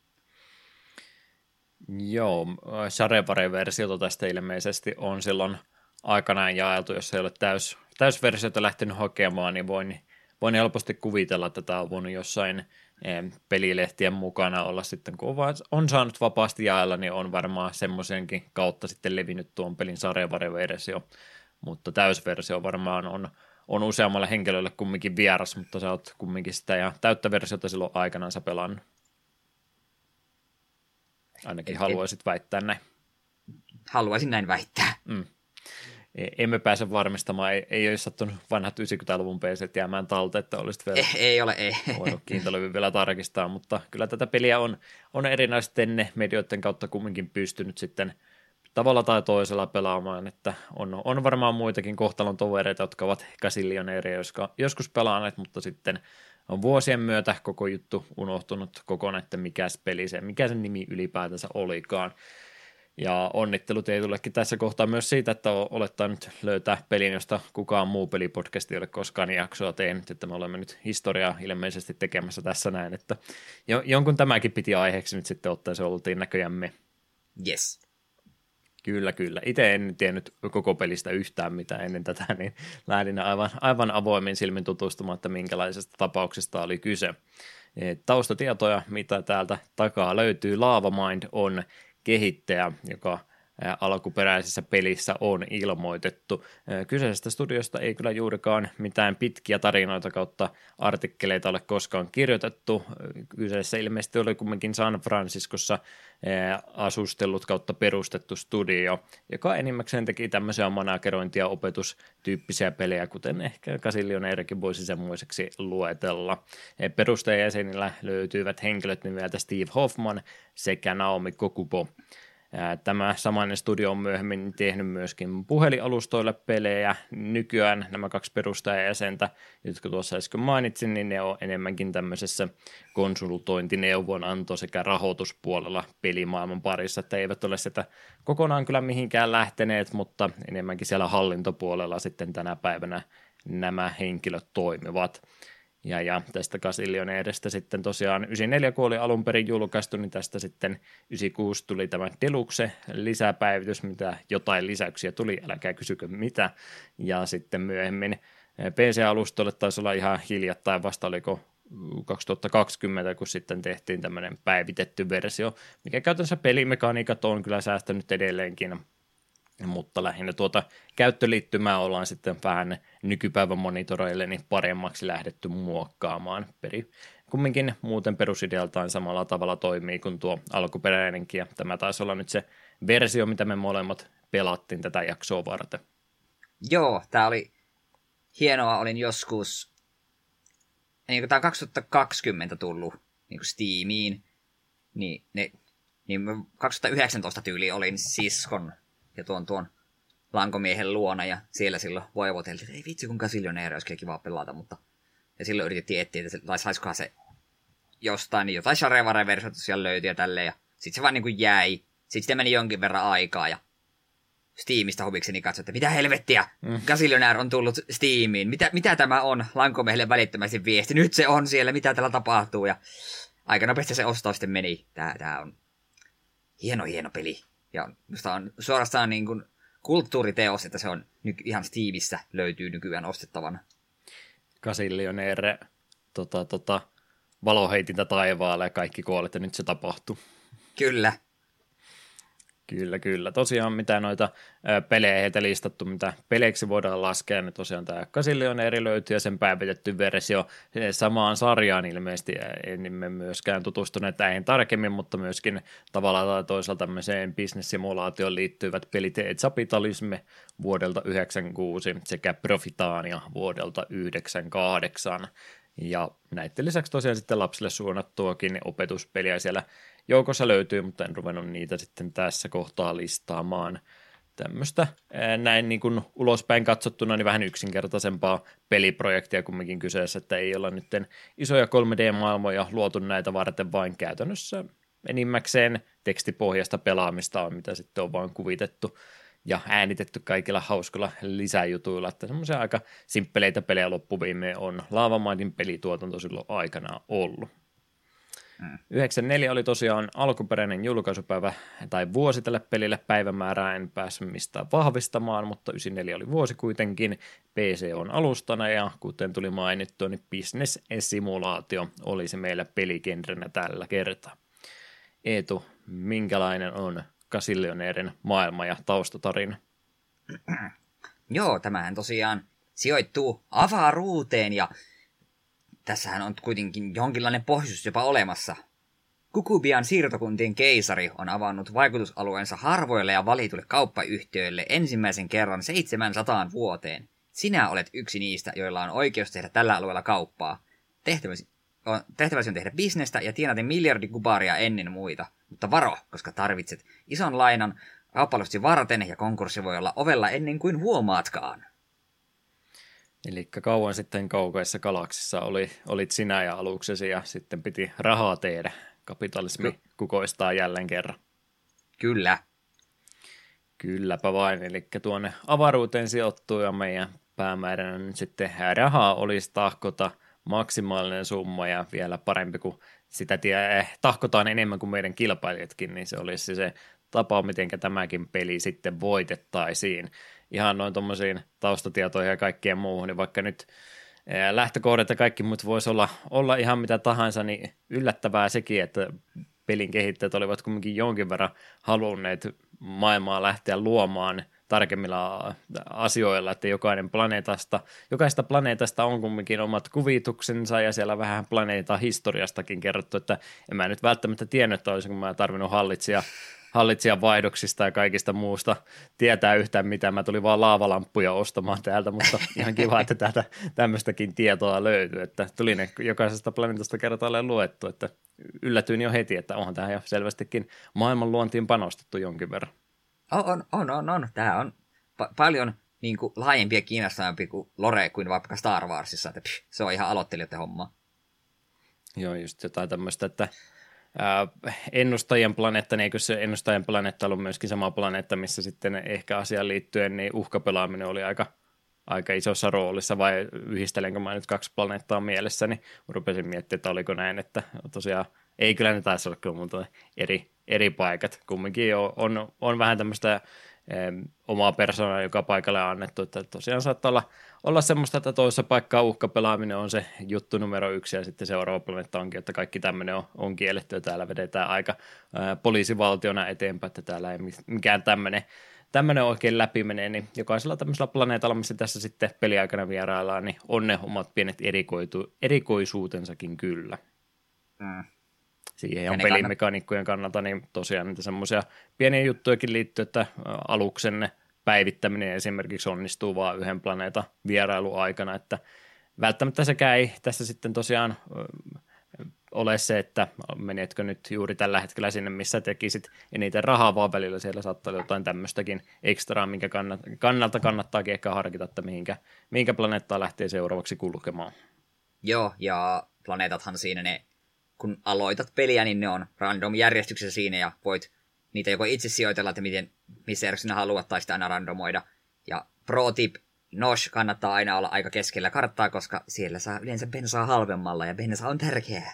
Joo, Shareware-versiota tästä ilmeisesti on silloin aikanaan jaeltu, jos ei ole täys, täysversiota lähtenyt hakemaan, niin voin, voin helposti kuvitella, että tämä on voinut jossain eh, pelilehtien mukana olla sitten, kun on, on saanut vapaasti jaella, niin on varmaan semmoisenkin kautta sitten levinnyt tuon pelin Shareware-versio, mutta täysversio varmaan on on useammalle henkilölle kumminkin vieras, mutta sä oot kumminkin sitä ja täyttä versiota silloin aikanaan sä pelannut. Ainakin et, haluaisit et, väittää näin. Haluaisin näin väittää. Mm. Emme pääse varmistamaan, ei, ei olisi sattunut vanhat yhdeksänkymmentäluvun P C:t jäämään talteen, että olisit vielä ei, ei ole, ei. voinut kiintolevy vielä tarkistaa, mutta kyllä tätä peliä on, on erinäisten medioiden kautta kumminkin pystynyt sitten tavalla tai toisella pelaamaan, että on, on varmaan muitakin kohtalon tovereita, jotka ovat Gazillionaireja joskus pelaaneet, mutta sitten on vuosien myötä koko juttu unohtunut kokonaan, että mikä se peli se, mikä sen nimi ylipäätänsä olikaan. Ja onnittelut ei tulekin tässä kohtaa myös siitä, että olettaa nyt löytää pelin, josta kukaan muu pelipodcast ei ole koskaan jaksoa tehnyt, että me olemme nyt historiaa ilmeisesti tekemässä tässä näin, että jonkun tämäkin piti aiheeksi nyt sitten ottaa, se oltiin näköjään me. Yes. Kyllä, kyllä. Itse en tiennyt koko pelistä yhtään mitään ennen tätä, niin lähdin aivan, aivan avoimin silmin tutustumaan, että minkälaisesta tapauksesta oli kyse. Taustatietoja, mitä täältä takaa löytyy. Lavamind on kehittäjä, joka alkuperäisessä pelissä on ilmoitettu. Kyseisestä studiosta ei kyllä juurikaan mitään pitkiä tarinoita kautta artikkeleita ole koskaan kirjoitettu. Kyseessä ilmeisesti oli kumminkin San Franciscossa asustellut kautta perustettu studio, joka enimmäkseen teki tämmöisiä managerointia ja opetustyyppisiä pelejä, kuten ehkä Gazillionairekin voisi semmoiseksi luetella. Perustajajäsenillä löytyivät henkilöt nimeltä Steve Hoffman sekä Naomi Kokubo. Tämä samainen studio on myöhemmin tehnyt myöskin puhelinalustoille pelejä. Nykyään nämä kaksi perustajajäsentä, jotka tuossa äsken mainitsin, niin ne on enemmänkin tämmöisessä konsultointineuvonanto- sekä rahoituspuolella pelimaailman parissa, että eivät ole sitä kokonaan kyllä mihinkään lähteneet, mutta enemmänkin siellä hallintopuolella sitten tänä päivänä nämä henkilöt toimivat. Ja, ja tästä Gazillionairestä sitten tosiaan yhdeksänkymmentäneljä kun oli alun perin julkaistu, niin tästä sitten yhdeksänkymmentäkuusi tuli tämä Deluxe lisäpäivitys, mitä jotain lisäyksiä tuli, älkää kysykö mitä. Ja sitten myöhemmin P C-alustolle taisi olla ihan hiljattain vasta, oliko kaksituhattakaksikymmentä, kun sitten tehtiin tämmöinen päivitetty versio, mikä käytännössä pelimekaniikat on kyllä säästänyt edelleenkin. Mutta lähinnä tuota käyttöliittymää ollaan sitten vähän nykypäivän monitoreille niin paremmaksi lähdetty muokkaamaan. Peri kumminkin muuten perusidealtaan samalla tavalla toimii kuin tuo alkuperäinenkin, ja tämä taisi olla nyt se versio, mitä me molemmat pelattiin tätä jaksoa varten. Joo, tämä oli hienoa, olin joskus, niin kuin tämä on kaksituhattakaksikymmentä tullut niin kuin Steamiin, niin, ne, niin kaksituhattayhdeksäntoista tyyli olin siskon ja tuon tuon lankomiehen luona, ja siellä silloin voivoteltiin, että ei vitsi kun Casilioneira olisi kiva pelata, mutta ja silloin yritettiin etsiä, että saisikohan se jostain, niin jotain Sharevare-versiota siellä löytyi ja tälleen, ja sitten se vaan niin kuin jäi. Sitten sitä meni jonkin verran aikaa, ja Steamista huvikseni katsoi, että mitä helvettiä, mm. Casilionaire on tullut Steamiin, mitä, mitä tämä on, lankomiehelle välittömästi viesti, nyt se on siellä, mitä täällä tapahtuu, ja aika nopeasti se osto sitten meni. Tää, tää on hieno, hieno peli, ja minusta on suorastaan niin kuin kulttuuriteos, että se on ny- ihan Steamissa löytyy nykyään ostettavana. Casilioneire, tota, tota, valoheitintä taivaalle ja kaikki kuolet, ja nyt se tapahtuu. Kyllä. Kyllä, kyllä. Tosiaan mitä noita ö, pelejä heitä listattu, mitä peleiksi voidaan laskea, niin tosiaan tämä Casilioneire löytyy ja sen päivitetty versio samaan sarjaan ilmeisesti. Emme myöskään tutustuneet näihin tarkemmin, mutta myöskin tavallaan tai toisaalta tämmöiseen business-simulaatioon liittyvät pelit Capitalisme vuodelta yhdeksänkymmentäkuusi sekä Profitania vuodelta yhdeksänkymmentäkahdeksan. Ja näiden lisäksi tosiaan sitten lapsille suunnattuakin opetuspeliä siellä joukossa löytyy, mutta en ruvennut niitä sitten tässä kohtaa listaamaan. Tämmöistä näin niin kuin ulospäin katsottuna niin vähän yksinkertaisempaa peliprojektia kumminkin kyseessä, että ei olla nyt isoja kolme D-maailmoja luotu näitä varten, vain käytännössä enimmäkseen tekstipohjasta pelaamista on, mitä sitten on vaan kuvitettu ja äänitetty kaikilla hauskilla lisäjutuilla, että semmoisia aika simppeleitä pelejä loppuviimeen on Lavamindin pelituotanto silloin aikanaan ollut. Mm. yhdeksänkymmentäneljä oli tosiaan alkuperäinen julkaisupäivä tai vuosi tälle pelille, päivämäärää en päässyt mistään vahvistamaan, mutta yhdeksänkymmentäneljä oli vuosi kuitenkin, P C on alustana ja kuten tuli mainittua, niin business-simulaatio olisi meillä peligenrenä tällä kertaa. Eetu, minkälainen on Casilionairen maailma ja taustatarina? Joo, tämähän tosiaan sijoittuu avaruuteen ja tässähän on kuitenkin jonkinlainen pohjustus jopa olemassa. Kukubian siirtokuntien keisari on avannut vaikutusalueensa harvoille ja valituille kauppayhtiöille ensimmäisen kerran seitsemänsataan vuoteen. Sinä olet yksi niistä, joilla on oikeus tehdä tällä alueella kauppaa. Tehtäväsi on, tehtäväsi on tehdä bisnestä ja tienata miljardi kubaria ennen muita. Mutta varo, koska tarvitset ison lainan kaupallisesti varten ja konkurssi voi olla ovella ennen kuin huomaatkaan. Eli kauan sitten kaukaisessa galaksissa oli, olit sinä ja aluksesi ja sitten piti rahaa tehdä. Kapitalismi Ky- kukoistaa jälleen kerran. Kyllä. Kylläpä vain, eli tuonne avaruuteen sijoittuu ja meidän päämääränä nyt sitten rahaa olisi tahkota maksimaalinen summa ja vielä parempi kuin sitä tie, eh, tahkotaan enemmän kuin meidän kilpailijatkin, niin se olisi se tapa, miten tämäkin peli sitten voitettaisiin. Ihan noin tuommoisiin taustatietoihin ja kaikkeen muuhun, niin vaikka nyt lähtökohdat ja kaikki muut voisi olla, olla ihan mitä tahansa, niin yllättävää sekin, että pelin kehittäjät olivat kuitenkin jonkin verran halunneet maailmaa lähteä luomaan tarkemmilla asioilla, että jokainen planeetasta, jokaista planeetasta on kumminkin omat kuvituksensa ja siellä vähän planeetan historiastakin kerrottu, että en mä nyt välttämättä tiennyt, että olisinko mä tarvinnut hallitsija hallitsijan vaihdoksista ja kaikista muusta tietää yhtään mitään. Mä tulin vaan laavalamppuja ostamaan täältä, mutta ihan kiva, että täältä tämmöistäkin tietoa löytyy, että tuli ne jokaisesta planeetasta kertaalleen luettu, että yllätyin jo heti, että onhan tähän jo selvästikin maailman luontiin panostettu jonkin verran. On, on, on, on. Tämä on pa- paljon niin kuin, laajempi ja kiinnostavampi kuin Lore kuin vaikka Star Warsissa, että pff, se on ihan aloittelijoiden homma. Joo, just jotain tämmöistä, että Äh, ennustajien planeetta, niin eikö se ennustajien planeetta ollut myöskin sama planeetta, missä sitten ehkä asiaan liittyen niin uhkapelaaminen oli aika, aika isossa roolissa, vai yhdistelenkö mä nyt kaksi planeettaa mielessä, niin rupesin miettimään, että oliko näin, että tosiaan ei kyllä ne taisi olla kyllä muuta eri, eri paikat, kumminkin on, on, on vähän tämmöistä omaa persoonaa joka paikalle on annettu, että tosiaan saattaa olla, olla semmoista, että toisessa paikkaa uhkapelaaminen on se juttu numero yksi ja sitten seuraava planeetta onkin, että kaikki tämmöinen on, on kielletty ja täällä vedetään aika ää, poliisivaltiona eteenpäin, että täällä ei mikään tämmöinen, tämmöinen oikein läpi menee, niin jokaisella tämmöisellä planeetalla, missä tässä sitten peliaikana vieraillaan, niin on ne omat pienet erikoitu, erikoisuutensakin kyllä. Mm. Siihen on pelimekaniikkojen kannalta, niin tosiaan niitä semmoisia pieniä juttujakin liittyy, että aluksen päivittäminen esimerkiksi onnistuu vaan yhden planeetan vierailuaikana, että välttämättä sekään ei tässä sitten tosiaan ole se, että menetkö nyt juuri tällä hetkellä sinne, missä tekisit eniten rahaa, vaan välillä siellä saattaa olla jotain tämmöistäkin ekstraa, minkä kannalta kannattaakin ehkä harkita, että mihinkä, mihinkä planeettaa lähtee seuraavaksi kulkemaan. Joo, ja planeetathan siinä ne, kun aloitat peliä, niin ne on random järjestyksessä siinä, ja voit niitä joko itse sijoitella, että miten, missä järjestyksessä haluat, tai sitä aina randomoida. Ja pro tip, Nosh kannattaa aina olla aika keskellä karttaa, koska siellä saa yleensä bensaa halvemmalla, ja bensa on tärkeää.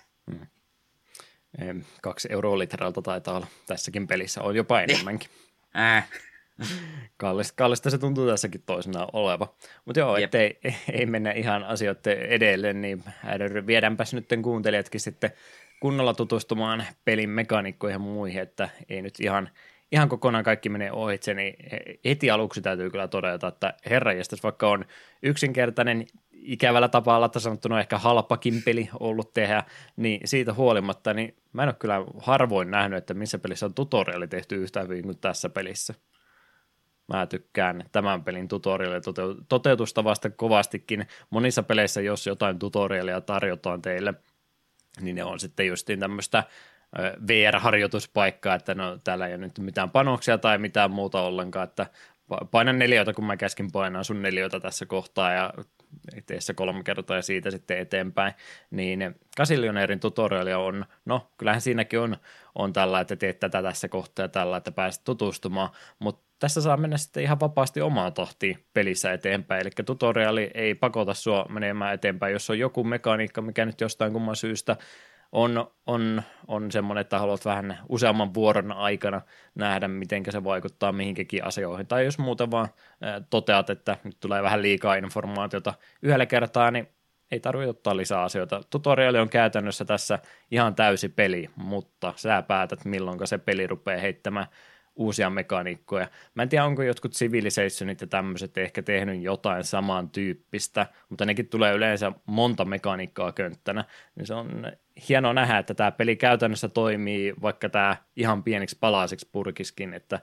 Hmm. Kaksi euroa litralta taitaa olla tässäkin pelissä, on jopa enemmänkin. Äh. Kallista, kallista se tuntuu tässäkin toisenaan oleva. Mutta joo, Jep. ettei ei mennä ihan asioiden edelle, niin viedäänpäs nyt kuuntelijatkin sitten kunnolla tutustumaan pelin mekaanikkoihin ja muihin, että ei nyt ihan, ihan kokonaan kaikki menee ohitse, niin heti aluksi täytyy kyllä todeta, että herranjestas, vaikka on yksinkertainen, ikävällä tavalla sanottuna ehkä halpakin peli ollut tehdä, niin siitä huolimatta, niin mä en ole kyllä harvoin nähnyt, että missä pelissä on tutoriali tehty yhtä hyvin kuin tässä pelissä. Mä tykkään tämän pelin tutorialia toteutusta vasta kovastikin. Monissa peleissä, jos jotain tutorialia tarjotaan teille, niin ne on sitten justiin tämmöistä V R-harjoituspaikkaa, että no täällä ei ole nyt mitään panoksia tai mitään muuta ollenkaan, että painan neljöitä, kun mä käskin painaa sun neljöitä tässä kohtaa ja tee se kolme kertaa ja siitä sitten eteenpäin, niin Kasilioneerin tutorialia on, no kyllähän siinäkin on, on tällä, että teet tätä tässä kohtaa ja tällä, että pääset tutustumaan, mutta tässä saa mennä sitten ihan vapaasti omaan tahtiin pelissä eteenpäin, eli tutoriali ei pakota sua menemään eteenpäin, jos on joku mekaniikka, mikä nyt jostain kumman syystä on, on, on semmoinen, että haluat vähän useamman vuoron aikana nähdä, miten se vaikuttaa mihinkäkin asioihin, tai jos muuten vaan toteat, että nyt tulee vähän liikaa informaatiota yhdellä kertaa, niin ei tarvitse ottaa lisää asioita. Tutoriali on käytännössä tässä ihan täysi peli, mutta sä päätät, milloin se peli rupeaa heittämään uusia mekaniikkoja. Mä en tiedä, onko jotkut Civilizationit ja tämmöiset ehkä tehnyt jotain samantyyppistä, mutta nekin tulee yleensä monta mekaniikkaa könttänä, niin se on hienoa nähdä, että tämä peli käytännössä toimii, vaikka tämä ihan pieniksi palasiksi purkiskin, että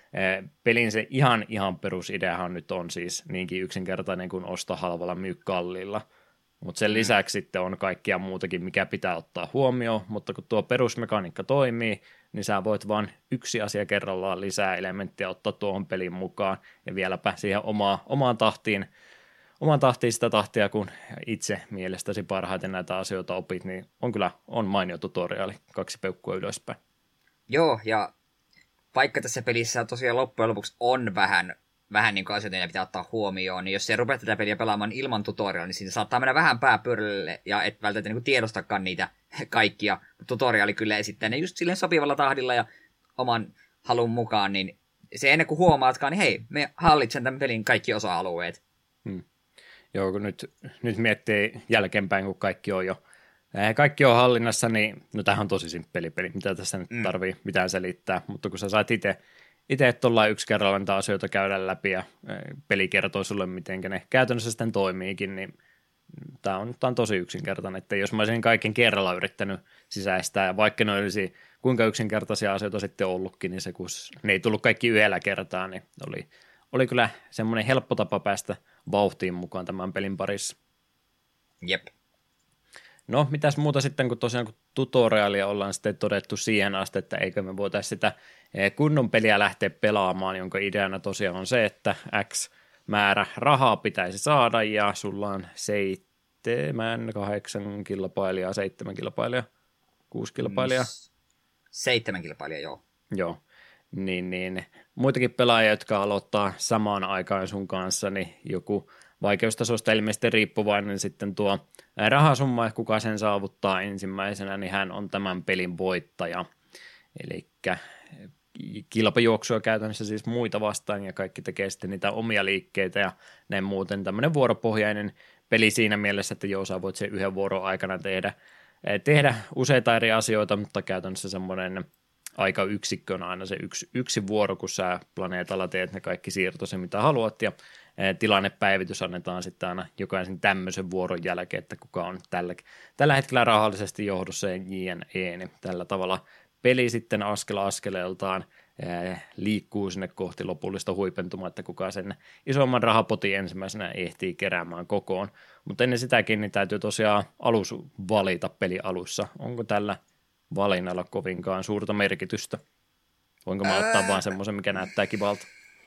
pelin se ihan, ihan perusideahan nyt on siis niinkin yksinkertainen kuin osta halvalla, myy kalliilla. Mutta sen lisäksi sitten on kaikkia muutakin, mikä pitää ottaa huomioon, mutta kun tuo perusmekaniikka toimii, niin sä voit vaan yksi asia kerrallaan lisää elementtiä ottaa tuohon pelin mukaan ja vieläpä siihen omaa, omaan tahtiin, omaan tahtiin sitä tahtia, kun itse mielestäsi parhaiten näitä asioita opit, niin on kyllä on mainio tutoriaali, kaksi peukkua ylöspäin. Joo, ja vaikka tässä pelissä tosiaan loppujen lopuksi on vähän vähän niin kuin asioita ja pitää ottaa huomioon, niin jos se rupeat tätä peliä pelaamaan ilman tutorialia, niin siinä saattaa mennä vähän pääpyörälle ja et välttämättä niin tiedostakaan niitä kaikkia. Tutoriaali kyllä esittää ne just silleen sopivalla tahdilla ja oman halun mukaan, niin se ennen kuin huomaatkaan, niin hei, me hallitsen tämän pelin kaikki osa-alueet. Hmm. Joo, kun nyt, nyt miettii jälkeenpäin, kun kaikki on jo kaikki on hallinnassa, niin no tämähän on tosi simppeli peli, mitä tässä nyt tarvii mitään selittää, mutta kun sä saat itse Itse tuollain yksi kerralla niitä asioita käydä läpi ja peli kertoo sulle, miten ne käytännössä sitten toimiikin, niin tämä on, tämä on tosi yksinkertainen, että jos mä olisin kaiken kerralla yrittänyt sisäistää, ja vaikka ne olisi kuinka yksinkertaisia asioita sitten ollutkin, niin se kun ne ei tullut kaikki yhdellä kertaa, niin oli, oli kyllä semmoinen helppo tapa päästä vauhtiin mukaan tämän pelin parissa. Jep. No, mitäs muuta sitten, kun tosiaan kun tutorialia ollaan sitten todettu siihen asti, että eikö me voitaisiin sitä kunnon peliä lähteä pelaamaan, jonka ideana tosiaan on se, että X määrä rahaa pitäisi saada ja sulla on seitsemän, kahdeksan kilpailijaa, seitsemän kilpailijaa, kuusi kilpailijaa. Seitsemän kilpailijaa, joo. Joo, niin, niin muitakin pelaajia, jotka aloittaa samaan aikaan sun kanssa, niin joku vaikeustasosta ilmeisesti riippuvainen sitten tuo rahasumma, ja kuka sen saavuttaa ensimmäisenä, niin hän on tämän pelin voittaja. Eli kilpajuoksua käytännössä siis muita vastaan, ja kaikki tekee sitten niitä omia liikkeitä, ja näin muuten tämmöinen vuoropohjainen peli siinä mielessä, että joo, sä voit sen yhden vuoron aikana tehdä, tehdä useita eri asioita, mutta käytännössä semmoinen aika yksikkö on aina se yksi, yksi vuoro, kun sä planeetalla teet ne kaikki siirtosi, mitä haluat, ja tilannepäivitys annetaan sitten aina jokaisen tämmöisen vuoron jälkeen, että kuka on tällä, tällä hetkellä rahallisesti johdossa ja jne. Niin tällä tavalla peli sitten askel askeleeltaan liikkuu sinne kohti lopullista huipentumaa, että kuka sen isomman rahapotin ensimmäisenä ehtii keräämään kokoon. Mutta ennen sitäkin niin täytyy tosiaan alus valita pelialussa. Onko tällä valinnalla kovinkaan suurta merkitystä? Voinko mä ottaa Ää... vaan semmoisen, mikä näyttää kivalta?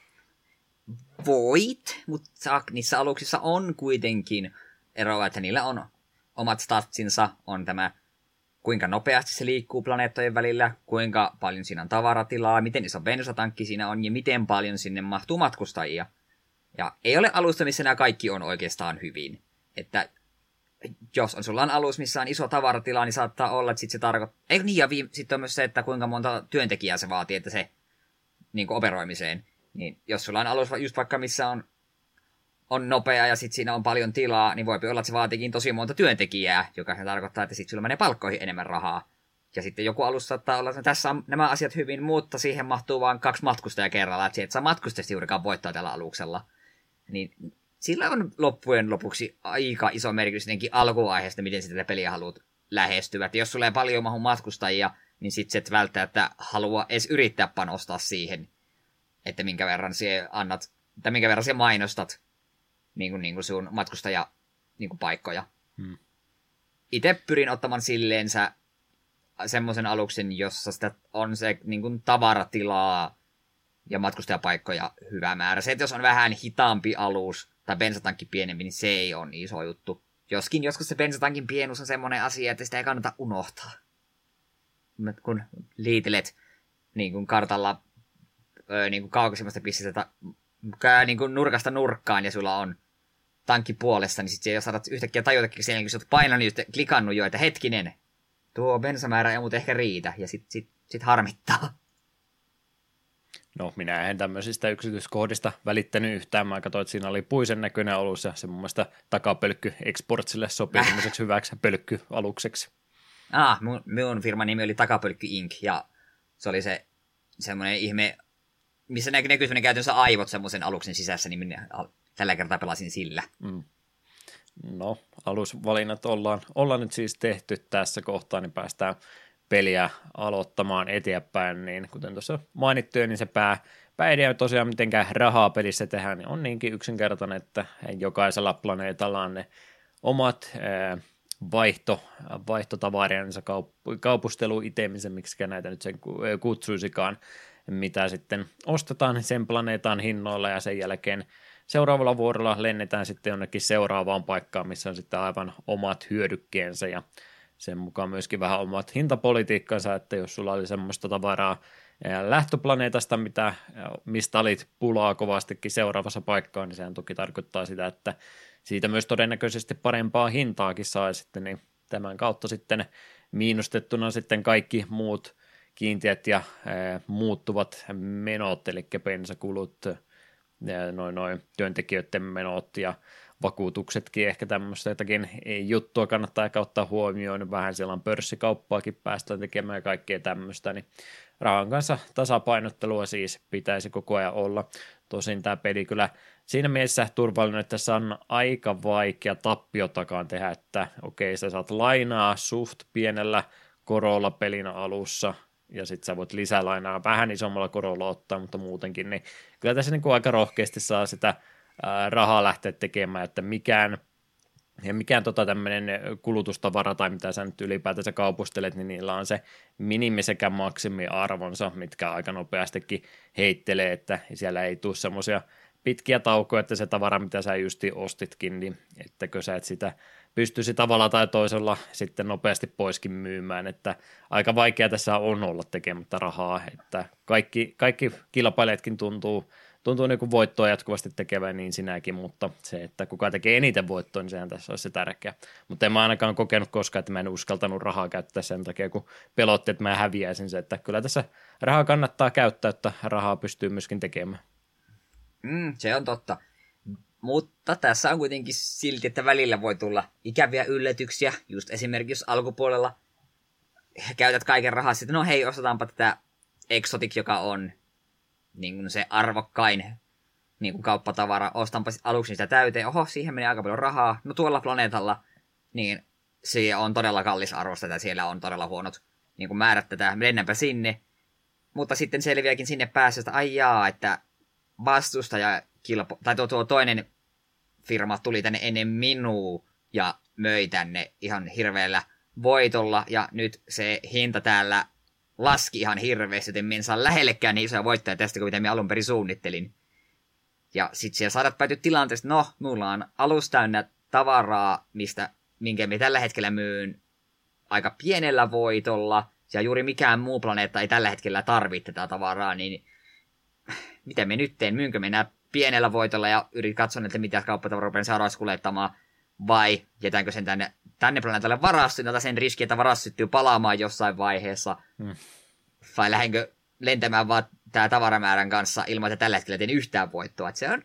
Voit, mutta niissä aluksissa on kuitenkin eroa, että niillä on omat statsinsa, on tämä kuinka nopeasti se liikkuu planeettojen välillä, kuinka paljon siinä on tavaratilaa, miten iso bensatankki siinä on ja miten paljon sinne mahtuu matkustajia. Ja ei ole alusta, missä nämä kaikki on oikeastaan hyvin. Että jos on sulla on alus, missä on iso tavaratila, niin saattaa olla, että sit se tarkoittaa... Eikö niin, ja viim... sitten on myös se, että kuinka monta työntekijää se vaatii, että se niin kuin operoimiseen. Niin jos sulla on alus just vaikka missä on, on nopea ja sitten siinä on paljon tilaa, niin voi olla, että se vaatiikin tosi monta työntekijää, joka se tarkoittaa, että sitten sulla menee palkkoihin enemmän rahaa. Ja sitten joku alus saattaa olla, että tässä on nämä asiat hyvin, mutta siihen mahtuu vain kaksi matkustajaa kerralla, että se et saa matkustajasti juurikaan voittaa tällä aluksella. Niin sillä on loppujen lopuksi aika iso merkitys jotenkin alkuvaiheesta, miten sitä peliä haluat lähestyä. Että jos sulla ei paljon mahu matkustajia, niin sitten se et välttämättä halua edes yrittää panostaa siihen, että minkä verran sie annat, tai minkä verran sie mainostat niin kuin, niin kuin sun matkustaja niin kuin paikkoja. Hmm. Itse pyrin ottamaan silleensä semmoisen aluksen, jossa sitä on se niin kuin tavaratilaa ja matkustajapaikkoja hyvä määrä. Se, että jos on vähän hitaampi alus tai bensatankki pienempi, niin se ei ole niin iso juttu. Joskin joskus se bensatankin pienuus on semmoinen asia, että sitä ei kannata unohtaa. Kun liitelet niin kuin kartalla öö, niin kuin kaukaisemmasta pisteestä käy niin kuin nurkasta nurkkaan ja sulla on tankki puolessa, niin sitten jos saatat yhtäkkiä tajuutakin sen, kun sä oot painanut ja klikannut jo, että hetkinen, tuo bensamäärä ei muuten ehkä riitä, ja sitten sit, sit harmittaa. No, minä en tämmöisistä yksityiskohdista välittänyt yhtään. Mä katsoin, että siinä oli puisen näköinen alus, ja se mun mielestä takapölkky Exportsille sopii semmoiseksi hyväksi pölkkyalukseksi. Ah, mun, mun firman nimi oli Takapölkky Incorporated, ja se oli se semmoinen ihme, missä näkyy semmoinen käytännössä aivot semmoisen aluksen sisässä, niin minä tällä kertaa pelasin sillä. Mm. No, alusvalinnat ollaan, ollaan nyt siis tehty tässä kohtaa, niin päästään peliä aloittamaan eteenpäin, niin kuten tuossa mainittiin, niin se pää, pääidea tosiaan mitenkään rahaa pelissä tehdään, niin on niinkin yksinkertainen, että jokaisella planeetalla on ne omat ää, vaihto, vaihtotavariansa kaup- kaupusteluitemisen, miksi näitä nyt sen kutsuisikaan, mitä sitten ostetaan sen planeetan hinnoilla ja sen jälkeen seuraavalla vuorolla lennetään sitten jonnekin seuraavaan paikkaan, missä on sitten aivan omat hyödykkeensä ja sen mukaan myöskin vähän omat hintapolitiikkansa, että jos sulla oli semmoista tavaraa lähtöplaneetasta, mitä, mistä olit pulaa kovastikin seuraavassa paikkaan, niin sehän toki tarkoittaa sitä, että siitä myös todennäköisesti parempaa hintaakin saa sitten, niin tämän kautta sitten miinustettuna sitten kaikki muut kiinteät ja muuttuvat menot, eli bensakulut, noin noin työntekijöiden menot ja vakuutuksetkin, ehkä tämmöistä jotakin juttua kannattaa ehkä ottaa huomioon, vähän siellä on pörssikauppaakin päästään tekemään ja kaikkea tämmöistä, niin rahan kanssa tasapainottelua siis pitäisi koko ajan olla. Tosin tämä peli kyllä siinä mielessä turvallinen, että se on aika vaikea tappiotakaan tehdä, että okei, sä saat lainaa suht pienellä korolla pelin alussa, ja sitten sä voit lisälainaa vähän isommalla korolla ottaa, mutta muutenkin, niin kyllä tässä niin kuin aika rohkeasti saa sitä ää, rahaa lähteä tekemään, että mikään, ja mikään tota tämmöinen kulutustavara tai mitä sä nyt ylipäätänsä kaupustelet, niin niillä on se minimi sekä maksimiarvonsa, mitkä aika nopeastikin heittelee, että siellä ei tule semmoisia pitkiä taukoja, että se tavara, mitä sä justi ostitkin, niin ettäkö sä et sitä pystyisi tavalla tai toisella sitten nopeasti poiskin myymään, että aika vaikea tässä on olla tekemättä rahaa, että kaikki, kaikki kilpailijatkin tuntuu, tuntuu niin kuin voittoa jatkuvasti tekevän niin sinäkin, mutta se, että kuka tekee eniten voittoa, niin sehän tässä olisi se tärkeä. Mutta en mä ainakaan kokenut koskaan, että mä en uskaltanut rahaa käyttää sen takia, kun pelotti, että mä häviäisin se, että kyllä tässä rahaa kannattaa käyttää, että rahaa pystyy myöskin tekemään. Mm, se on totta. Mutta tässä on kuitenkin silti, että välillä voi tulla ikäviä yllätyksiä. Just esimerkiksi alkupuolella käytät kaiken rahaa, sitten no hei, ostetaanpa tätä Exotic, joka on niin kuin se arvokkain niin kuin kauppatavara. Ostanpa aluksi sitä täyteen. Oho, siihen menee aika paljon rahaa. No tuolla planeetalla, niin se on todella kallis arvosta, että siellä on todella huonot niin kuin määrät tätä. Lennänpä sinne. mutta sitten selviääkin sinne päässä, että ai jaa, että vastustaja kilpo, tai tuo, tuo toinen firma tuli tänne ennen minua ja möi tänne ihan hirveällä voitolla, ja nyt se hinta täällä laski ihan hirveästi, joten minä en saa lähellekään niin isoja voittoja tästä kuin mitä minä alun perin suunnittelin. Ja sitten siellä saadat päätyä tilanteesta, no, mulla on alus täynnä tavaraa, mistä, minkä me tällä hetkellä myyn aika pienellä voitolla, ja juuri mikään muu planeetta ei tällä hetkellä tarvitse tätä tavaraa, niin mitä me nyt teen? Myynkö me enää pienellä voitolla ja yritin katsoa, että mitä kauppatavaraa rupean seuraavaksi kuljettamaan, vai jätänkö sen tänne, tänne planeetalle varastoon, jota sen riski, että varasto syttyy palaamaan jossain vaiheessa, hmm. vai lähdenkö lentämään vaan tämä tavaramäärän kanssa ilman, että tällä hetkellä teen yhtään voittoa. Että se on...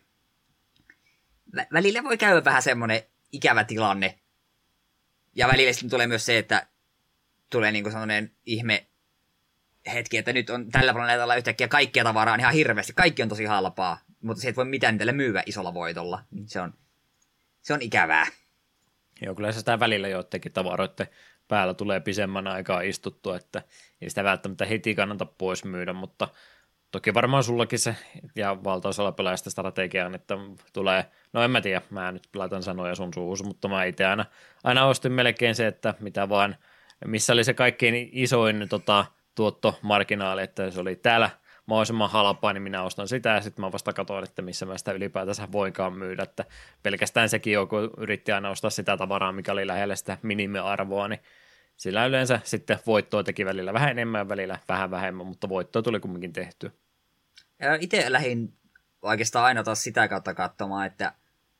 Vä- välillä voi käydä vähän semmoinen ikävä tilanne, ja välillä sitten tulee myös se, että tulee niinku semmoinen ihme hetki, että nyt on tällä planeetalla yhtäkkiä kaikkia tavaraa on ihan hirveästi. Kaikki on tosi halpaa, mutta se et voi mitään tällä myyä isolla voitolla. Se on, se on ikävää. Joo, kyllä se sitä välillä joidenkin tavaroiden päällä tulee pisemmän aikaa istuttua, että ei sitä välttämättä heti kannata pois myydä, mutta toki varmaan sullakin se, ja valtaosalla pelaajista strategiaan, että tulee, no en mä tiedä, mä nyt laitan sanoja sun suuhun, mutta mä itse aina, aina ostin melkein se, että mitä vaan, missä oli se kaikkein isoin tota, tuottomarginaali, että se oli täällä mahdollisimman halpaa, niin minä ostan sitä, ja sitten mä vasta katsoin, että missä mä sitä ylipäätänsä voinkaan myydä, että pelkästään sekin jo, kun yritti aina ostaa sitä tavaraa, mikä oli lähellä sitä minimiarvoa, niin sillä yleensä sitten voittoa teki välillä vähän enemmän, välillä vähän vähemmän, mutta voittoa tuli kumminkin tehty. Itse lähdin oikeastaan aina taas sitä kautta katsomaan, että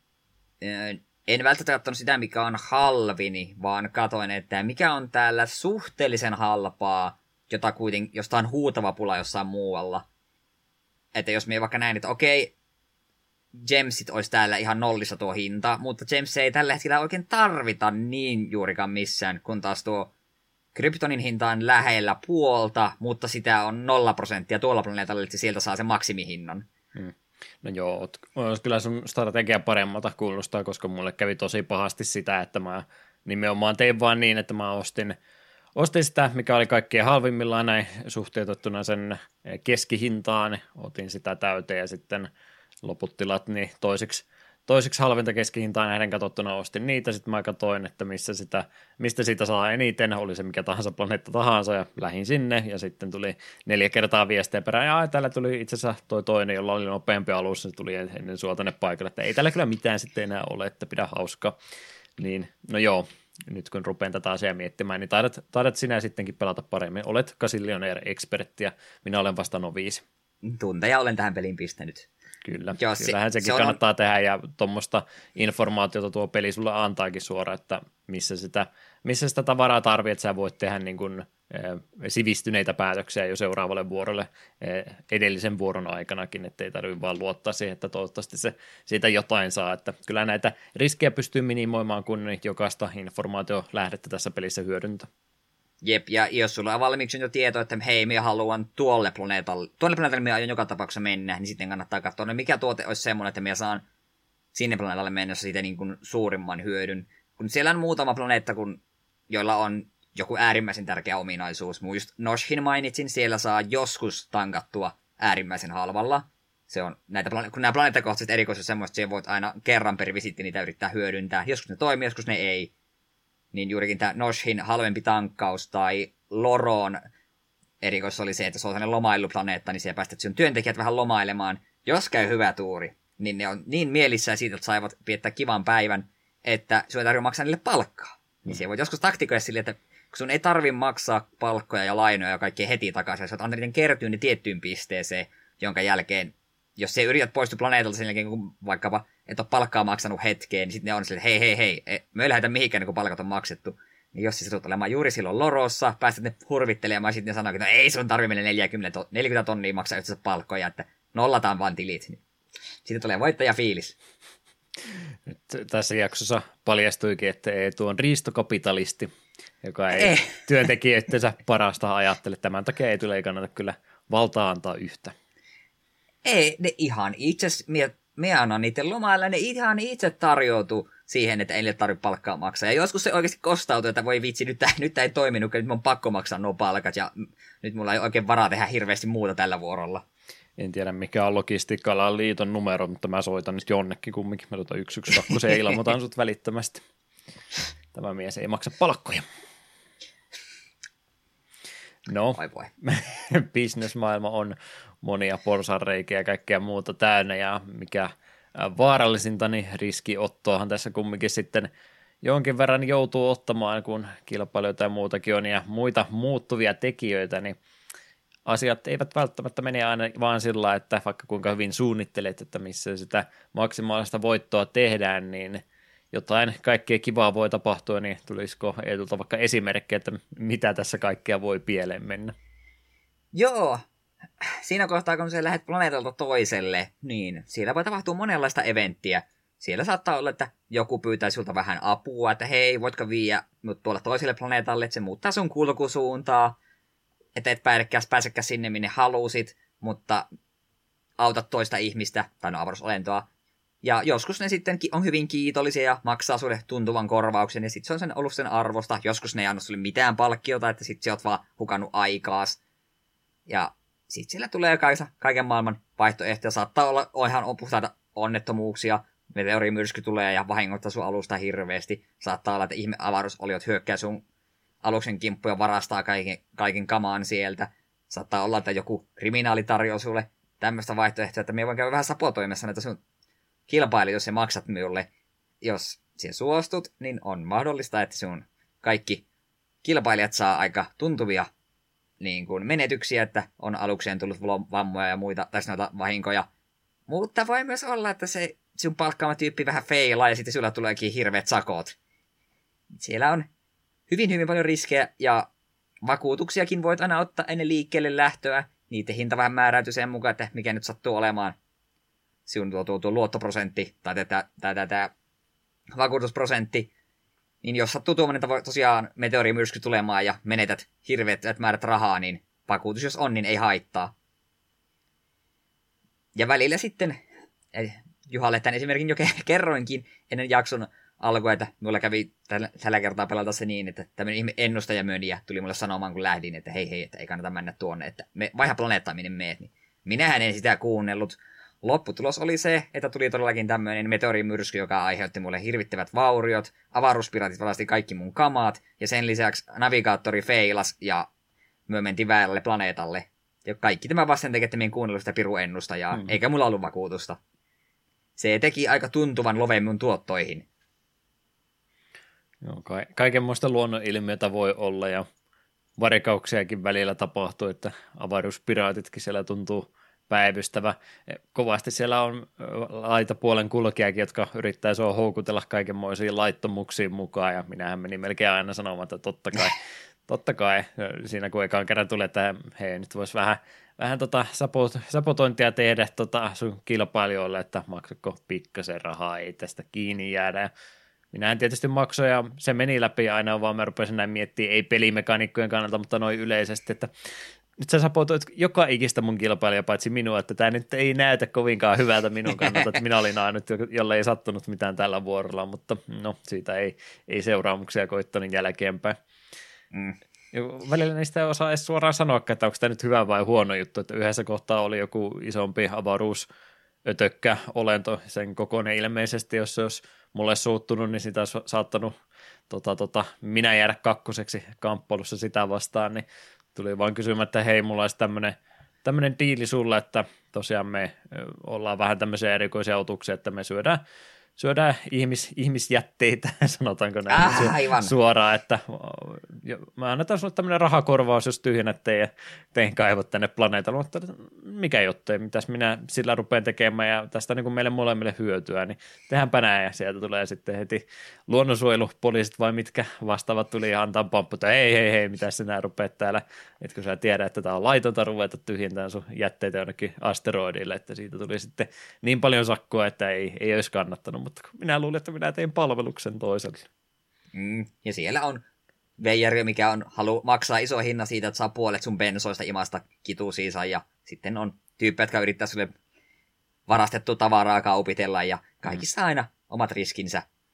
en välttämättä katsonut sitä, mikä on halvini, vaan katoin, että mikä on täällä suhteellisen halpaa, jota kuitenkin, josta on huutava pula jossain muualla. Että jos me vaikka näin, että okei, gemsit olisi täällä ihan nollissa tuo hinta, mutta gems ei tällä hetkellä oikein tarvita niin juurikaan missään, kun taas tuo kryptonin hinta on lähellä puolta, mutta sitä on nolla prosenttia tuolla planeetalla, että sieltä saa sen maksimihinnan. Hmm. No joo, kyllä sun strategia paremmalta kuulostaa, koska mulle kävi tosi pahasti sitä, että mä nimenomaan tein vaan niin, että mä ostin Ostin sitä, mikä oli kaikkein halvimmillaan näin suhteutettuna sen keskihintaan, otin sitä täyteen ja sitten loput tilat niin toisiksi, toisiksi halvinta keskihintaan näiden katsottuna ostin niitä, sitten mä katsoin, että missä sitä, mistä siitä saa eniten, oli se mikä tahansa planeetta tahansa ja lähdin sinne ja sitten tuli neljä kertaa viestejä perään ja täällä tuli itse asiassa toi toinen, jolla oli nopeampi alus, se tuli ennen sua tänne paikalle, että ei täällä kyllä mitään sitten enää ole, että pidä hauskaa, niin no joo. Nyt kun rupean tätä asiaa miettimään, niin taidat, taidat sinä sittenkin pelata paremmin. Olet Gazillionaire-ekspertti ja minä olen vasta noviisi. Tunteja olen tähän peliin pistänyt. Kyllä, Joo, kyllähän sekin se kannattaa on... tehdä ja tuommoista informaatiota tuo peli sulle antaakin suoraan, että missä sitä, missä sitä tavaraa tarvitsee, että sä voit tehdä niin kuin, eh, sivistyneitä päätöksiä jo seuraavalle vuorolle eh, edellisen vuoron aikanakin, ettei tarvitse vaan luottaa siihen, että toivottavasti se siitä jotain saa, että kyllä näitä riskejä pystyy minimoimaan, kun jokaista informaatiolähdettä tässä pelissä hyödyntää. Jep, ja jos sulla on valmiiksi jo tieto, että hei, minä haluan tuolle planeetalle, tuolle planeetalle minä aion joka tapauksessa mennä, niin sitten kannattaa katsoa, no mikä tuote olisi semmoinen, että minä saan sinne planeetalle mennessä siitä niin kuin suurimman hyödyn. Kun siellä on muutama planeetta, kun, joilla on joku äärimmäisen tärkeä ominaisuus. Mun just Noshin mainitsin, siellä saa joskus tankattua äärimmäisen halvalla. Se on näitä, kun nämä planeettakohtaiset erikoiset on semmoista, että voit aina kerran per visitti niitä yrittää hyödyntää. Joskus ne toimii, joskus ne ei. Niin juurikin tämä Noshin halvempi tankkaus tai Loron erikois oli se, että se on sellainen lomailuplaneetta, niin siellä päästät sinun työntekijät vähän lomailemaan. Jos käy hyvä tuuri, niin ne on niin mielissään siitä, että saivat viettää kivan päivän, että sinun ei tarvitse maksaa niille palkkaa. Niin siellä voit joskus taktikoida silleen, että kun sun ei tarvitse maksaa palkkoja ja lainoja ja kaikkea heti takaisin, ja sä oot antaa niiden kertyä ne tiettyyn pisteeseen, jonka jälkeen, jos se yrität poistua planeetalta sen jälkeen, kun vaikkapa et ole palkkaa maksanut hetkeen, niin sitten ne on silleen, että hei, hei, hei, me ei lähdetä mihinkään, kun palkat on maksettu. Niin jos siis tulet olemaan juuri silloin Lorossa, päästät ne hurvittelemaan, ja sitten ne sanoo, että no ei sun tarvitse mennä neljäkymmentä, neljäkymmentä tonnia maksaa yhdessä palkkoja, että nollataan vaan tilit. Niin siitä tulee voittajafiilis. Nyt tässä jaksossa paljastuikin, että Eetu on riistokapitalisti, joka ei eh. työntekijöittensä parasta ajattele. Tämän takia Eetulle ei kannata kyllä valtaa antaa yhtä. Ei, ne ihan itse, me, me annan niiden lomailla, ne ihan itse tarjoutuu siihen, että ei niille tarvitse palkkaa maksaa. Ja joskus se oikeasti kostautuu, että voi vitsi, nyt, nyt tämä ei toiminut, nyt mun on pakko maksaa nuo palkat, ja nyt mulla ei oikein varaa tehdä hirveästi muuta tällä vuorolla. En tiedä, mikä on logistiikka-alan liiton numero, mutta mä soitan nyt jonnekin kumminkin. Mä tuota yksi yksi kaksi ja ilmoitan sut välittömästi. Tämä mies ei maksa palkkoja. No, bisnesmaailma on monia porsaanreikiä ja kaikkea muuta täynnä, ja mikä vaarallisinta, niin riskiottoahan tässä kumminkin sitten jonkin verran joutuu ottamaan, kun kilpailijoita ja muutakin on, ja muita muuttuvia tekijöitä, niin asiat eivät välttämättä mene aina vaan sillä, että vaikka kuinka hyvin suunnittelet, että missä sitä maksimaalista voittoa tehdään, niin jotain kaikkea kivaa voi tapahtua, niin tulisiko Eetulta vaikka esimerkkejä, että mitä tässä kaikkea voi pieleen mennä? Joo, siinä kohtaa kun sä lähdet planeetalta toiselle, niin siellä voi tapahtua monenlaista eventtiä. Siellä saattaa olla, että joku pyytää sulta vähän apua, että hei, voitko viiä mut tuolla toiselle planeetalle, että se muuttaa sun kulkusuuntaa, että et pääsekään sinne, minne halusit, mutta autat toista ihmistä, tai no avaruusolentoa. Ja joskus ne sitten on hyvin kiitollisia ja maksaa sulle tuntuvan korvauksen, ja sitten se on sen ollut sen arvosta. Joskus ne ei anna sulle mitään palkkiota, että sitten sä oot vaan hukannut aikaas. Ja sitten siellä tulee kaiken maailman vaihtoehtoja. Saattaa olla ihan puhtaita onnettomuuksia. Meteorimyrsky tulee ja vahingoittaa sun alusta hirveästi. Saattaa olla, että ihme avaruusoliot hyökkää sun aluksen kimppuja ja varastaa kaiken, kaiken kamaan sieltä. Saattaa olla, että joku kriminaali tarjoaa sulle tämmöistä vaihtoehtoa, että me voin käydä vähän sapotoimassa näitä sun kilpailijoita, jos sä maksat minulle. Jos sä suostut, niin on mahdollista, että sun kaikki kilpailijat saa aika tuntuvia niin kuin menetyksiä, että on alukseen tullut vammoja ja muita, tai noita vahinkoja. Mutta voi myös olla, että se sun palkkaama tyyppi vähän feilaa ja sitten sulla tuleekin hirveät sakot. Siellä on hyvin, hyvin paljon riskejä ja vakuutuksiakin voit aina ottaa ennen liikkeelle lähtöä. Niiden hinta vähän määräytyy sen mukaan, että mikä nyt sattuu olemaan sinun tuo, tuo, tuo luottoprosentti tai tämä vakuutusprosentti. Niin jos sattuu tuommoinen tosiaan meteorimyrsky tulemaan ja menetät hirveät määrät rahaa, niin vakuutus jos on, niin ei haittaa. Ja välillä sitten, Juhalle tämän esimerkin jo kerroinkin ennen jakson alkua, että minulla kävi tällä, tällä kertaa pelata se niin, että tämmöinen ihme ennustajamöniä tuli mulle sanomaan, kun lähdin, että hei hei, että ei kannata mennä tuonne, että me, vaiha planeettaa, minne meet. Niin minähän en sitä kuunnellut. Lopputulos oli se, että tuli todellakin tämmöinen meteorimyrsky, joka aiheutti mulle hirvittävät vauriot, avaruuspiraatit valasti kaikki mun kamaat, ja sen lisäksi navigaattori feilas, ja myö mentiin väärälle planeetalle. Ja kaikki tämä vasten teki, että minä en kuunnellut sitä piruennustajaa, mm. eikä mulla ollut vakuutusta. Se teki aika tuntuvan loveen mun tuottoihin. Joo, ka- kaikenmoista luonnonilmiötä voi olla, ja varikauksiakin välillä tapahtuu, että avaruuspiraatitkin siellä tuntuu päivystävä. Kovasti siellä on laitapuolen kulkijakin, jotka yrittää sua houkutella kaikenmoisiin laittomuuksiin mukaan, ja minähän menin melkein aina sanomaan, että totta kai, totta kai siinä kun ekaan kerran tuli, että hei, nyt voisi vähän, vähän tota sapot, sapotointia tehdä tota sun kilpailijoille, että maksatko pikkasen rahaa, ei tästä kiinni jäädä, ja minähän tietysti maksoin, ja se meni läpi aina, vaan mä rupesin näin miettimään, ei pelimekaanikkojen kannalta, mutta noin yleisesti, että nyt sä sapotoit joka ikistä mun kilpailija paitsi minua, että tämä nyt ei näytä kovinkaan hyvältä minun kannalta, että minä olin ainut, jolle ei sattunut mitään tällä vuorolla, mutta no siitä ei, ei seuraamuksia koittanut jälkeenpäin. Mm. Välillä niistä ei osaa edes suoraan sanoa, että onko tämä nyt hyvä vai huono juttu, että yhdessä kohtaa oli joku isompi avaruusötökkä olento, sen kokoinen ilmeisesti, jos se olisi mulle suuttunut, niin sitä olisi saattanut tota, tota, minä jäädä kakkoseksi kamppailussa sitä vastaan, niin tuli vaan kysymään, että hei, mulla olisi tämmöinen, tämmöinen diili sulle, että tosiaan me ollaan vähän tämmöisiä erikoisia otuksia, että me syödään, syödään ihmis, ihmisjätteitä, sanotaanko näin ah, aivan. suoraan, että mä annetaan sulle tämmöinen rahakorvaus, jos tyhjennät teidän, teidän kaivot tänne planeetalle, mutta mikä jottei, mitäs minä sillä rupean tekemään ja tästä niin kuin meille molemmille hyötyä, niin tehdäänpä näin ja sieltä tulee sitten heti luonnonsuojelupoliisit vai mitkä vastaavat tuli ja antaa pamppu, että hei hei hei, mitä sinä rupeat täällä, etkö sä tiedä, että tämä on laitonta ruveta tyhjentämään sun jätteitä jonnekin asteroidille, että siitä tuli sitten niin paljon sakkoa, että ei, ei olisi kannattanut, mutta minä luulin, että minä tein palveluksen toiselle. Mm, ja siellä on veijari, mikä on halu maksaa iso hinna siitä, että saa puolet sun bensoista imasta kitusiinsa, ja sitten on tyyppejä, jotka yrittää sulle varastettua tavaraa kaupitella, ja kaikissa aina omat riskinsä.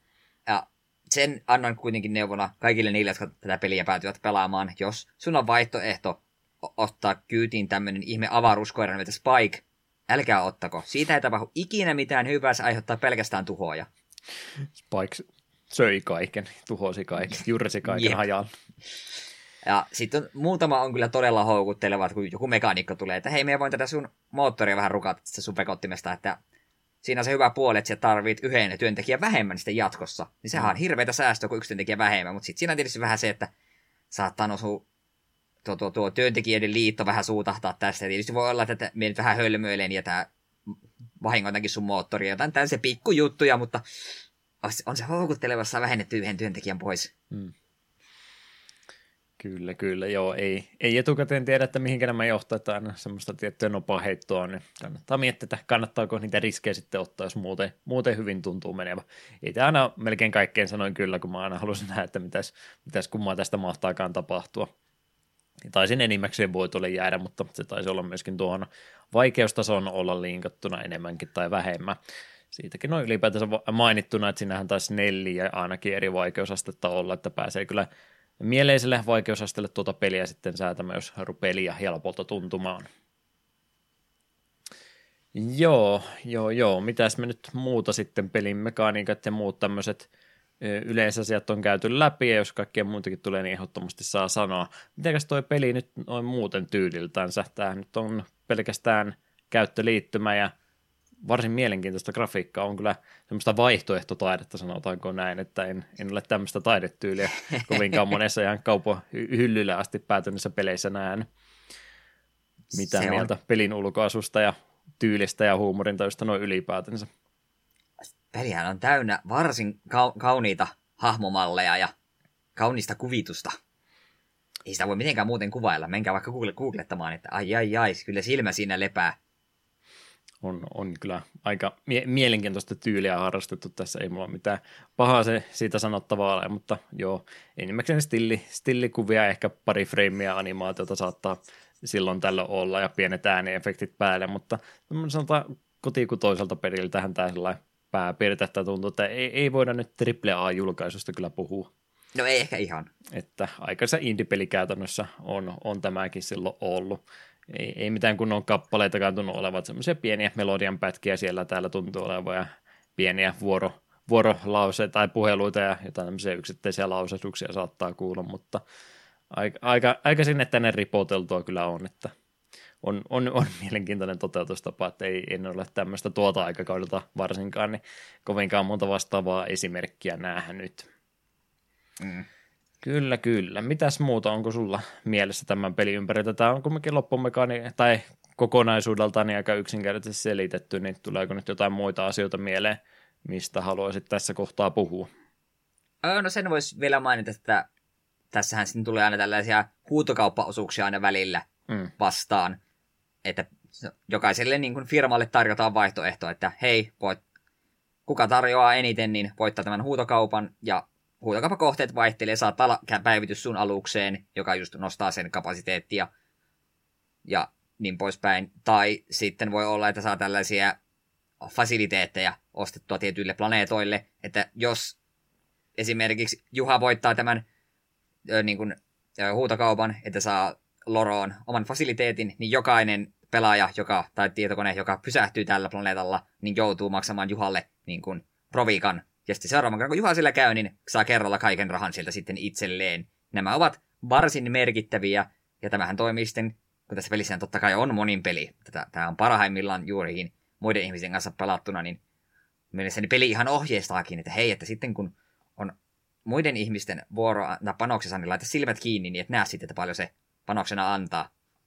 Ja sen annan kuitenkin neuvona kaikille niille, jotka tätä peliä päätyvät pelaamaan. Jos sun on vaihtoehto ottaa kyytiin tämmönen ihme avaruuskoira nimeltä Spike, älkää ottako. Siitä ei tapahdu ikinä mitään hyvää, se aiheuttaa pelkästään tuhoja. Spike söi kaiken, tuhosi kaiken, jyrsi kaiken yep. hajalla. Ja sitten muutama on kyllä todella houkutteleva, kun joku mekaanikko tulee, että hei, me voin tätä sun moottoria vähän rukata tästä sun pekottimesta, että siinä on se hyvä puoli, että sä tarvit yhden työntekijän vähemmän sitten jatkossa. Niin sehän on hirveätä säästöä, kuin yksi työntekijä vähemmän, mutta sitten siinä on tietysti vähän se, että saattaa no sun tuo, tuo, tuo työntekijöiden liitto vähän suutahtaa tästä. Ja tietysti voi olla, että me nyt vähän hölmöilen ja tämä vahingoitakin sun moottoria. Jotain tällaisia pikkujuttuja, mutta on se houkuttelevassa vähennetty yhden työntekijän pois. Hmm. Kyllä, kyllä, joo. Ei, ei etukäteen tiedä, että mihinkä nämä johtaa, että aina semmoista tiettyä nopaa heittoa, niin kannattaa miettiä, että kannattaako niitä riskejä sitten ottaa, jos muuten, muuten hyvin tuntuu menevä. Ei tämä aina melkein kaikkeen sanoin kyllä, kun mä aina halusin nähdä, että mitäs, mitäs kummaa tästä mahtaakaan tapahtua. Taisin enimmäkseen voitolle jäädä, mutta se taisi olla myöskin tuohon vaikeustason olla linkattuna enemmänkin tai vähemmän. Siitäkin on ylipäätänsä mainittuna, että siinähän taisi neljä ainakin eri vaikeusastetta olla, että pääsee kyllä mieleiselle vaikeusasteelle tuota peliä sitten säätämään, jos rupeaa liian helpolta tuntumaan. Joo, joo, joo. Mitäs me nyt muuta sitten pelin mekaniikat ja muut tämmöiset yleisasiat on käyty läpi, ja jos kaikkea muutakin tulee, niin ehdottomasti saa sanoa. Mitenkäs toi peli nyt on muuten tyyliltänsä? Tämä nyt on pelkästään käyttöliittymä ja varsin mielenkiintoista grafiikkaa, on kyllä semmoista vaihtoehtotaidetta, sanotaanko näin, että en, en ole tämmöistä taidetyyliä kovinkaan monessa ihan kaupan hyllyllä asti päätynissä peleissä näen. Mitä se mieltä on pelin ulkoasusta ja tyylistä ja huumorintajusta noin ylipäätänsä? Pelihän on täynnä varsin ka- kauniita hahmomalleja ja kaunista kuvitusta. Ei sitä voi mitenkään muuten kuvailla. Menkää vaikka Google- googlettamaan, että ai ai ai, kyllä silmä siinä lepää. On, on kyllä aika mie- mielenkiintoista tyyliä harrastettu tässä, ei mulla mitään pahaa se siitä sanottavaa ole, mutta joo, enimmäkseen stilli, stillikuvia, ehkä pari freimiä animaatiota saattaa silloin tällöin olla ja pienet ääniefektit päälle, mutta sanotaan kotikutoiselta peliltähän tämä sellainen pääpiirteettä tuntuu, että ei, ei voida nyt triple A-julkaisusta kyllä puhua. No ei ehkä ihan. Että aikansa indie-peli käytännössä on, on tämäkin silloin ollut. Ei, ei mitään kunnon kappaleitakaan tunnu olevat, semmoisia pieniä melodian pätkiä siellä täällä tuntuu olevan ja pieniä vuoro, vuorolauseita tai puheluita ja jotain tämmöisiä yksittäisiä lausahduksia saattaa kuulla, mutta aika, aika, aika sinne tänne ripoteltua kyllä on, että on, on, on mielenkiintoinen toteutustapa, että ei, en ole tämmöistä tuota aikakaudelta varsinkaan, niin kovinkaan monta vastaavaa esimerkkiä nähdä nyt. Mm. Kyllä, kyllä. Mitäs muuta onko sulla mielessä tämän pelin ympäriltä? Tämä on kumminkin loppumekaani tai kokonaisuudeltaan niin aika yksinkertaisesti selitetty, niin tuleeko nyt jotain muita asioita mieleen, mistä haluaisit tässä kohtaa puhua? No sen voisi vielä mainita, että tässähän sitten tulee aina tällaisia huutokauppaosuuksia aina välillä mm. vastaan, että jokaiselle niin kuin firmalle tarjotaan vaihtoehto, että hei, voit, kuka tarjoaa eniten, niin voittaa tämän huutokaupan ja huutokauppakohteet vaihtelee, saattaa olla päivitys sun alukseen, joka just nostaa sen kapasiteettia ja niin poispäin. Tai sitten voi olla, että saa tällaisia fasiliteetteja ostettua tietyille planeetoille, että jos esimerkiksi Juha voittaa tämän ö, niin kuin, ö, huutokaupan, että saa Loroon oman fasiliteetin, niin jokainen pelaaja joka, tai tietokone, joka pysähtyy tällä planeetalla, niin joutuu maksamaan Juhalle niin kuin, provikan. Ja sitten seuraavan kerran, kun Juha sillä käy, niin saa kerralla kaiken rahan sieltä sitten itselleen. Nämä ovat varsin merkittäviä, ja tämähän toimii sitten, kun tässä pelissä totta kai on monin peli. Tämä on parhaimmillaan juurikin muiden ihmisten kanssa pelattuna, niin mielestäni peli ihan ohjeistaakin, että hei, että sitten kun on muiden ihmisten vuoro antaa panoksessa, niin laita silmät kiinni, niin et näe sitten, että paljon se panoksena antaa.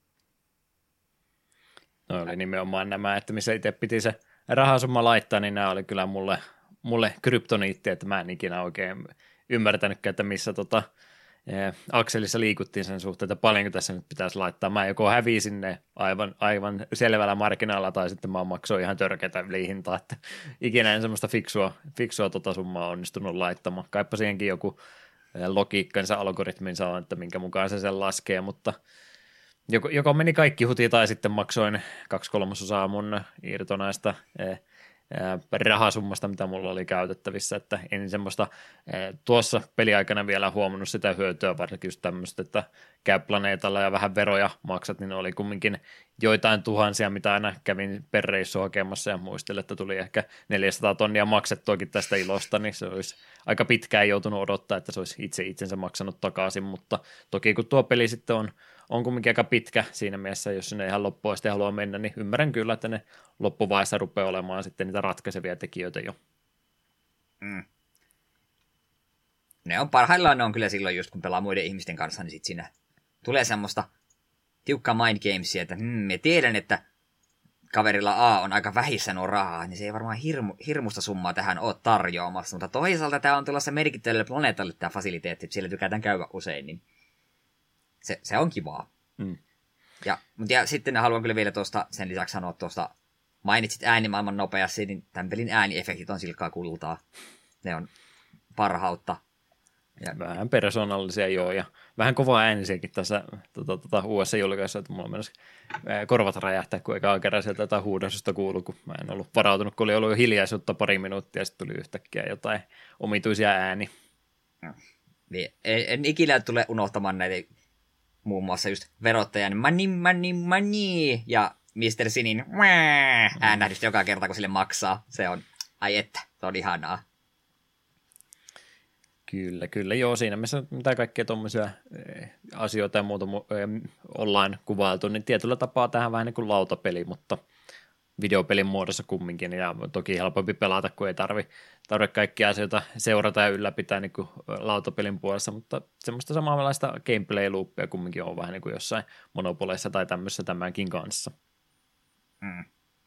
No oli nimenomaan nämä, että missä itse piti se rahasumma laittaa, niin nämä oli kyllä mulle... mulle kryptoniitti, että mä en ikinä oikein ymmärtänytkään, että missä tota, eh, akselissa liikuttiin sen suhteen, että paljonko tässä nyt pitäisi laittaa. Mä joko hävisin ne aivan, aivan selvällä markkinaalla, tai sitten mä maksoin ihan törkeätä ylihintaa, että ikinä en semmoista fiksua, fiksua tota summaa onnistunut laittamaan. Kaipa siihenkin joku logiikkansa, algoritminsa on, että minkä mukaan se sen laskee, mutta joko, joko meni kaikki huti, tai sitten maksoin kaksi kolmasosaa mun irtonaista eh, rahasummasta, mitä mulla oli käytettävissä, että en semmoista tuossa peliaikana vielä huomannut sitä hyötyä, varsinkin just tämmöistä, että käy planeetalla ja vähän veroja maksat, niin oli kumminkin joitain tuhansia, mitä aina kävin per reissu hakemassa ja muistelin, että tuli ehkä neljäsataa tonnia maksettuakin tästä ilosta, niin se olisi aika pitkään joutunut odottaa, että se olisi itse itsensä maksanut takaisin, mutta toki kun tuo peli sitten on on kumminkin aika pitkä siinä mielessä, jos sinne ihan loppuun asti haluaa mennä, niin ymmärrän kyllä, että ne loppuvaiheessa rupeaa olemaan sitten niitä ratkaisevia tekijöitä jo. Mm. Ne on parhaillaan, ne on kyllä silloin just kun pelaa muiden ihmisten kanssa, niin sitten siinä tulee semmoista tiukkaa mind gamesia, että hmm, me tiedän, että kaverilla A on aika vähissä nuo rahaa, niin se ei varmaan hirmu, hirmusta summaa tähän ole tarjoamassa, mutta toisaalta tämä on tuollaisessa merkittävälle planeetalle tämä fasiliteetti, että siellä tykätään käydä usein, niin Se, se on kivaa. Mm. Ja, mutta ja sitten haluan kyllä vielä tuosta sen lisäksi sanoa tuosta, mainitsit äänimaailman nopeasti, niin tämän pelin ääniefektit on silkkaa kultaa. Ne on parhautta. Ja vähän persoonallisia joo, ja vähän kovaa äänisiäkin tässä tota, tota, uudessa julkaisussa, että mulla on menossa korvat räjähtää, kun ekaan kerran sieltä jotain huudasusta kuuluu, kun mä en ollut varautunut, kun oli ollut jo hiljaisuutta pari minuuttia, ja sitten tuli yhtäkkiä jotain omituisia ääni. En, en ikinä tule unohtamaan näitä muun muassa just verottajan money, money, money ja mister Sinin äänähdystä joka kerta, kun sille maksaa. Se on, ai että, se on ihanaa. Kyllä, kyllä. Joo, siinä missä mitä kaikkea tuommoisia asioita ja muuta ollaan kuvailtu, niin tietyllä tapaa tähän vähän niin kuin lautapeli, mutta videopelin muodossa kumminkin, ja toki helpompi pelata, kun ei tarvi, tarvi kaikkia asioita seurata ja ylläpitää niin kuin lautapelin puolessa, mutta semmoista samanlaista gameplay-loopia kumminkin on vähän niin kuin jossain monopoleissa tai tämmöisessä tämänkin kanssa. Mm.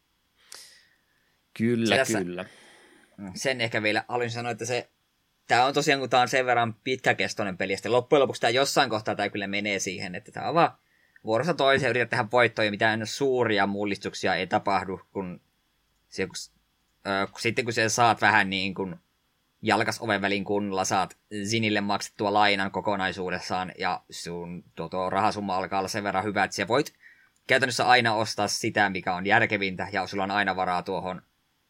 Kyllä, Selässä, kyllä. Sen ehkä vielä haluaisin sanoa, että se tämä on tosiaan, kun tämä on sen verran pitkäkestoinen peli, ja sitten loppujen lopuksi tämä jossain kohtaa tämä kyllä menee siihen, että tämä on vaan vuorossa toiseen yritetään tehdä voittoja, ja mitään suuria mullistuksia ei tapahdu, kun, se, kun äh, sitten kun sä saat vähän niin kuin jalkas oven välin kunnolla, saat Zinille maksettua lainan kokonaisuudessaan, ja sun tuo, tuo rahasumma alkaa olla sen verran hyvä, että sä voit käytännössä aina ostaa sitä, mikä on järkevintä, ja sulla on aina varaa tuohon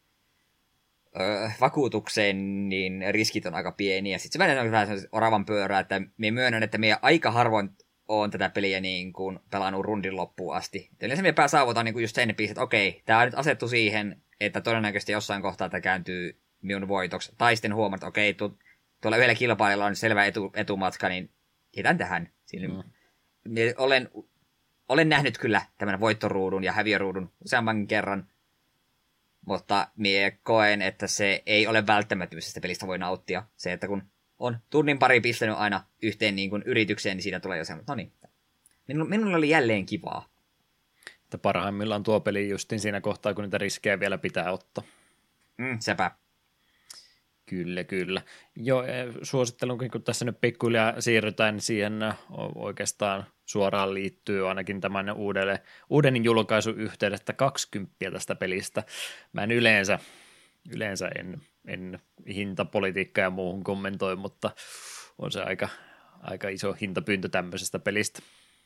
öö, vakuutukseen, niin riskit on aika pieniä. Sitten se välillä on vähän oravan pyörää, että me myönnän, että meidän aika harvoin on tätä peliä niin kuin pelannut rundin loppuun asti. Yleensä me saavutaan niin kuin just sen piisin, että okei, tämä on nyt asettu siihen, että todennäköisesti jossain kohtaa tämä kääntyy minun voitoksi. Tai sitten huomaa, että okei, tu- tuolla yhdellä kilpailijalla on selvä etu- etumatka, niin jätän tähän. Siinä mm. olen, olen nähnyt kyllä tämän voittoruudun ja häviöruudun useamman kerran, mutta mie koen, että se ei ole välttämättömyys, että pelistä voi nauttia. Se, että kun on tunnin pari pistänyt aina yhteen niin kuin yritykseen, niin siitä tulee jo semmoinen, no niin, minulla, minulla oli jälleen kivaa. Että parhaimmillaan tuo peli justin siinä kohtaa, kun niitä riskejä vielä pitää ottaa. Mm, sepä. Kyllä, kyllä. Joo, suosittelunkin, kun tässä nyt pikkuhiljaa siirrytään, niin siihen oikeastaan suoraan liittyy ainakin tämän uudelle, uuden julkaisun yhteydestä kaksikymmentä tästä pelistä. Mä en yleensä, yleensä en, en hintapolitiikkaa ja muuhun kommentoi, mutta on se aika, aika iso hintapyyntö tämmöisestä pelistä.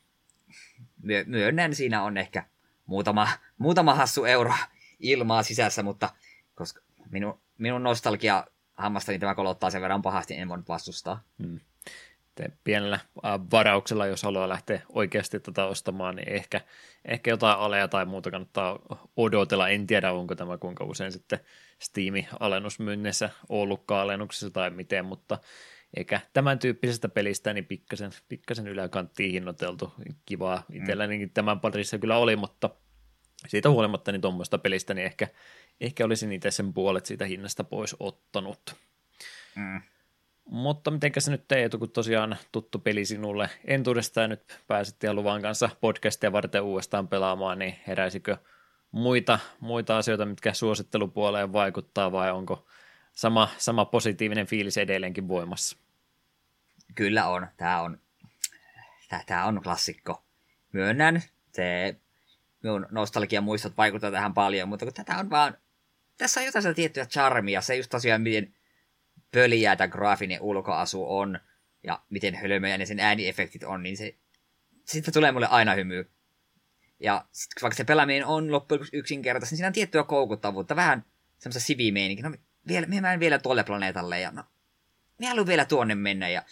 My- myönnän, siinä on ehkä muutama, muutama hassu euro ilmaa sisässä, mutta koska minun, minun nostalgia hammastani tämä kolottaa sen verran pahasti, en voinut vastustaa. Hmm. Pienellä varauksella, jos haluaa lähteä oikeasti tätä ostamaan, niin ehkä, ehkä jotain aleja tai muuta kannattaa odotella. En tiedä, onko tämä kuinka usein sitten Steam-alennusmyynnissä ollutkaan alennuksessa tai miten, mutta eikä tämän tyyppisestä pelistä niin pikkasen, pikkasen yläkanttiin hinnoiteltu. Kivaa itselläni tämän parissa kyllä oli, mutta siitä huolimatta niin tuommoista pelistä niin ehkä, ehkä olisin itse sen puolet siitä hinnasta pois ottanut. Mm. Mutta mitenkä se nyt Eetu, kun tosiaan tuttu peli sinulle entuudestaan nyt pääsit ja Luvan kanssa podcastia varten uudestaan pelaamaan, niin heräisikö muita, muita asioita, mitkä suosittelupuoleen vaikuttaa vai onko sama, sama positiivinen fiilis edelleenkin voimassa? Kyllä on. Tämä on, tämä on klassikko. Myönnän, se minun nostalgian muistot vaikuttaa tähän paljon, mutta kun tätä on vaan, tässä on jotain tiettyä charmia, se just tosiaan miten pöliä tämä graafinen ulkoasu on, ja miten hölmöjä ne sen ääniefektit on, niin se, siitä tulee mulle aina hymy. Ja sit, vaikka se pelaaminen on loppujen yksinkertaisesti, niin siinä on tiettyä koukuttavuutta, vähän semmoista sivimeininki. No vielä, mä en vielä tuolle planeetalle ja no, mä haluan vielä tuonne mennä ja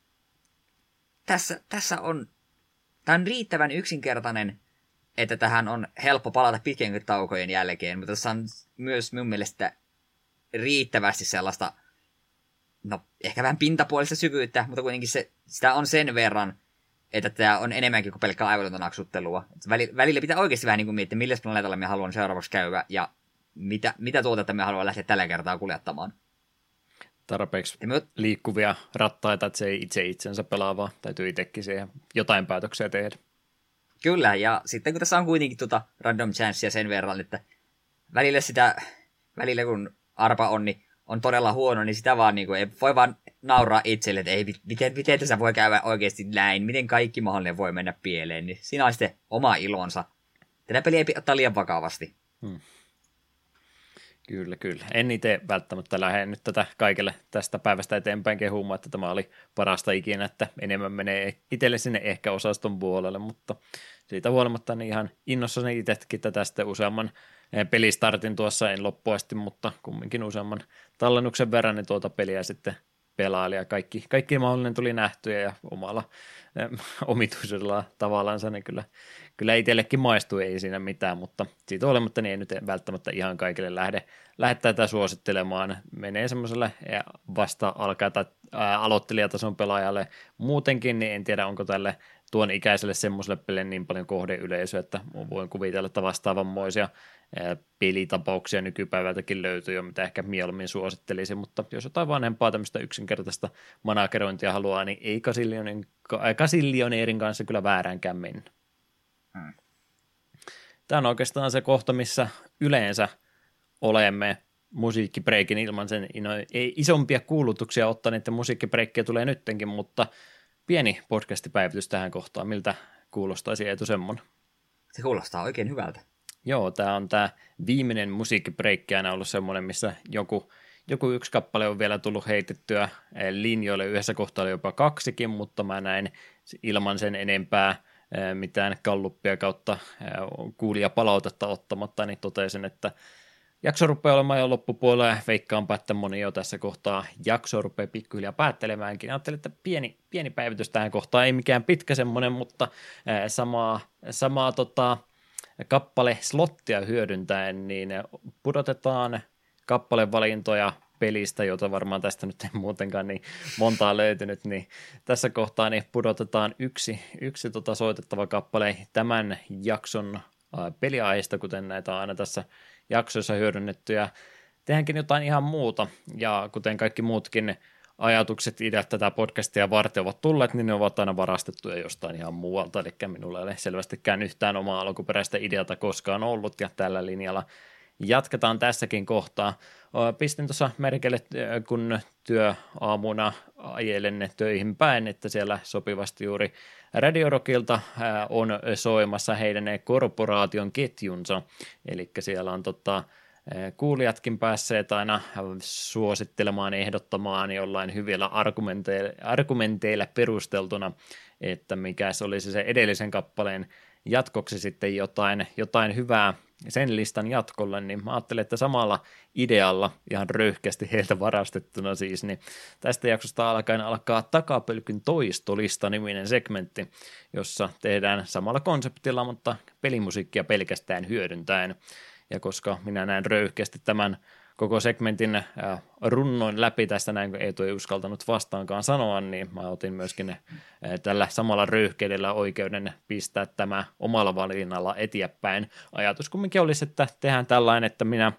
tässä, tässä on, tää on riittävän yksinkertainen, että tähän on helppo palata pitkänkin taukojen jälkeen, mutta tässä on myös mun mielestä riittävästi sellaista, no ehkä vähän pintapuolista syvyyttä, mutta kuitenkin se, sitä on sen verran, että tämä on enemmänkin kuin pelkkää aivotonta naksuttelua. Välillä pitää oikeasti vähän niin kuin miettiä, millä planeetalla me haluan seuraavaksi käydä ja mitä, mitä tuotetta me haluan lähteä tällä kertaa kuljettamaan. Tarpeeksi me... liikkuvia rattaita, että se ei itse itsensä pelaa, vaan täytyy itsekin siihen jotain päätöksiä tehdä. Kyllä, ja sitten kun tässä on kuitenkin tuota random chancea sen verran, että välillä sitä, välillä kun arpa on, niin on todella huono, niin sitä vaan niin kuin, ei voi vaan nauraa itselle, että ei, miten, miten tässä voi käydä oikeasti näin, miten kaikki mahdollinen voi mennä pieleen, niin siinä on sitten oma ilonsa. Tätä peliä ei ottaa liian vakavasti. Hmm. Kyllä, kyllä. En itse välttämättä lähde nyt tätä kaikille tästä päivästä eteenpäin kehumaan, että tämä oli parasta ikinä, että enemmän menee itselle sinne ehkä osaston puolelle, mutta siitä huolimatta niin ihan innossani itsekin tätä sitten useamman pelistartin tuossa, en loppuasti, mutta kumminkin useamman tallennuksen verran niin tuota peliä sitten pelaili ja kaikki, kaikki mahdollinen tuli nähtyä ja omalla äh, omituisella tavallaan niin kyllä, kyllä itsellekin maistui, ei siinä mitään, mutta siitä olematta niin ei nyt välttämättä ihan kaikille lähde, lähde tätä suosittelemaan. Menee semmoiselle vasta alkaa tai ää, aloittelijatason pelaajalle muutenkin, niin en tiedä onko tälle tuon ikäiselle semmoiselle pelille niin paljon kohdeyleisöä, että voin kuvitella, että vastaavanmoisia pelitapauksia nykypäivältäkin löytyy jo, mitä ehkä mieluummin suosittelisi, mutta jos jotain vanhempaa tämmöistä yksinkertaista managerointia haluaa, niin ei Kasilioneerin kanssa kyllä vääräänkään mennä. Hmm. Tämä on oikeastaan se kohta, missä yleensä olemme musiikkibreikin ilman sen ei isompia kuulutuksia ottaneet, musiikkibreikkejä tulee nyttenkin, mutta pieni podcastipäivitys tähän kohtaan. Miltä kuulostaisi Eetu semmoinen? Se kuulostaa oikein hyvältä. Joo, tämä on tämä viimeinen musiikkibreikki aina ollut semmoinen, missä joku, joku yksi kappale on vielä tullut heitettyä linjoille. Yhdessä kohtaa oli jopa kaksikin, mutta mä näin ilman sen enempää mitään kalluppia kautta kuulijapalautetta ottamatta, niin totesin, että jakso rupeaa olemaan jo loppupuolella ja veikkaanpa, että moni jo tässä kohtaa jakso rupeaa pikkuhiljaa päättelemäänkin. Ajattelin, että pieni, pieni päivitys tähän kohtaan, ei mikään pitkä semmoinen, mutta samaa, samaa tota, kappale slottia hyödyntäen, niin pudotetaan kappalevalintoja pelistä, jota varmaan tästä nyt ei muutenkaan niin montaa löytynyt, niin tässä kohtaa niin pudotetaan yksi, yksi tota soitettava kappale tämän jakson peliaiheesta, kuten näitä on aina tässä jaksoissa hyödynnetty, ja tehdäänkin jotain ihan muuta, ja kuten kaikki muutkin ajatukset, ideat tätä podcastia varten ovat tulleet, niin ne ovat aina varastettuja jostain ihan muualta, eli minulla ei ole selvästikään yhtään omaa alkuperäistä ideata koskaan ollut, ja tällä linjalla jatketaan tässäkin kohtaa. Pistin tuossa merkille, kun työaamuna ajelen töihin päin, että siellä sopivasti juuri Radio Rockilta on soimassa heidän korporaation ketjunsa, eli siellä on tota, kuulijatkin päässeet aina suosittelemaan, ehdottamaan jollain hyvillä argumenteilla, argumenteilla perusteltuna, että mikä se olisi se edellisen kappaleen jatkoksi sitten jotain, jotain hyvää sen listan jatkolle, niin mä ajattelin, että samalla idealla, ihan röyhkeästi heiltä varastettuna siis, niin tästä jaksosta alkaen alkaa Takapölkyn toistolista-niminen segmentti, jossa tehdään samalla konseptilla, mutta pelimusiikkia pelkästään hyödyntäen. Ja koska minä näen röyhkeästi tämän koko segmentin äh, runnoin läpi tästä näin, kun Eetu ei uskaltanut vastaankaan sanoa, niin mä otin myöskin äh, tällä samalla röyhkeydellä oikeuden pistää tämä omalla valinnalla eteenpäin. Ajatus kumminkin olisi, että tehdään tällainen, että minä,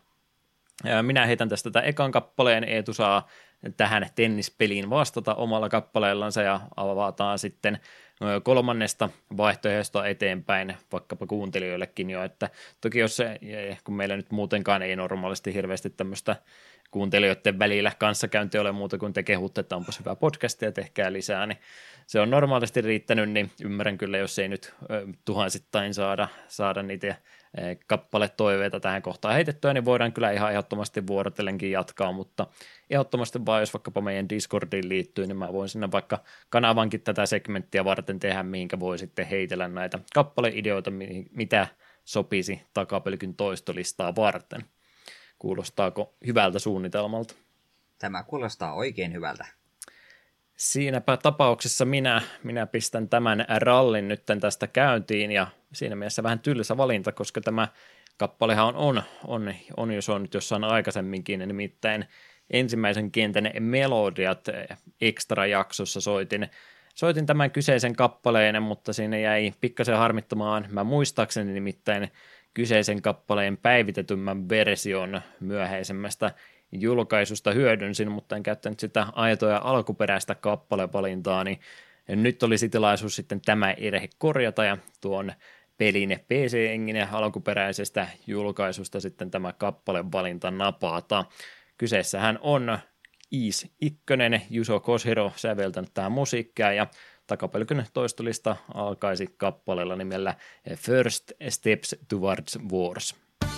äh, minä heitän tästä tämän ekan kappaleen, Eetu saa tähän tennispeliin vastata omalla kappaleellansa ja avataan sitten kolmannesta vaihtoehdosta eteenpäin vaikkapa kuuntelijoillekin jo, että toki jos se, kun meillä nyt muutenkaan ei normaalisti hirveästi tämmöistä kuuntelijoiden välillä kanssakäynti ole muuta kuin te kehutte, että onpas hyvä podcast ja tehkää lisää, niin se on normaalisti riittänyt, niin ymmärrän kyllä, jos ei nyt tuhansittain saada, saada niitä kappaletoiveita tähän kohtaan heitettyä, niin voidaan kyllä ihan ehdottomasti vuorotellenkin jatkaa, mutta ehdottomasti vaan, jos vaikkapa meidän Discordiin liittyy, niin mä voin sinne vaikka kanavankin tätä segmenttiä varten tehdä, mihinkä voi sitten heitellä näitä kappaleideoita, mitä sopisi Takapölkyn toistolistaa varten. Kuulostaako hyvältä suunnitelmalta? Tämä kuulostaa oikein hyvältä. Siinäpä tapauksessa minä, minä pistän tämän rallin nyt tästä käyntiin ja siinä mielessä vähän tylsä valinta, koska tämä kappalehan on, on, on, on jo soinut jossain aikaisemminkin, nimittäin ensimmäisen kentän melodiat extra-jaksossa soitin, soitin tämän kyseisen kappaleen, mutta siinä jäi pikkasen harmittamaan. Mä muistaakseni nimittäin kyseisen kappaleen päivitetymmän version myöhäisemmästä julkaisusta hyödynsin, mutta en käyttänyt sitä aitoa ja alkuperäistä kappalevalintaa, niin nyt olisi tilaisuus sitten tämä erhe korjata ja tuon pelin P C-engin alkuperäisestä julkaisusta sitten tämä kappalevalinta napata. Kyseessähän on Ease yksi, Juzo Koshiro säveltänyt tähän musiikkia ja takapelkyn toistolista alkaisi kappaleella nimellä First Steps Towards Wars.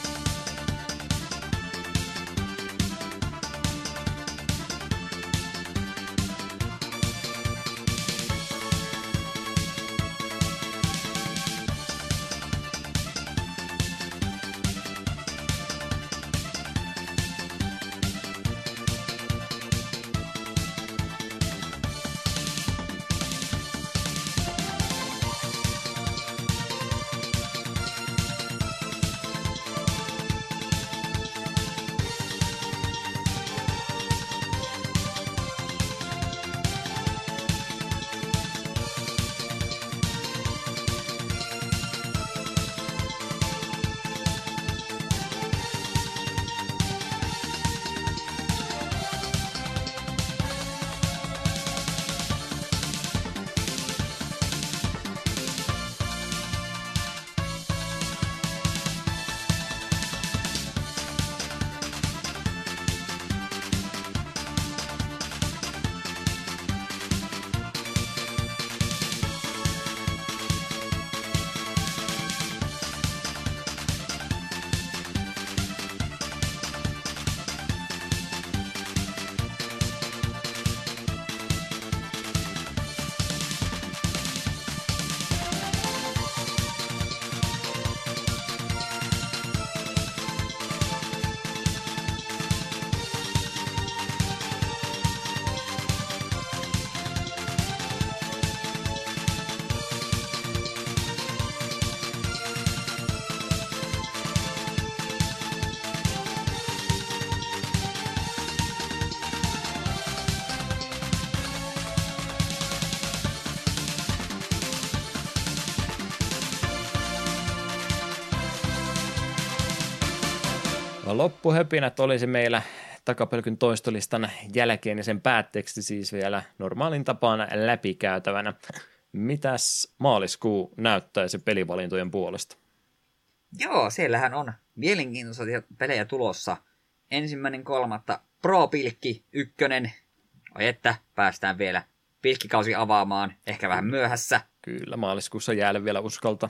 Loppuhöpinät olisi meillä takapelkyn toistolistan jälkeen ja sen päätteeksi siis vielä normaalin tapaan läpikäytävänä. Mitäs maaliskuu näyttäisi pelivalintojen puolesta? Joo, siellähän on mielenkiintoisia pelejä tulossa. Ensimmäinen kolmatta Pro Pilkki ykkönen. Oi että, päästään vielä pilkkikausi avaamaan, ehkä vähän myöhässä. Kyllä, maaliskuussa jäälle vielä uskalta.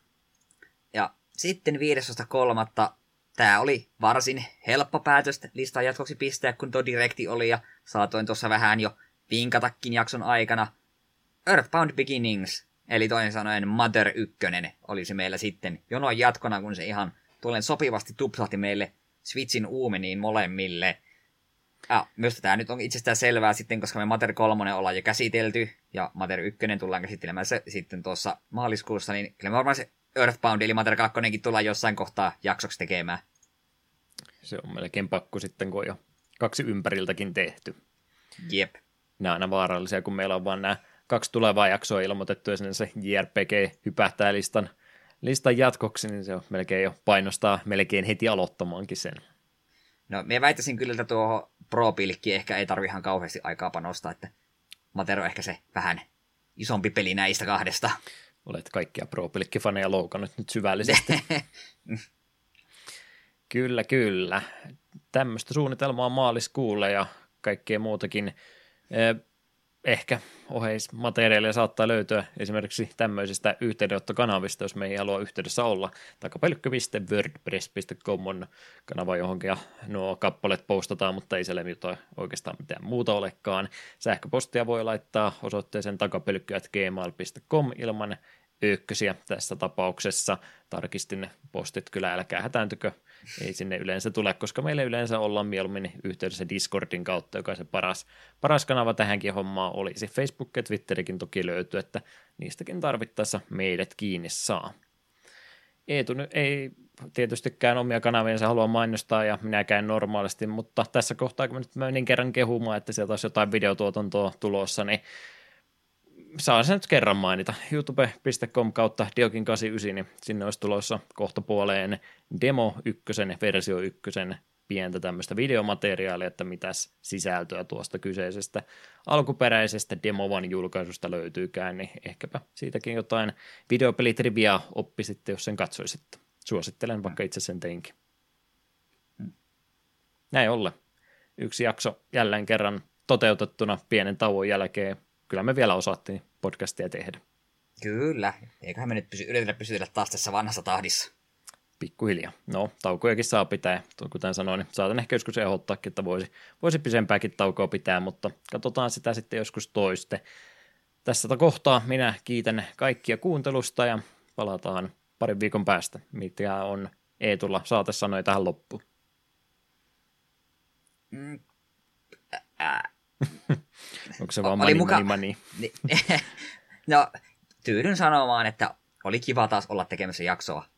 Ja sitten viidestoista kolmatta Tämä oli varsin helppo päätös listan jatkoksi pistää, kun tuo direkti oli, ja saatoin tuossa vähän jo vinkatakin jakson aikana. Earthbound Beginnings, eli toisin sanoen Mother yksi, olisi meillä sitten jonon jatkona, kun se ihan tuolen sopivasti tupsahti meille Switchin uumeniin molemmille. Ja myös tämä nyt on itsestään selvää sitten, koska me Mother kolme ollaan jo käsitelty, ja Mother yksi tullaan käsittelemään se sitten tuossa maaliskuussa, niin kyllä me varmaan se Earthbound eli Mother kaksi tullaan jossain kohtaa jaksoksi tekemään. Se on melkein pakko sitten, kun on jo kaksi ympäriltäkin tehty. Jep. Nämä on aina vaarallisia, kun meillä on vaan nämä kaksi tulevaa jaksoa ilmoitettu, ja sinne se J R P G hypähtää listan, listan jatkoksi, niin se on melkein jo painostaa melkein heti aloittamaankin sen. No, me väittäisin kyllä, että tuohon Pro-pilkkiin ehkä ei tarvi ihan kauheasti aikaa panostaa, että Mother on ehkä se vähän isompi peli näistä kahdesta. Olet kaikkia Pro-pilkkifaneja loukannut nyt syvällisesti. Kyllä, kyllä. Tämmöistä suunnitelmaa maaliskuulle ja kaikkea muutakin. Ehkä oheismateriaalia saattaa löytyä esimerkiksi tämmöisistä yhteydenottokanavista, jos me ei halua yhteydessä olla. Takapelkky piste wordpress piste com on kanava, johonkin ja nuo kappaleet postataan, mutta ei siellä oikeastaan mitään muuta olekaan. Sähköpostia voi laittaa osoitteeseen takapelkky at gmail piste com ilman ykkösiä tässä tapauksessa. Tarkistin ne postit kyllä, älkää hätääntykö. Ei sinne yleensä tule, koska meillä yleensä ollaan mieluummin yhteydessä Discordin kautta, joka se paras, paras kanava tähänkin hommaan olisi. Facebook ja Twitterikin toki löytyy, että niistäkin tarvittaessa meidät kiinni saa. Eetu nyt ei tietystikään omia kanaviensa halua mainostaa ja minäkään normaalisti, mutta tässä kohtaa, kun mä nyt menin kerran kehumaan, että sieltä olisi jotain videotuotantoa tulossa, niin saa sen nyt kerran mainita. youtube piste com kautta diokin kahdeksankymmentäyhdeksän, niin sinne olisi tulossa kohta puoleen demo ykkösen, versio ykkösen pientä tämmöistä videomateriaalia, että mitäs sisältöä tuosta kyseisestä alkuperäisestä demovan julkaisusta löytyykään, niin ehkäpä siitäkin jotain videopelitriviaa oppisitte, jos sen katsoisitte. Suosittelen, vaikka itse sen teinkin. Näin ollen. Yksi jakso jälleen kerran toteutettuna pienen tauon jälkeen. Kyllä me vielä osattiin podcastia tehdä. Kyllä. Eiköhän me nyt pysy, yritetä pysytellä taas tässä vanhassa tahdissa. Pikkuhiljaa. No, taukojakin saa pitää. Kuten sanoin, niin saatan ehkä joskus ehdottaakin, että voisi, voisi pisempääkin taukoa pitää, mutta katsotaan sitä sitten joskus toiste. Tässä kohtaa minä kiitän kaikkia kuuntelusta ja palataan parin viikon päästä, mitä on Eetulla saatesanoja tähän loppuun. Mm. Ää. Onko se vaan mani, muka... mani, mani? No, tyydyn sanomaan, että oli kiva taas olla tekemässä jaksoa